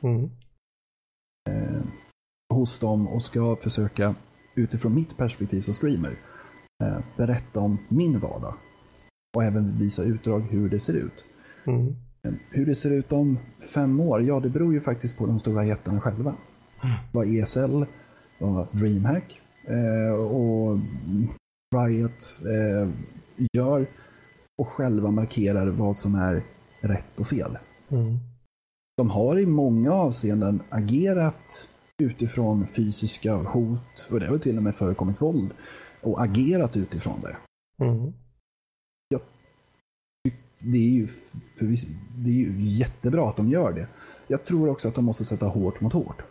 Hos dem, och ska försöka utifrån mitt perspektiv som streamer berätta om min vardag och även visa utdrag hur det ser ut. Hur det ser ut om 5 år, ja, det beror ju faktiskt på de stora jättarna själva. Vad ESL, vad DreamHack och Riot gör och själva markerar vad som är rätt och fel. De har i många avseenden agerat utifrån fysiska hot, och det har till och med förekommit våld, och agerat utifrån det. Det är ju jättebra att de gör det. Jag tror också att de måste sätta hårt mot hårt.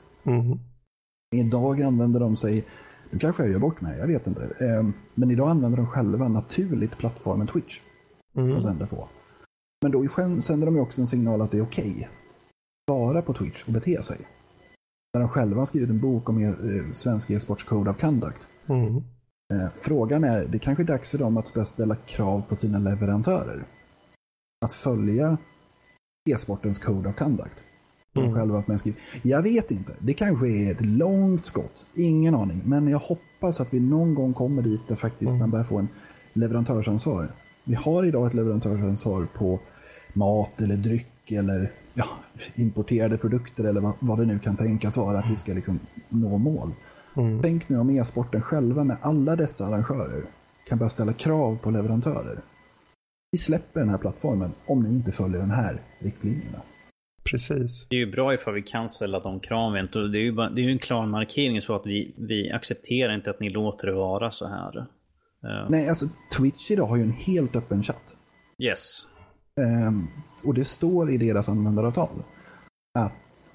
Idag använder de sig, du kanske jag gör bort mig, jag vet inte. Men idag använder de själva naturligt plattformen Twitch och sänder på. Men då sänder de ju också en signal att det är okej vara på Twitch och bete sig. När de själva har skrivit en bok om Svensk e-sports Code of Conduct. Frågan är, det kanske är dags för dem att ställa krav på sina leverantörer att följa e-sportens Code of Conduct. Själva att man skriver. Jag vet inte, det kanske är ett långt skott, ingen aning, men jag hoppas att vi någon gång kommer dit där faktiskt man börjar få en leverantörsansvar. Vi har idag ett leverantörsansvar på mat eller dryck eller importerade produkter eller vad det nu kan tänkas vara, att vi ska liksom nå mål. Tänk nu om e-sporten själva med alla dessa arrangörer kan börja ställa krav på leverantörer. Vi släpper den här plattformen om ni inte följer den här riktlinjerna. Precis. Det är ju bra ifall vi kan ställa de kraven. Det är ju en klar markering så att vi accepterar inte att ni låter det vara så här. Nej, alltså Twitch idag har ju en helt öppen chatt. Yes. Och det står i deras användaravtal att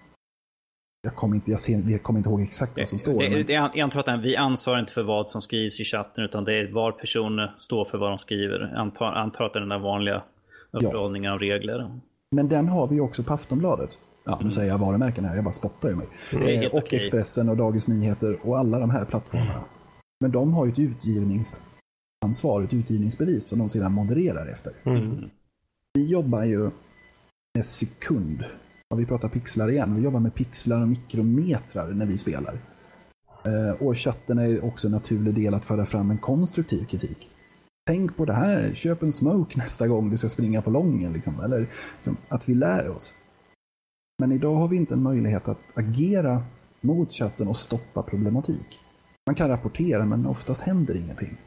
jag kommer inte ihåg exakt vad som står. Jag antar att vi ansvarar inte för vad som skrivs i chatten, utan det är var person står för vad de skriver. Antar att det är den där vanliga uppradningen av regler. Men den har vi ju också på Aftonbladet. Nu säger jag varumärken här, jag bara spottar ju mig. Och Expressen och Dagens Nyheter och alla de här plattformarna. Men de har ju ett utgivningsansvar, ett utgivningsbevis som de sedan modererar efter. Vi jobbar ju med sekund. Och vi pratar pixlar igen. Vi jobbar med pixlar och mikrometrar när vi spelar. Och chatten är också en naturlig del att föra fram en konstruktiv kritik. Tänk på det här, köp en smoke nästa gång du ska springa på lången. Liksom. Eller liksom, att vi lär oss. Men idag har vi inte en möjlighet att agera mot chatten och stoppa problematik. Man kan rapportera, men oftast händer ingenting.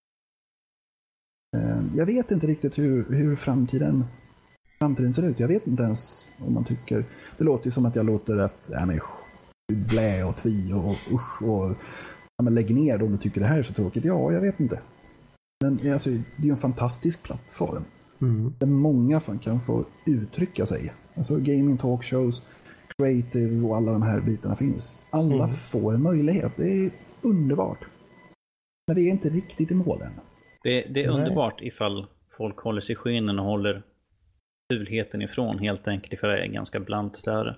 Jag vet inte riktigt hur framtiden ser ut. Jag vet inte ens om man tycker... Det låter ju som att jag låter att blä och tvi och usch och lägg ner om du tycker det här är så tråkigt. Ja, jag vet inte. Men alltså, det är ju en fantastisk plattform. Där många kan få uttrycka sig. Alltså gaming talkshows, creative och alla de här bitarna finns. Alla får en möjlighet. Det är underbart. Men det är inte riktigt i målen. Det är underbart ifall folk håller sig i skinnen och håller fulheten ifrån, helt enkelt, ifall det är ganska blant där.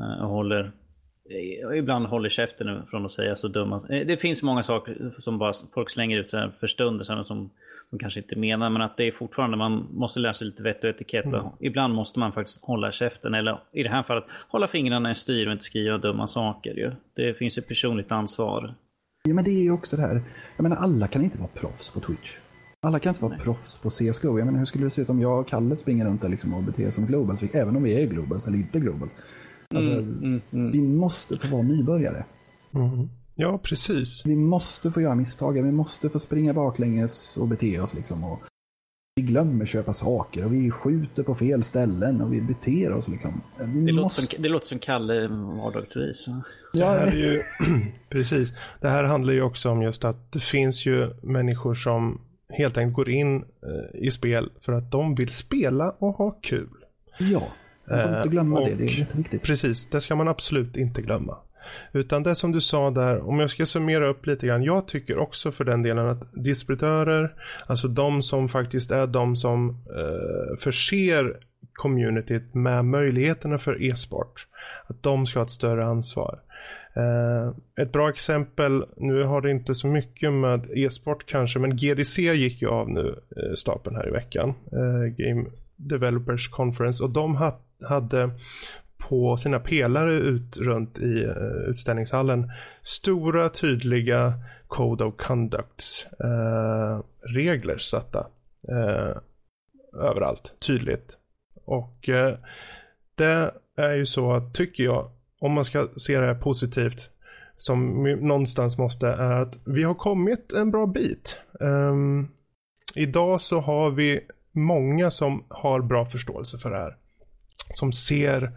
Och ibland håller käften från att säga så dumma. Det finns många saker som bara folk slänger ut för stunder som de kanske inte menar, men att det är fortfarande, man måste lära sig lite vett och etikett. Ibland måste man faktiskt hålla käften, eller i det här fallet hålla fingrarna i styr och inte skriva dumma saker ju. Det finns ett personligt ansvar. Ja, men det är ju också det här. Jag menar, alla kan inte vara proffs på Twitch. Alla kan inte vara proffs på CSGO. Jag menar, hur skulle det se ut om jag och Kalle springer runt där liksom och beter som globals, även om vi är globals eller inte globals. Alltså, vi måste få vara nybörjare. Ja, precis. Vi måste få göra misstag. Vi måste få springa baklänges och bete oss liksom. Och vi glömmer köpa saker och vi skjuter på fel ställen och vi beter oss liksom. Det låter som Kalle vardagsvis. Det här är ju, precis. Det här handlar ju också om just att det finns ju människor som helt enkelt går in i spel för att de vill spela och ha kul. Ja, man får inte glömma det. Det är jätteviktigt. Precis, det ska man absolut inte glömma. Utan det som du sa där, om jag ska summera upp lite grann, jag tycker också för den delen att distributörer, alltså de som faktiskt är de som förser communityt med möjligheterna för e-sport, att de ska ha ett större ansvar. Ett bra exempel, nu har det inte så mycket med e-sport kanske, men GDC gick ju av nu stapeln här i veckan, Game Developers Conference, och de hade på sina pelare ut runt i utställningshallen stora tydliga Code of Conducts regler satta överallt, tydligt. Och det är ju så att, tycker jag, om man ska se det här positivt, som någonstans måste, är att vi har kommit en bra bit. Idag så har vi många som har bra förståelse för det här, som ser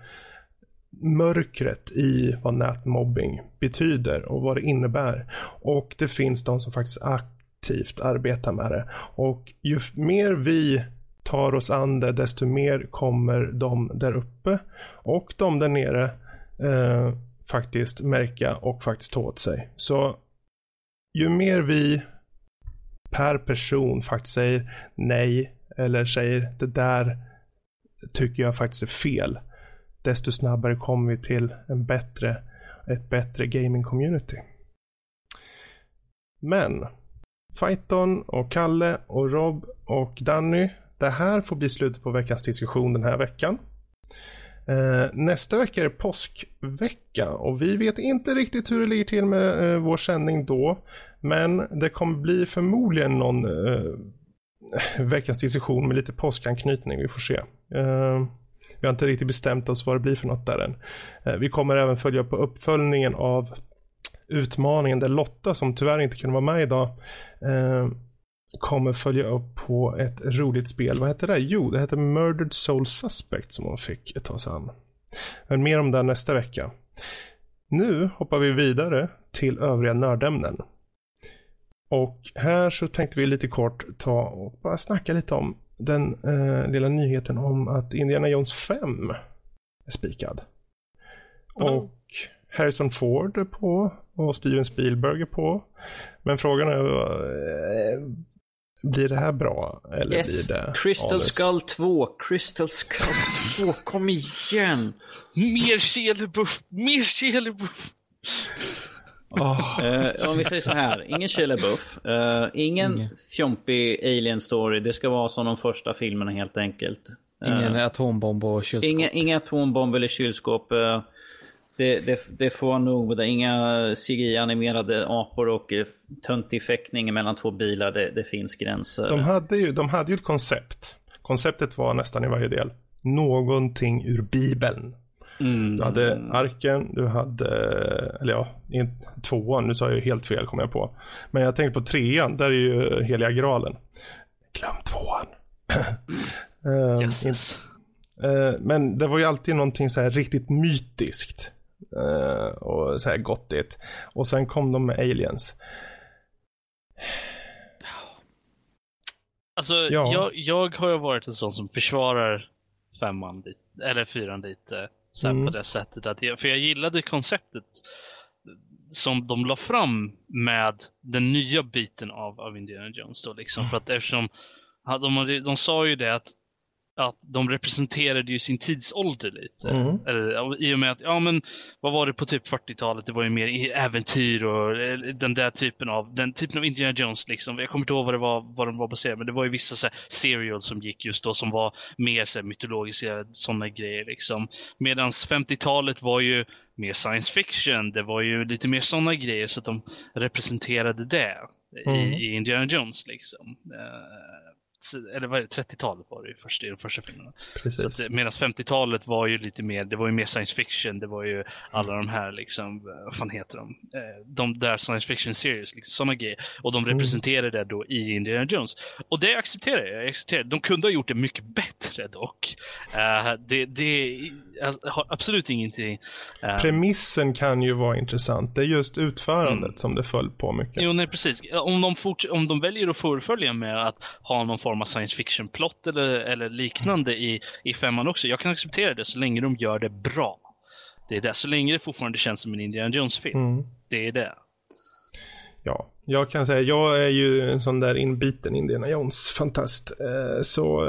mörkret i vad nätmobbing betyder och vad det innebär. Och det finns de som faktiskt aktivt arbetar med det. Och ju mer vi tar oss an det, desto mer kommer de där uppe och de där nere faktiskt märka och faktiskt ta åt sig. Så ju mer vi per person faktiskt säger nej, eller säger det där tycker jag faktiskt är fel, desto snabbare kommer vi till ett bättre gaming community. Men Fighton och Kalle och Rob och Danny, det här får bli slutet på veckans diskussion den här veckan. Nästa vecka är det påskvecka och vi vet inte riktigt hur det ligger till med vår sändning då, men det kommer bli förmodligen någon veckans diskussion med lite påskanknytning, vi får se. Vi har inte riktigt bestämt oss vad det blir för något där än. Vi kommer även följa på uppföljningen av utmaningen där Lotta, som tyvärr inte kunde vara med idag, kommer följa upp på ett roligt spel. Vad heter det? Jo, det heter Murdered Soul Suspect som hon fick ta sig an. Men mer om det nästa vecka. Nu hoppar vi vidare till övriga nördämnen. Och här så tänkte vi lite kort ta och bara snacka lite om den lilla nyheten om att Indiana Jones 5 är spikad. Och Harrison Ford är på och Steven Spielberg är på. Men frågan är, blir det här bra? Eller yes, blir det Crystal Skull 2. Crystal Skull 2, kom igen. Mer Shia-LaBeouf. Om vi säger så här, ingen Shia-LaBeouf, ingen fjompig alien story. Det ska vara som de första filmerna helt enkelt. Ingen atombomb och kylskåp. Inga atombomb eller kylskåp. Det får nog. Inga CGI-animerade apor och töntig fäktning mellan två bilar. Det finns gränser. De hade ju ett koncept. Konceptet var nästan i varje del någonting ur Bibeln. Du hade arken, du hade, eller ja, i tvåan, nu sa jag ju helt fel, kom jag på. Men jag tänkte på trean, där är ju heliga graalen. Glöm tvåan. Yes. Men det var ju alltid någonting så här riktigt mytiskt och så här gottigt. Och sen kom de med aliens. Alltså, jag har ju varit en sån som försvarar femman dit, eller fyran dit. Så på det sättet att för jag gillade konceptet som de la fram med den nya biten av Indiana Jones då, liksom. För att eftersom de sa ju det att de representerade ju sin tidsålder lite. Eller, i och med att, vad var det på typ 40-talet? Det var ju mer äventyr och den typen av Indiana Jones liksom. Jag kommer inte ihåg vad de var baserade, men det var ju vissa så här serials som gick just då som var mer så här mytologiska sådana grejer liksom. Medan 50-talet var ju mer science fiction. Det var ju lite mer sådana grejer så att de representerade det i Indiana Jones liksom. Eller vad är det, 30-talet var det ju i de första filmerna. Så medan 50-talet var ju lite mer, det var ju mer science fiction, det var ju alla de här liksom, vad fan heter de där science fiction series liksom, sådana grejer, och de representerade det då i Indiana Jones, och det accepterar jag. De kunde ha gjort det mycket bättre dock. Det har absolut ingenting. Premissen kan ju vara intressant. Det är just utförandet som det föll på mycket. Jo, nej, precis. Om de väljer att fullfölja med att ha någon form av science fiction plot eller liknande i femman också. Jag kan acceptera det så länge de gör det bra. Det är det. Så länge det fortfarande känns som en Indiana Jones-film. Det är det. Ja, jag kan säga, jag är ju en sån där inbiten Indiana Jones-fantast. Så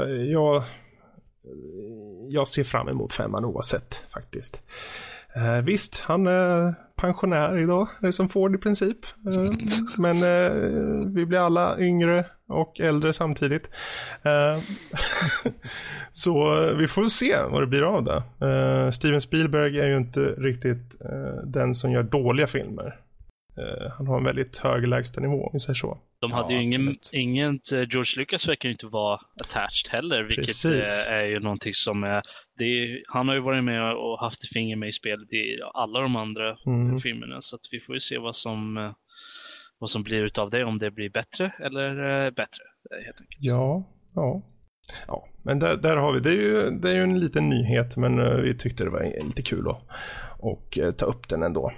jag ser fram emot femman oavsett faktiskt. Visst, han är pensionär idag, det är som Ford i princip. Men vi blir alla yngre och äldre samtidigt. Så vi får se vad det blir av det. Steven Spielberg är ju inte riktigt den som gör dåliga filmer. Han har en väldigt hög lägsta nivå, om vi säger så. De hade ju inget George Lucas verkar ju inte vara attached heller, vilket är ju någonting som han har ju varit med och haft ett finger med i spelet i alla de andra filmerna, så att vi får ju se vad som blir utav det, om det blir bättre eller bättre helt enkelt. Ja, men där har vi, det är ju en liten nyhet, men vi tyckte det var lite kul att ta upp den ändå.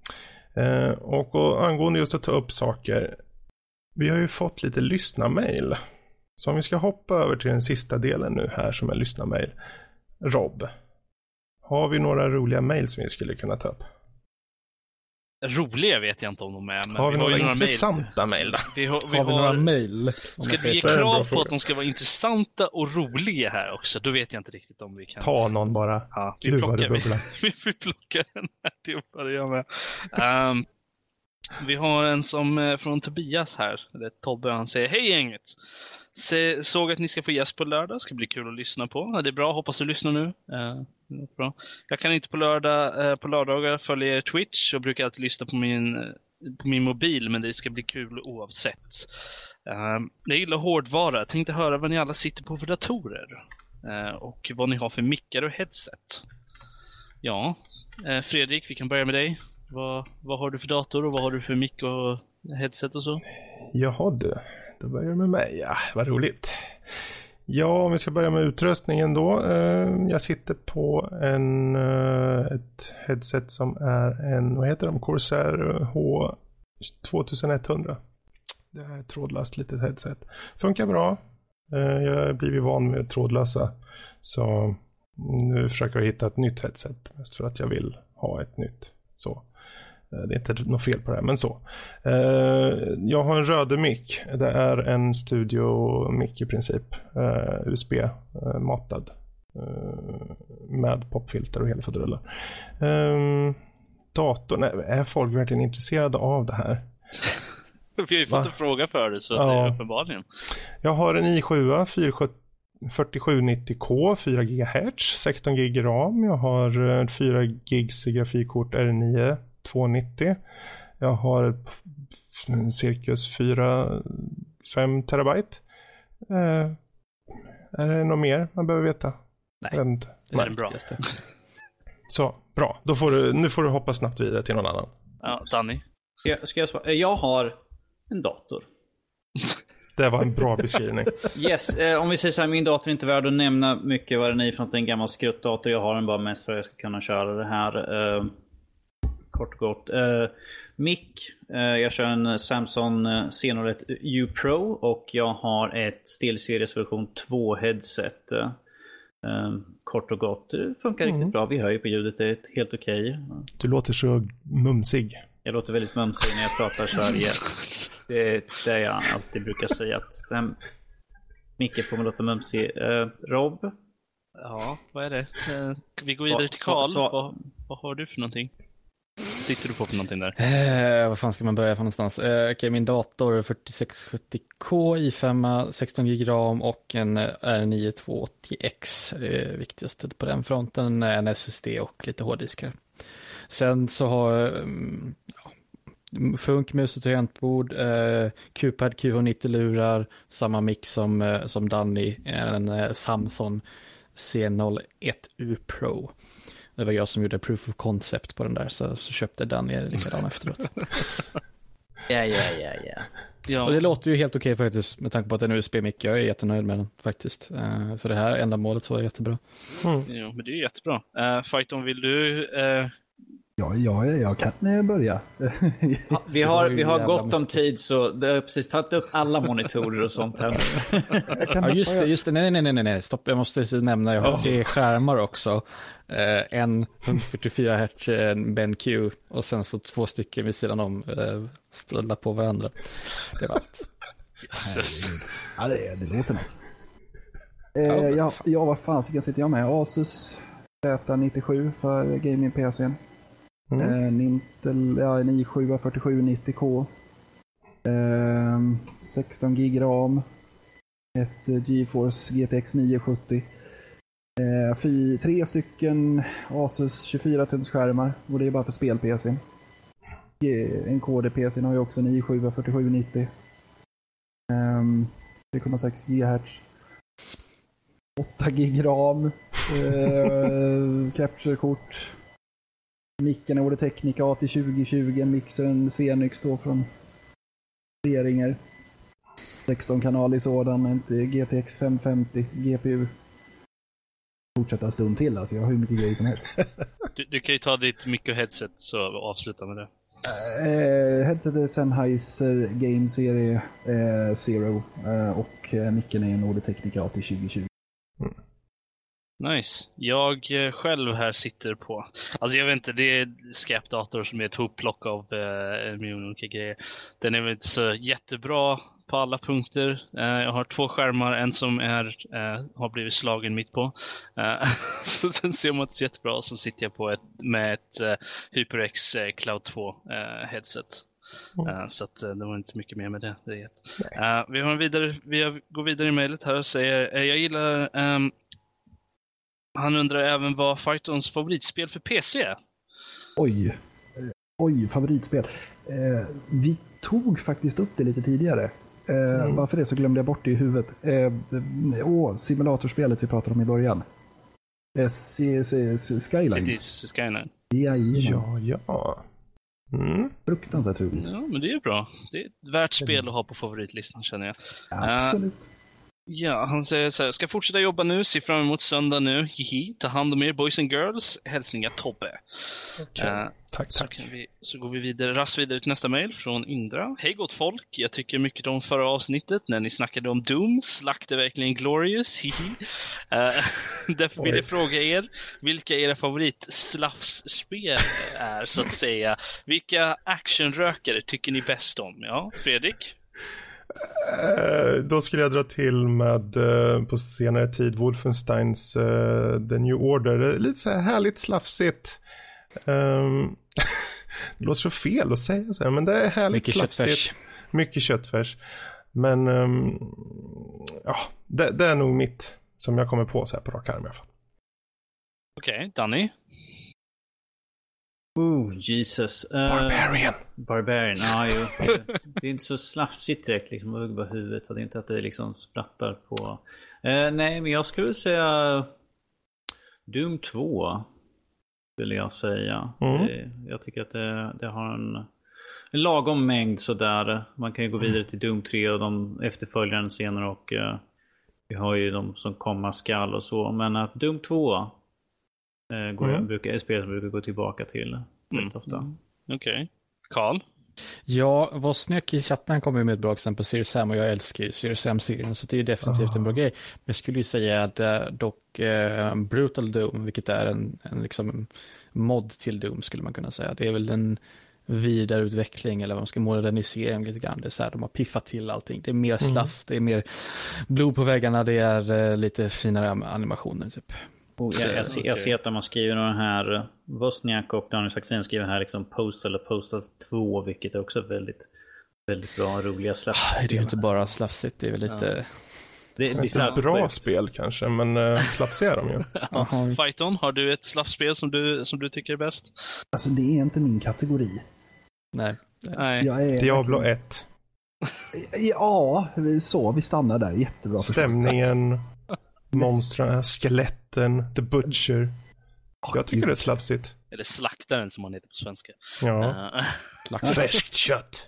Och angående just att ta upp saker, vi har ju fått lite lyssnarmail. Så om vi ska hoppa över till den sista delen nu här som är lyssnarmail. Rob, har vi några roliga mail som vi skulle kunna ta upp? Roliga vet jag inte om de är, men har vi några intressanta mail då? Har vi några mail? Ska vi ge krav på att de ska vara intressanta och roliga här också? Då vet jag inte riktigt om vi kan ta någon bara. Ja, vi plockar den här till att börja med. Vi har en som från Tobias här, eller Tobbe, han säger: hej gänget! Såg att ni ska få gäst på lördag, ska bli kul att lyssna på. Det är bra, hoppas du lyssnar nu. Bra. Jag kan inte på lördagar följa er Twitch och brukar alltid lyssna på min mobil, men det ska bli kul oavsett. Jag gillar hårdvara. Tänkte höra vad ni alla sitter på för datorer och vad ni har för mickar och headset. Ja, Fredrik, vi kan börja med dig. Vad har du för dator och vad har du för mick och headset och så? Jaha du, då börjar det med mig. Ja, vad roligt. Ja, om vi ska börja med utrustningen då. Jag sitter på ett headset som är vad heter de? Corsair H2100. Det är ett trådlöst litet headset. Funkar bra. Jag har blivit van med trådlösa. Så nu försöker jag hitta ett nytt headset. Mest för att jag vill ha ett nytt. Så. Det är inte något fel på det här, men så. Jag har en Rode-mick. Det är en studio-mick i princip. USB-matad. Med popfilter och hela faderullar. Datorn, är folk verkligen intresserade av det här? Vi har ju fått en fråga för det, så det är uppenbarligen. Jag har en i7 4790K, 4 GHz, 16 GB RAM. Jag har 4 GB grafikkort R9 290. Jag har cirkus 4-5 terabyte. Är det något mer man behöver veta? Nej, det är bra. Så, bra. Nu får du hoppa snabbt vidare till någon annan. Ja, Danny. Ska jag svara? Jag har en dator. Det var en bra beskrivning. Yes, om vi säger så här, min dator är inte värd att nämna mycket vad den är för att det är en gammal skruttdator. Jag har den bara mest för att jag ska kunna köra det här. Kort och gott. Mic. Jag kör en Samsung C01 U Pro och jag har ett SteelSeries version 2 headset. Kort och gott. Det funkar riktigt bra. Vi hör ju på ljudet, det är helt okej. Du låter så mumsig. Jag låter väldigt mumsig när jag pratar så här. Det är det jag alltid brukar säga. Att Micke får man låta mumsig. Rob? Ja, vad är det? Vi går vidare till Carl. Vad har du för någonting? Sitter du på för någonting där? Vad fan ska man börja från någonstans? Okej, min dator 4670K, i5, 16 GB RAM och en R9 280X. Det är viktigaste på den fronten. En SSD och lite hårddiskar. Sen så har Funk, mus och tangentbord, QPad QH90-lurar, samma mick som Danny, en Samsung C01U Pro. Det var jag som gjorde proof of concept på den där, så köpte Danny likadan efteråt. Ja. Och det låter ju helt okej faktiskt, med tanke på att det är en USB-mick. Jag är jättenöjd med den faktiskt. För det här ändamålet så är det jättebra. Ja, men det är jättebra. Fighton, vill du... Ja, jag kan börja. Ja, vi har gott om tid, så det har precis tagit upp alla monitorer och sånt här. Ja, just det. Nej. Stopp, jag måste nämna, jag har 3 skärmar också. En 144 Hz BenQ och sen så 2 stycken vid sidan om ställda på varandra. Det var allt. Jesus. Ja, det låter något. Vad fan sitter jag med? Asus Z97 för gaming-PCn. Intel i7 4790K. 16 GB RAM. Ett GeForce GTX 970. 3 stycken Asus 24 tums skärmar, och det är bara för spel-PCn. En KD-PCn har ju också en i7 4790. 3,6 GHz. 8 GB RAM. Capture-kort. Micken är både Technica AT2020, mixern Xenix då från Behringer. 16 kanal i sådan, inte GTX 550 GPU. Fortsätta en stund till, alltså jag har hur mycket grejer som helst. Du kan ju ta ditt mic och headset så avsluta med det. Headset är Sennheiser Game Serie Zero och micken är en Audio Technica AT2020. Nice. Jag själv här sitter på, alltså jag vet inte, det är skräpdator som är ett hopplock av miljoner olika grejer. Den är väl inte så jättebra på alla punkter. Jag har 2 skärmar, en som har blivit slagen mitt på. Så den ser man inte så jättebra. Så sitter jag på med ett HyperX Cloud 2 headset. Så att det var inte mycket mer med det. Vi går vidare i mejlet här och säger jag gillar han undrar även vad Fightons favoritspel för PC är. Oj, favoritspel. Vi tog faktiskt upp det lite tidigare. Varför det så glömde jag bort det i huvudet. Simulatorspelet vi pratade om i början. Skylines. Skyline. Ja. Fruktansvärt roligt. Ja, men det är bra. Det är ett värt spel att ha på favoritlistan, känner jag. Absolut. Ja, han säger så här: ska fortsätta jobba nu, se fram emot söndag nu. Hihi, ta hand om er boys and girls. Hälsningar Tobbe. Tack. Så går vi vidare till nästa mejl från Indra. Hej gott folk, jag tycker mycket om förra avsnittet när ni snackade om Doom. Slack är verkligen glorious. Hihi. Därför vill jag fråga er, vilka era favoritslafsspel är, så att säga. Vilka actionrökare tycker ni bäst om? Ja, Fredrik? Då skulle jag dra till med på senare tid Wolfensteins The New Order. Lite så här härligt slafsigt. Det låter så fel att säga så här, men det är härligt mycket slafsigt. Mycket köttfärs. Men det är nog mitt som jag kommer på så här på rak arm i alla fall. Okej, Danny? Jesus. Barbarian, ja jo. Det är inte så slafsigt direkt liksom, att hugga huvudet, och det är inte att det liksom sprattar på. Nej, men jag skulle säga Doom 2 skulle jag säga. Jag tycker att det har en lagom mängd sådär. Man kan ju gå vidare till Doom 3 och de efterföljaren senare, och vi har ju de som komma skall och så, men att Doom 2 spel som brukar gå tillbaka till väldigt ofta. Okej. Carl? Ja, Vosniak i chatten kommer med ett bra exempel, Serious Sam, och jag älskar ju Serious Sam-serien, så det är definitivt en bra grej. Men jag skulle ju säga att dock Brutal Doom, vilket är en liksom mod till Doom skulle man kunna säga. Det är väl den vidareutveckling eller vad man ska modernisera lite grann. Det är så här, de har piffat till allting. Det är mer slafs, det är mer blod på väggarna, det är lite finare animationer typ. Och jag ser att de har skrivit den här Wozniak och Daniel Saxén skriver här liksom Postal och Postal 2, vilket är också väldigt, väldigt bra, roliga slafsspel. Det är ju inte bara slafsigt, det är väl lite... Det är ett bra spel kanske, men slafsiga är de ju. Fighton, har du ett slafsspel som du tycker är bäst? Alltså det är inte min kategori. Nej. Diablo 1. Ja, vi stannar där. Jättebra förslag. Stämningen, monstren, skeletten, The Butcher. Jag tycker det är slafsigt. Eller slaktaren som man heter på svenska. Ja. Färskt kött.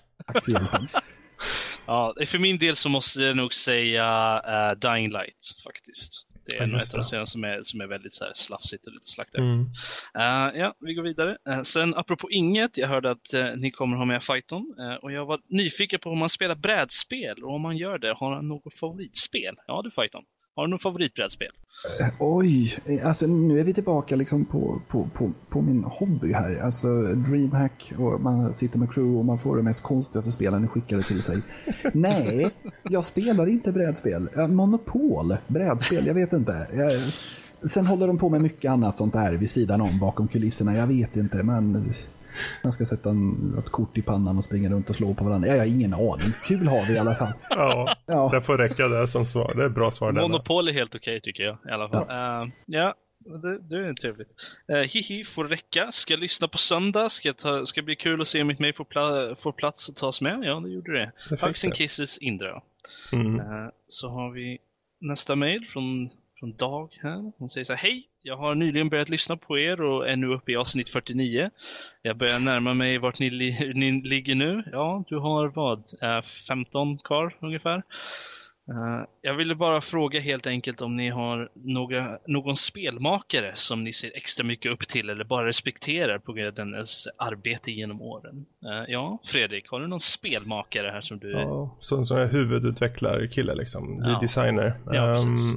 Ja, för min del så måste jag nog säga Dying Light faktiskt. Det är nog ett av de som är väldigt så här slafsigt och lite slaktaktigt. Ja, vi går vidare. Sen apropå inget, jag hörde att ni kommer ha med Fighton. Och jag var nyfiken på om man spelar brädspel. Och om man gör det, har han något favoritspel? Ja, du Fighton. Har du något favoritbrädspel? Oj, alltså nu är vi tillbaka liksom på min hobby här. Alltså Dreamhack och man sitter med crew och man får de mest konstigaste spelen skickade till sig. Nej, jag spelar inte brädspel. Monopol, brädspel, jag vet inte. Sen håller de på med mycket annat sånt där vid sidan om, bakom kulisserna. Jag vet inte, men man ska sätta ett kort i pannan och springa runt och slå på varandra. Jag har ingen aning. Kul har vi i alla fall. Ja, det får räcka där som svar. Det är bra svar. Monopol är helt okej tycker jag i alla fall. Ja, det är trevligt. Hihi får räcka. Ska lyssna på söndag. Ska bli kul att se om mitt mejl får plats att tas med. Ja, det gjorde det. Hugs and Kisses, Indra. Så har vi nästa mejl från Dag här. Hon säger så här: hej, jag har nyligen börjat lyssna på er och är nu uppe i avsnitt 49. Jag börjar närma mig vart ni ligger nu. Ja, du har vad? 15 kvar ungefär. Jag ville bara fråga helt enkelt om ni har någon spelmakare som ni ser extra mycket upp till eller bara respekterar på grund av dennes arbete genom åren. Ja, Fredrik, har du någon spelmakare här som du... Ja, som är huvudutvecklarkille liksom, designer. Ja, precis.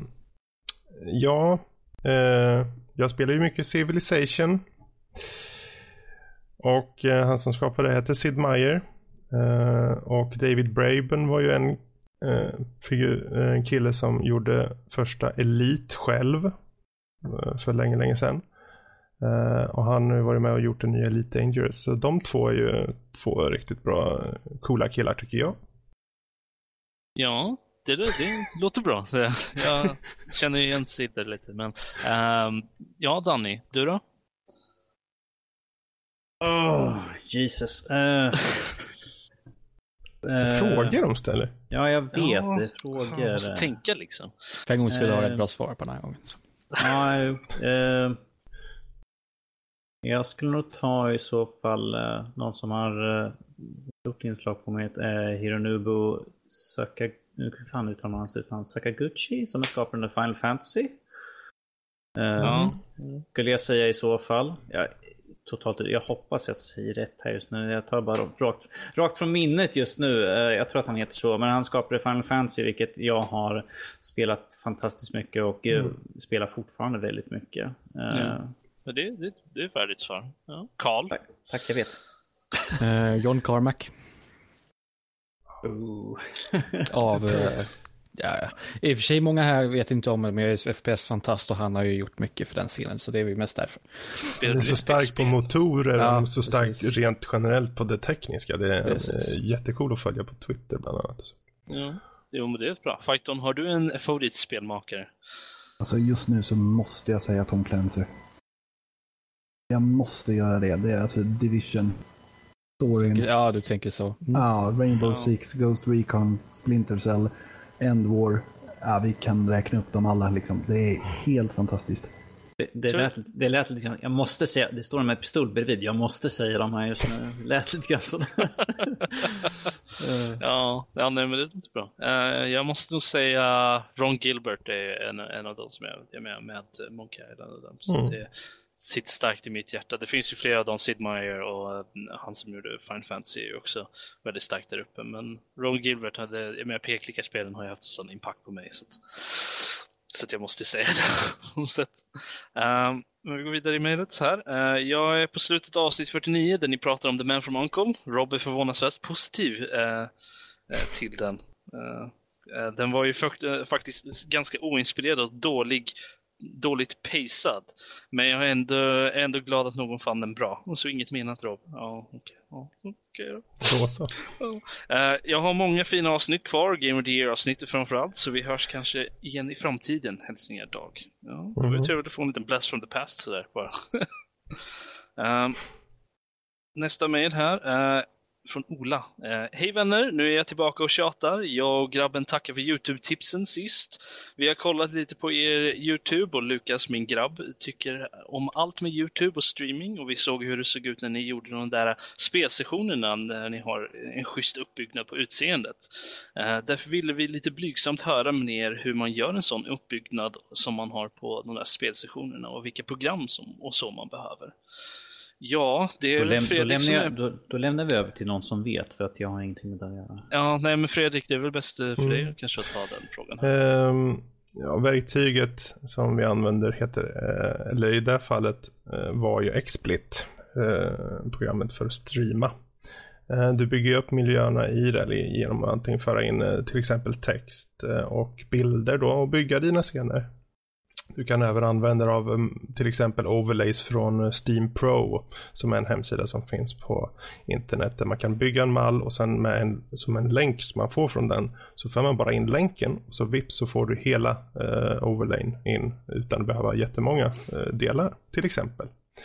Jag spelar ju mycket Civilization. Och han som skapade det heter Sid Meier. Och David Braben var ju en kille som gjorde första Elite själv för länge sedan. Och han har ju varit med och gjort en ny Elite Dangerous. Så de två är ju två riktigt bra, coola killar tycker jag. Ja, det låter bra. Jag känner ju igen Sid lite. Men, ja, Danny, du då? Jesus. Frågor de ställer. Ja, jag vet. Det är frågor. Jag måste tänka liksom. För en gång skulle ha ett bra svar på den här gången. Jag skulle nog ta i så fall någon som har gjort inslag på mig. Hironobu Sakaguchi som är skaparen av Final Fantasy. Skulle jag säga i så fall. Jag hoppas jag säger rätt här just nu. Jag tar bara rakt från minnet just nu. Jag tror att han heter så. Men han skapade Final Fantasy, vilket jag har spelat fantastiskt mycket och spelar fortfarande väldigt mycket. Det är färdigt svar. Ja. Carl? Tack, jag vet. John Carmack. I och för sig många här vet inte om det, men jag är FPS-fantast och han har ju gjort mycket för den scenen, så det är vi mest därför. Det är så starkt på motorer och så starkt rent generellt på det tekniska. Det är jättekul att följa på Twitter bland annat. Ja, men det är bra. Fighton, har du en favoritspelmakare? Alltså just nu så måste jag säga Tom Clancy. Jag måste göra det. Det är alltså Division. Storyn. Ja, du tänker så. Ja, Rainbow Six, Ghost Recon, Splinter Cell, End War. Ja, vi kan räkna upp dem alla liksom. Det är helt fantastiskt. Det lät lite grann, jag måste säga, det står med pistol bredvid, jag måste säga de här just nu. Det lät lite grann sådär. Ja, nej, men det är inte bra. Jag måste nog säga Ron Gilbert är en av de som jag är med Monkey Island. Så det sitter starkt i mitt hjärta. Det finns ju flera av dem, Sid Meier och han som gjorde Final Fantasy också väldigt starkt där uppe. Men Ron Gilbert med p-klickarspelen har ju haft en sån impact på mig. Så att jag måste säga det. Vi går vidare i mejlet här. Jag är på slutet av avsnitt 49 där ni pratar om The Man from U.N.C.L.E. Rob är förvånansvärt positiv till den. Den var ju faktiskt ganska oinspirerad och dåligt pacad. Men jag är ändå glad att någon fann den bra. Och så inget menat, Rob. Ja, okej då. Då så. Jag har många fina avsnitt kvar. Game of the Year-avsnittet framförallt. Så vi hörs kanske igen i framtiden. Hälsningar, Dag. Ja, det var trevligt att få en liten blast from the past sådär bara. Nästa mejl här. Från Ola. Hej vänner, nu är jag tillbaka och tjatar. Jag och grabben tackar för YouTube-tipsen sist. Vi har kollat lite på er YouTube och Lukas, min grabb, tycker om allt med YouTube och streaming. Och vi såg hur det såg ut när ni gjorde de där spelsessionerna när ni har en schysst uppbyggnad på utseendet. Därför ville vi lite blygsamt höra med er hur man gör en sån uppbyggnad som man har på de där spelsessionerna och vilka program som man behöver. Ja, det är då lämnar vi över till någon som vet, för att jag har ingenting med det att göra. Ja, nej men Fredrik, det är väl bäst för dig kanske att ta den frågan. Verktyget som vi använder heter, eller i det här fallet var ju XSplit, programmet för att streama. Du bygger upp miljöerna i det genom att antingen föra in till exempel text och bilder då och bygga dina scener. Du kan även använda dig av till exempel overlays från Steam Pro som är en hemsida som finns på internet där man kan bygga en mall och sen som en länk som man får från den så för man bara in länken och så vips så får du hela overlayen in utan att behöva jättemånga delar till exempel.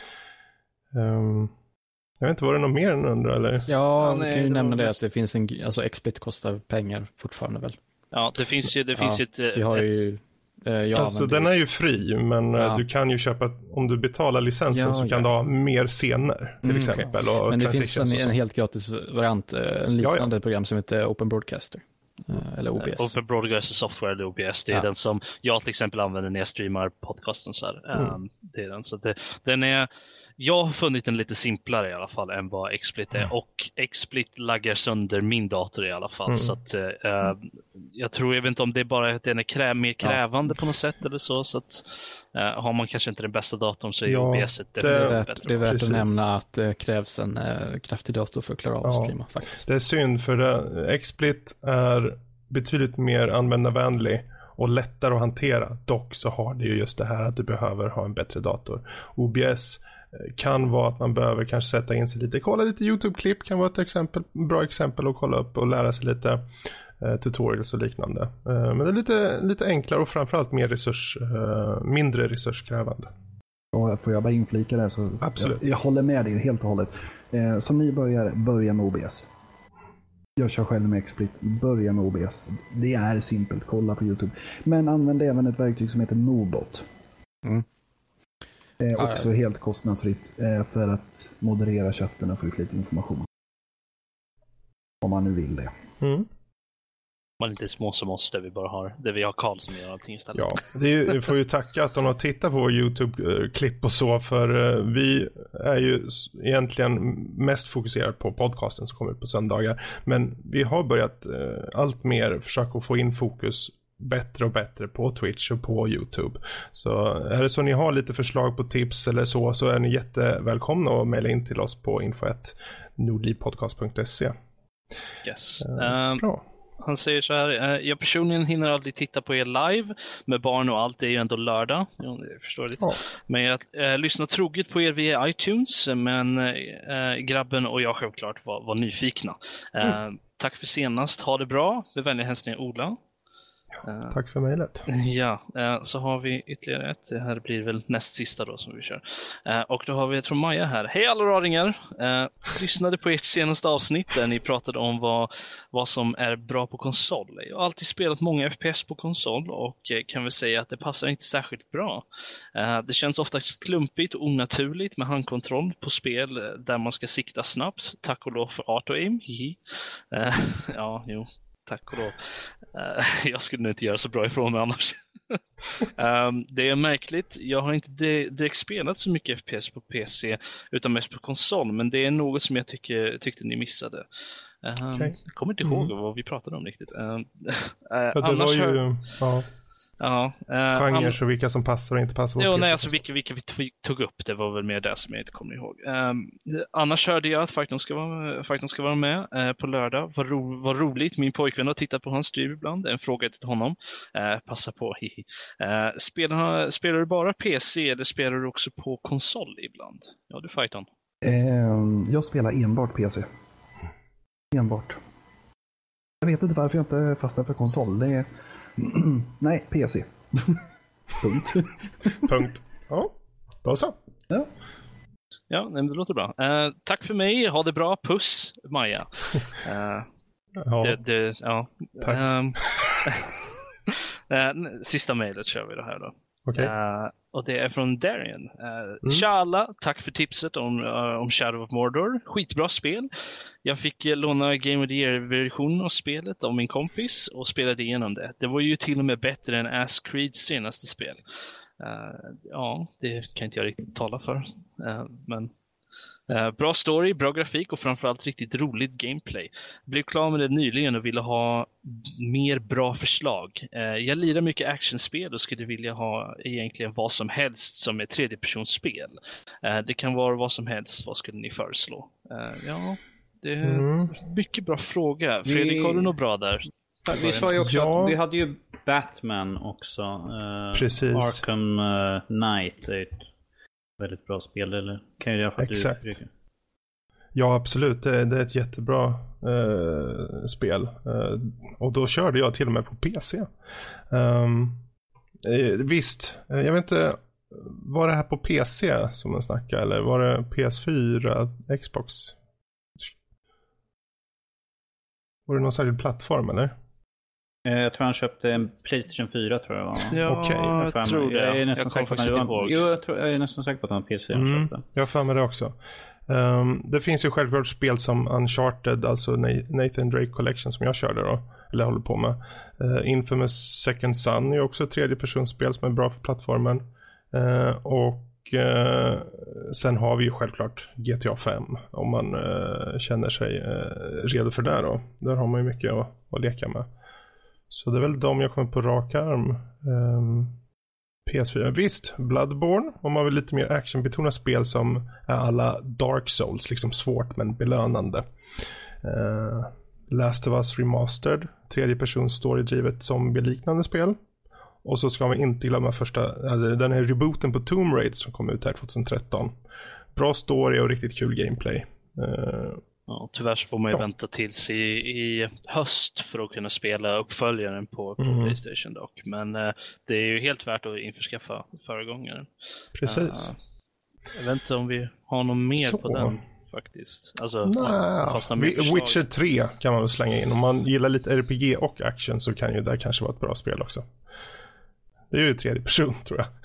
Jag vet inte, var det något mer än undrar eller? Ja, vi kan ju nämna det att det finns alltså XSplit kostar pengar fortfarande väl? Ja, det finns ju vi har ju alltså den är ju fri, men du kan ju köpa, om du betalar licensen så kan du ha mer scener till exempel. Och men det finns en helt gratis variant, en liknande program som heter Open Broadcaster. Eller OBS. Open Broadcaster Software eller OBS. Det är den som jag till exempel använder när jag streamar podcasten så här. Det är den. Så den är... Jag har funnit den lite simplare i alla fall än vad XSplit är. Och XSplit laggar sönder min dator i alla fall. Så att jag vet inte om det är bara att den är mer krävande på något sätt eller så. Så att har man kanske inte den bästa datorn så är OBS definitivt bättre. Det är värt att nämna att det krävs en kraftig dator för att klara av att streama faktiskt. Det är synd för XSplit är betydligt mer användarvänlig och lättare att hantera. Dock så har det ju just det här att du behöver ha en bättre dator. OBS kan vara att man behöver kanske sätta in sig lite, kolla lite YouTube-klipp kan vara ett bra exempel att kolla upp och lära sig lite tutorials och liknande. Men det är lite enklare och framförallt mindre resurskrävande. Och får jag bara inflika där så absolut. Jag håller med dig helt och hållet. Som nybörjare, börja med OBS. Jag kör själv med XSplit, börja med OBS. Det är simpelt, kolla på YouTube. Men använd även ett verktyg som heter Nobot. Också helt kostnadsfritt för att moderera chatten och få ut lite information. Om man nu vill det. Man är inte små som oss där vi har Karl som gör allting istället. Ja, vi får ju tacka att de har tittat på vår YouTube-klipp och så, för vi är ju egentligen mest fokuserade på podcasten som kommer ut på söndagar. Men vi har börjat allt mer försöka få in fokus bättre och bättre på Twitch och på YouTube. Så är det så ni har lite förslag på tips eller så är ni jättevälkomna att mejla in till oss på info@nordlivpodcast.se. Yes. Bra. Han säger så här, jag personligen hinner aldrig titta på er live med barn och allt, det är ju ändå lördag. Jag förstår det. Men jag lyssnar troget på er via iTunes, men grabben och jag självklart var nyfikna. Tack för senast, ha det bra. Med vänliga hälsningar Ola. Tack för mejlet. Ja, så har vi ytterligare ett. Det här blir väl näst sista då som vi kör. Och då har vi ett från Maja här. Hej alla raringar! Lyssnade på ert senaste avsnitt där ni pratade om vad som är bra på konsol. Jag har alltid spelat många FPS på konsol och kan väl säga att det passar inte särskilt bra. Det känns ofta klumpigt och onaturligt med handkontroll på spel där man ska sikta snabbt. Tack och lov för auto-aim. Ja, jo. Tack och lov. Jag skulle nog inte göra så bra ifrån mig annars. Det är märkligt. Jag har inte direkt spelat så mycket FPS på PC utan mest på konsol. Men det är något som jag tyckte ni missade. Jag kommer inte ihåg vad vi pratade om riktigt. Det var ju... Ja, genrer och vilka som passar och inte passar på PC. Nej, alltså vilka vi tog upp, det var väl mer det som jag inte kommer ihåg. Annars hörde jag att Fighton ska vara med på lördag. Vad roligt, min pojkvän har tittat på hans stream ibland. En fråga till honom. Passa på, hihi. Spelar du bara PC eller spelar du också på konsol ibland? Ja, du Fighton. Jag spelar enbart PC. Enbart. Jag vet inte varför jag inte fastnar för konsol. Det är... Nej, PC. Punkt. Punkt. Ja, då så. Ja, det låter bra. Tack för mig. Ha det bra. Puss, Maja. Ja. Tack. Sista mejlet kör vi det här då. Okay. Och det är från Darian. Tja alla, tack för tipset om Shadow of Mordor. Skitbra spel. Jag fick låna Game of the Year-versionen av spelet av min kompis och spelade igenom det. Det var ju till och med bättre än Ass Creeds senaste spel. Ja, det kan inte jag riktigt tala för. Men bra story, bra grafik och framförallt riktigt roligt gameplay. Blev klar med det nyligen och ville ha mer bra förslag. Jag lirar mycket actionspel och skulle vilja ha egentligen vad som helst som är tredjepersonsspel. Det kan vara vad som helst. Vad skulle ni föreslå? Ja, det är mycket bra fråga. Fredrik, har du något bra där? Vi sa ju också att vi hade ju Batman också. Precis. Arkham Knight är ett väldigt bra spel, eller kan jag göra för att exakt. Du... Ja, absolut. Det är ett jättebra spel. Och då körde jag till och med på PC. Visst, jag vet inte, var det här på PC som man snackar, eller var det PS4, Xbox? Var det någon särskild plattform, eller? Jag tror han köpte en PlayStation 4, tror jag. Ja, okej. jag tror det. Jag är nästan säker på att det var... Jo, jag är nästan säker på att han har PS4 köpte. Jag har för mig det också. Det finns ju självklart spel som Uncharted, alltså Nathan Drake Collection som jag körde då, eller håller på med. Infamous Second Son är också ett tredjepersonsspel som är bra för plattformen. Och sen har vi ju självklart GTA 5 om man känner sig redo för det då. Där har man ju mycket att leka med. Så det är väl de jag kommer på rak arm. PS4. Visst, Bloodborne. Om man vill lite mer actionbetonat spel som är alla Dark Souls. Liksom svårt men belönande. Last of Us Remastered. Tredjepersons storydrivet zombie-liknande spel. Och så ska man inte glömma den här rebooten på Tomb Raider som kom ut här 2013. Bra story och riktigt kul gameplay. Ja, tyvärr så får man ju vänta tills i höst för att kunna spela uppföljaren på PlayStation dock. Men det är ju helt värt att införskaffa föregångaren. Precis. Jag vet inte om vi har något mer på den faktiskt. Alltså, Witcher 3 kan man väl slänga in. Om man gillar lite RPG och action så kan ju det kanske vara ett bra spel också. Det är ju tredje person, tror jag.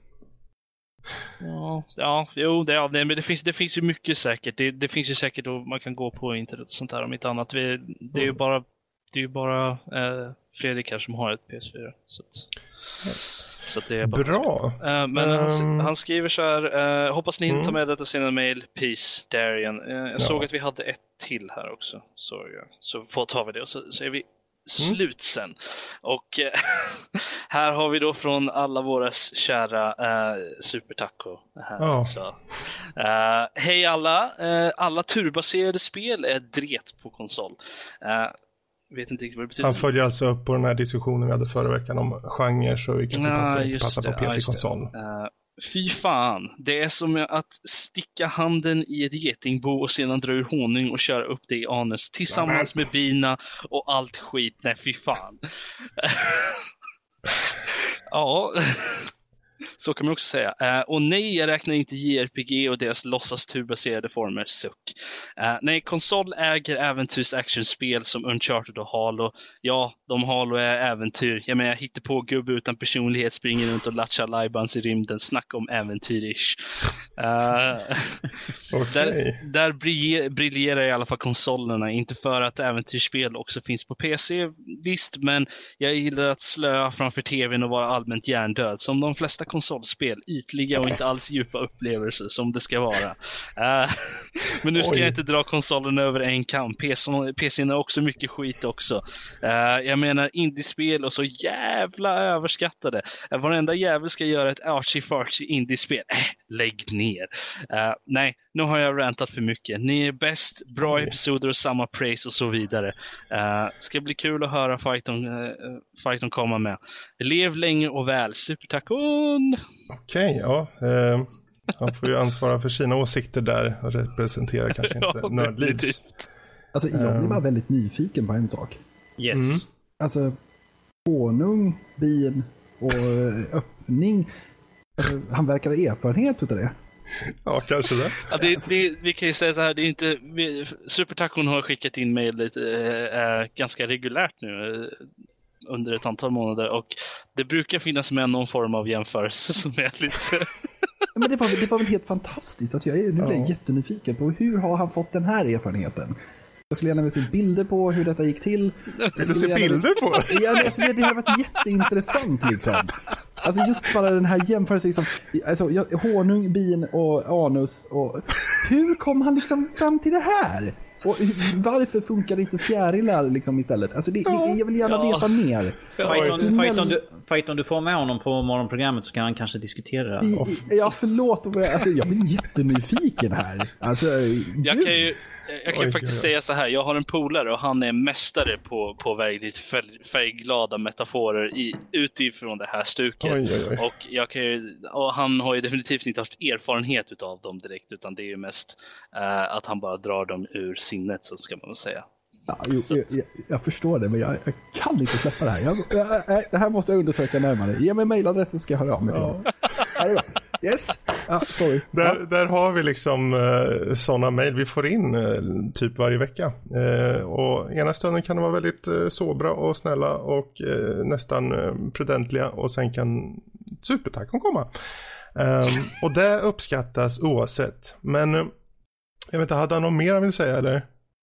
Men det finns ju mycket säkert. Det finns ju säkert och man kan gå på internet och sånt där om inte annat. Det är ju bara Fredrik här som har ett PS4. Så det är bara bra. Men han skriver så här: hoppas ni hinner ta med detta senare mail. Peace, Darian. Jag såg att vi hade ett till här också. Så tar vi det och så är vi slut sen. Och här har vi då från alla våra kära Supertaco här också. Hej alla. Alla turbaserade spel är dret på konsol. Vet inte riktigt vad det betyder. Han följer alltså upp på den här diskussionen vi hade förra veckan om genrer så vilka som passar på PC-konsol. Fy fan, det är som att sticka handen i ett getingbo och sedan dra ur honung och köra upp det i anus tillsammans med bina och allt skit. Nej, fy fan. Ja, så kan man också säga. Och nej, jag räknar inte JRPG och deras låtsasturbaserade former, suck. Nej, konsol äger äventyrs-actionspel som Uncharted och Halo. Ja, de Halo är äventyr. Jag menar, jag hittar på gubbe utan personlighet, springer runt och latchar lajbans i rymden. Snacka om äventyrish. Där briljerar i alla fall konsolerna. Inte för att äventyrsspel också finns på PC, visst, men jag gillar att slöa framför tvn och vara allmänt hjärndöd. Som de flesta konsoler konsolspel, ytliga och inte alls djupa upplevelser som det ska vara. Men nu ska jag inte dra konsolen över en kam. PC:n är också mycket skit också. Jag menar indiespel och så jävla överskattade. Varenda jävel ska göra ett artsy-fartsy indiespel. Lägg ner. Nej, nu har jag rantat för mycket. Ni är bäst, bra episoder och samma praise och så vidare. Ska bli kul att höra Fighton komma med. Lev länge och väl, Supertacon! Okej, ja. Han får ju ansvara för sina åsikter där och representera kanske inte nördlivs. Alltså jag blir bara väldigt nyfiken på en sak. Yes. Alltså honung, bin och öppning. Alltså, han verkar ha erfarenhet utav det. Ja, kanske det. Ja, vi kan ju säga så här, det är inte Supertacon har skickat in mejl lite ganska regulärt nu under ett antal månader och det brukar finnas med någon form av jämförelse som är lite... Men det var väl helt fantastiskt. Alltså jag är jättenyfiken på hur har han fått den här erfarenheten. Jag skulle gärna vilja se bilder på hur detta gick till. Vill du se bilder på det? Ja, alltså, det har varit jätteintressant liksom. Alltså just bara den här jämförelsen liksom, alltså, honung, bin och anus och hur kom han liksom fram till det här? Och varför funkar det inte fjärilar liksom istället? Alltså jag vill gärna veta mer. Fight om du får med honom på morgonprogrammet så kan han kanske diskutera det. Ja, förlåt. Alltså, jag blir jättenyfiken här. Alltså, jag kan faktiskt säga så här. Jag har en polare och han är mästare på väldigt färgglada metaforer utifrån det här stuket. Och han har ju definitivt inte haft erfarenhet utav dem direkt, utan det är ju mest att han bara drar dem ur sinnet, så ska man väl säga. Ja, jag förstår det, men jag kan inte släppa det här. Det här måste jag undersöka närmare. Ge mig mejladressen, ska jag höra av mig till. Yes. Sorry. Där har vi liksom sådana mejl vi får in typ varje vecka. Och ena stunden kan de vara väldigt sobra och snälla och nästan prudentliga, och sen kan Supertacon komma. Och det uppskattas oavsett. Men jag vet inte, hade han något mer han vill säga eller?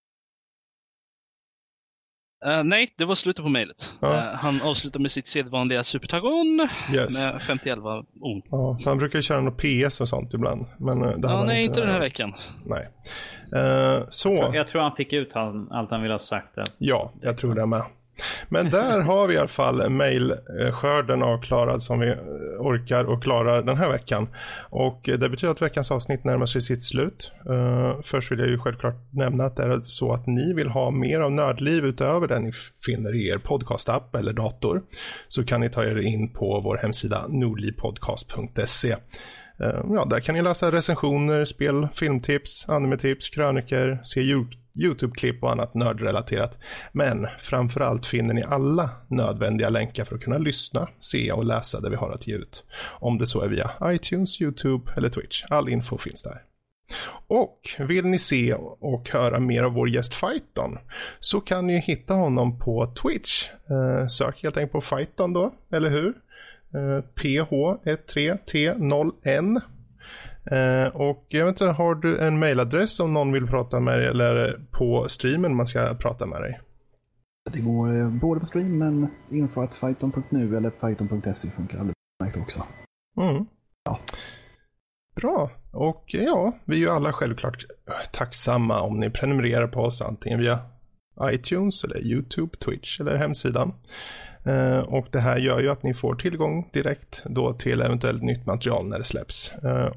Nej, det var slutet på mejlet. Han avslutar med sitt sedvanliga Supertacon med 5011 ord. Ja, han brukar ju köra något PS och sånt ibland. Men det inte den här veckan. Nej. Jag tror han fick ut allt han ville ha sagt. Där. Ja, jag tror det med. Men där har vi i alla fall mejlskörden avklarad som vi orkar och klarar den här veckan. Och det betyder att veckans avsnitt närmar sig sitt slut. Först vill jag ju självklart nämna att det är så att ni vill ha mer av nördliv utöver det ni finner i er podcastapp eller dator, så kan ni ta er in på vår hemsida nordlivpodcast.se. Där kan ni läsa recensioner, spel, filmtips, animetips, kröniker, se YouTube-klipp och annat nördrelaterat. Men framförallt finner ni alla nödvändiga länkar för att kunna lyssna, se och läsa det vi har att ge ut. Om det så är via iTunes, YouTube eller Twitch. All info finns där. Och vill ni se och höra mer av vår gäst Fighton, så kan ni hitta honom på Twitch. Sök helt enkelt på Fighton då, eller hur? PH13T0N. Och jag vet inte, har du en mailadress om någon vill prata med dig, eller på streamen man ska prata med dig? Det går både på streamen, info@fighton.nu eller fighton.se funkar alldeles också. Ja. Bra. Och vi är ju alla självklart tacksamma om ni prenumererar på oss antingen via iTunes eller YouTube, Twitch eller hemsidan. Och det här gör ju att ni får tillgång direkt då till eventuellt nytt material när det släpps.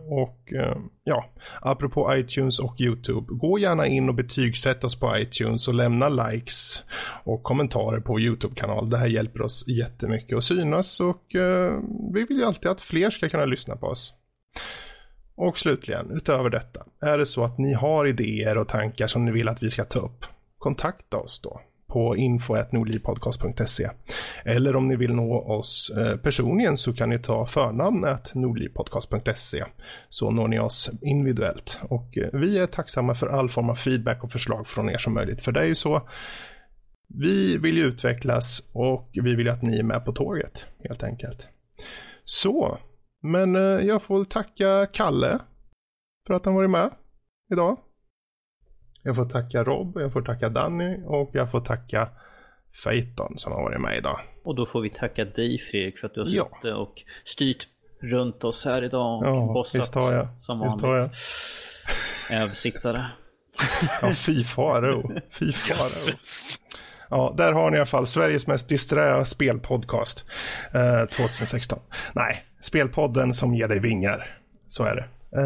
Apropå iTunes och YouTube, gå gärna in och betygsätt oss på iTunes och lämna likes och kommentarer på YouTube-kanal. Det här hjälper oss jättemycket att synas, och vi vill ju alltid att fler ska kunna lyssna på oss. Och slutligen, utöver detta, är det så att ni har idéer och tankar som ni vill att vi ska ta upp, kontakta oss då på info@nordlivpodcast.se. Eller om ni vill nå oss personligen så kan ni ta förnamnet nordlivpodcast.se, så når ni oss individuellt. Och vi är tacksamma för all form av feedback och förslag från er som möjligt, för det är ju så vi vill ju utvecklas och vi vill att ni är med på tåget helt enkelt. Så, men jag får tacka Kalle för att han varit med idag. Jag får tacka Rob, jag får tacka Danny och jag får tacka Fighton som har varit med idag. Och då får vi tacka dig, Fredrik, för att du har suttit och styrt runt oss här idag och Ja, bossat visst har jag. som Visst har jag. vanligt. Översittare. Ja, fy Faro. Fy Faro. Jösses. Ja, där har ni i alla fall Sveriges mest disträ spelpodcast 2016. Nej, spelpodden som ger dig vingar. Så är det.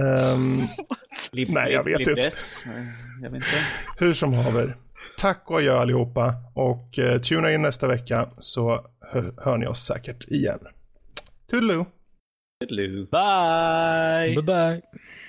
Nej, jag vet inte. Jag vet inte. Hur som haver. Tack och adjö allihopa. Och tuna in nästa vecka så hör ni oss säkert igen. Toodaloo. Bye! Bye bye!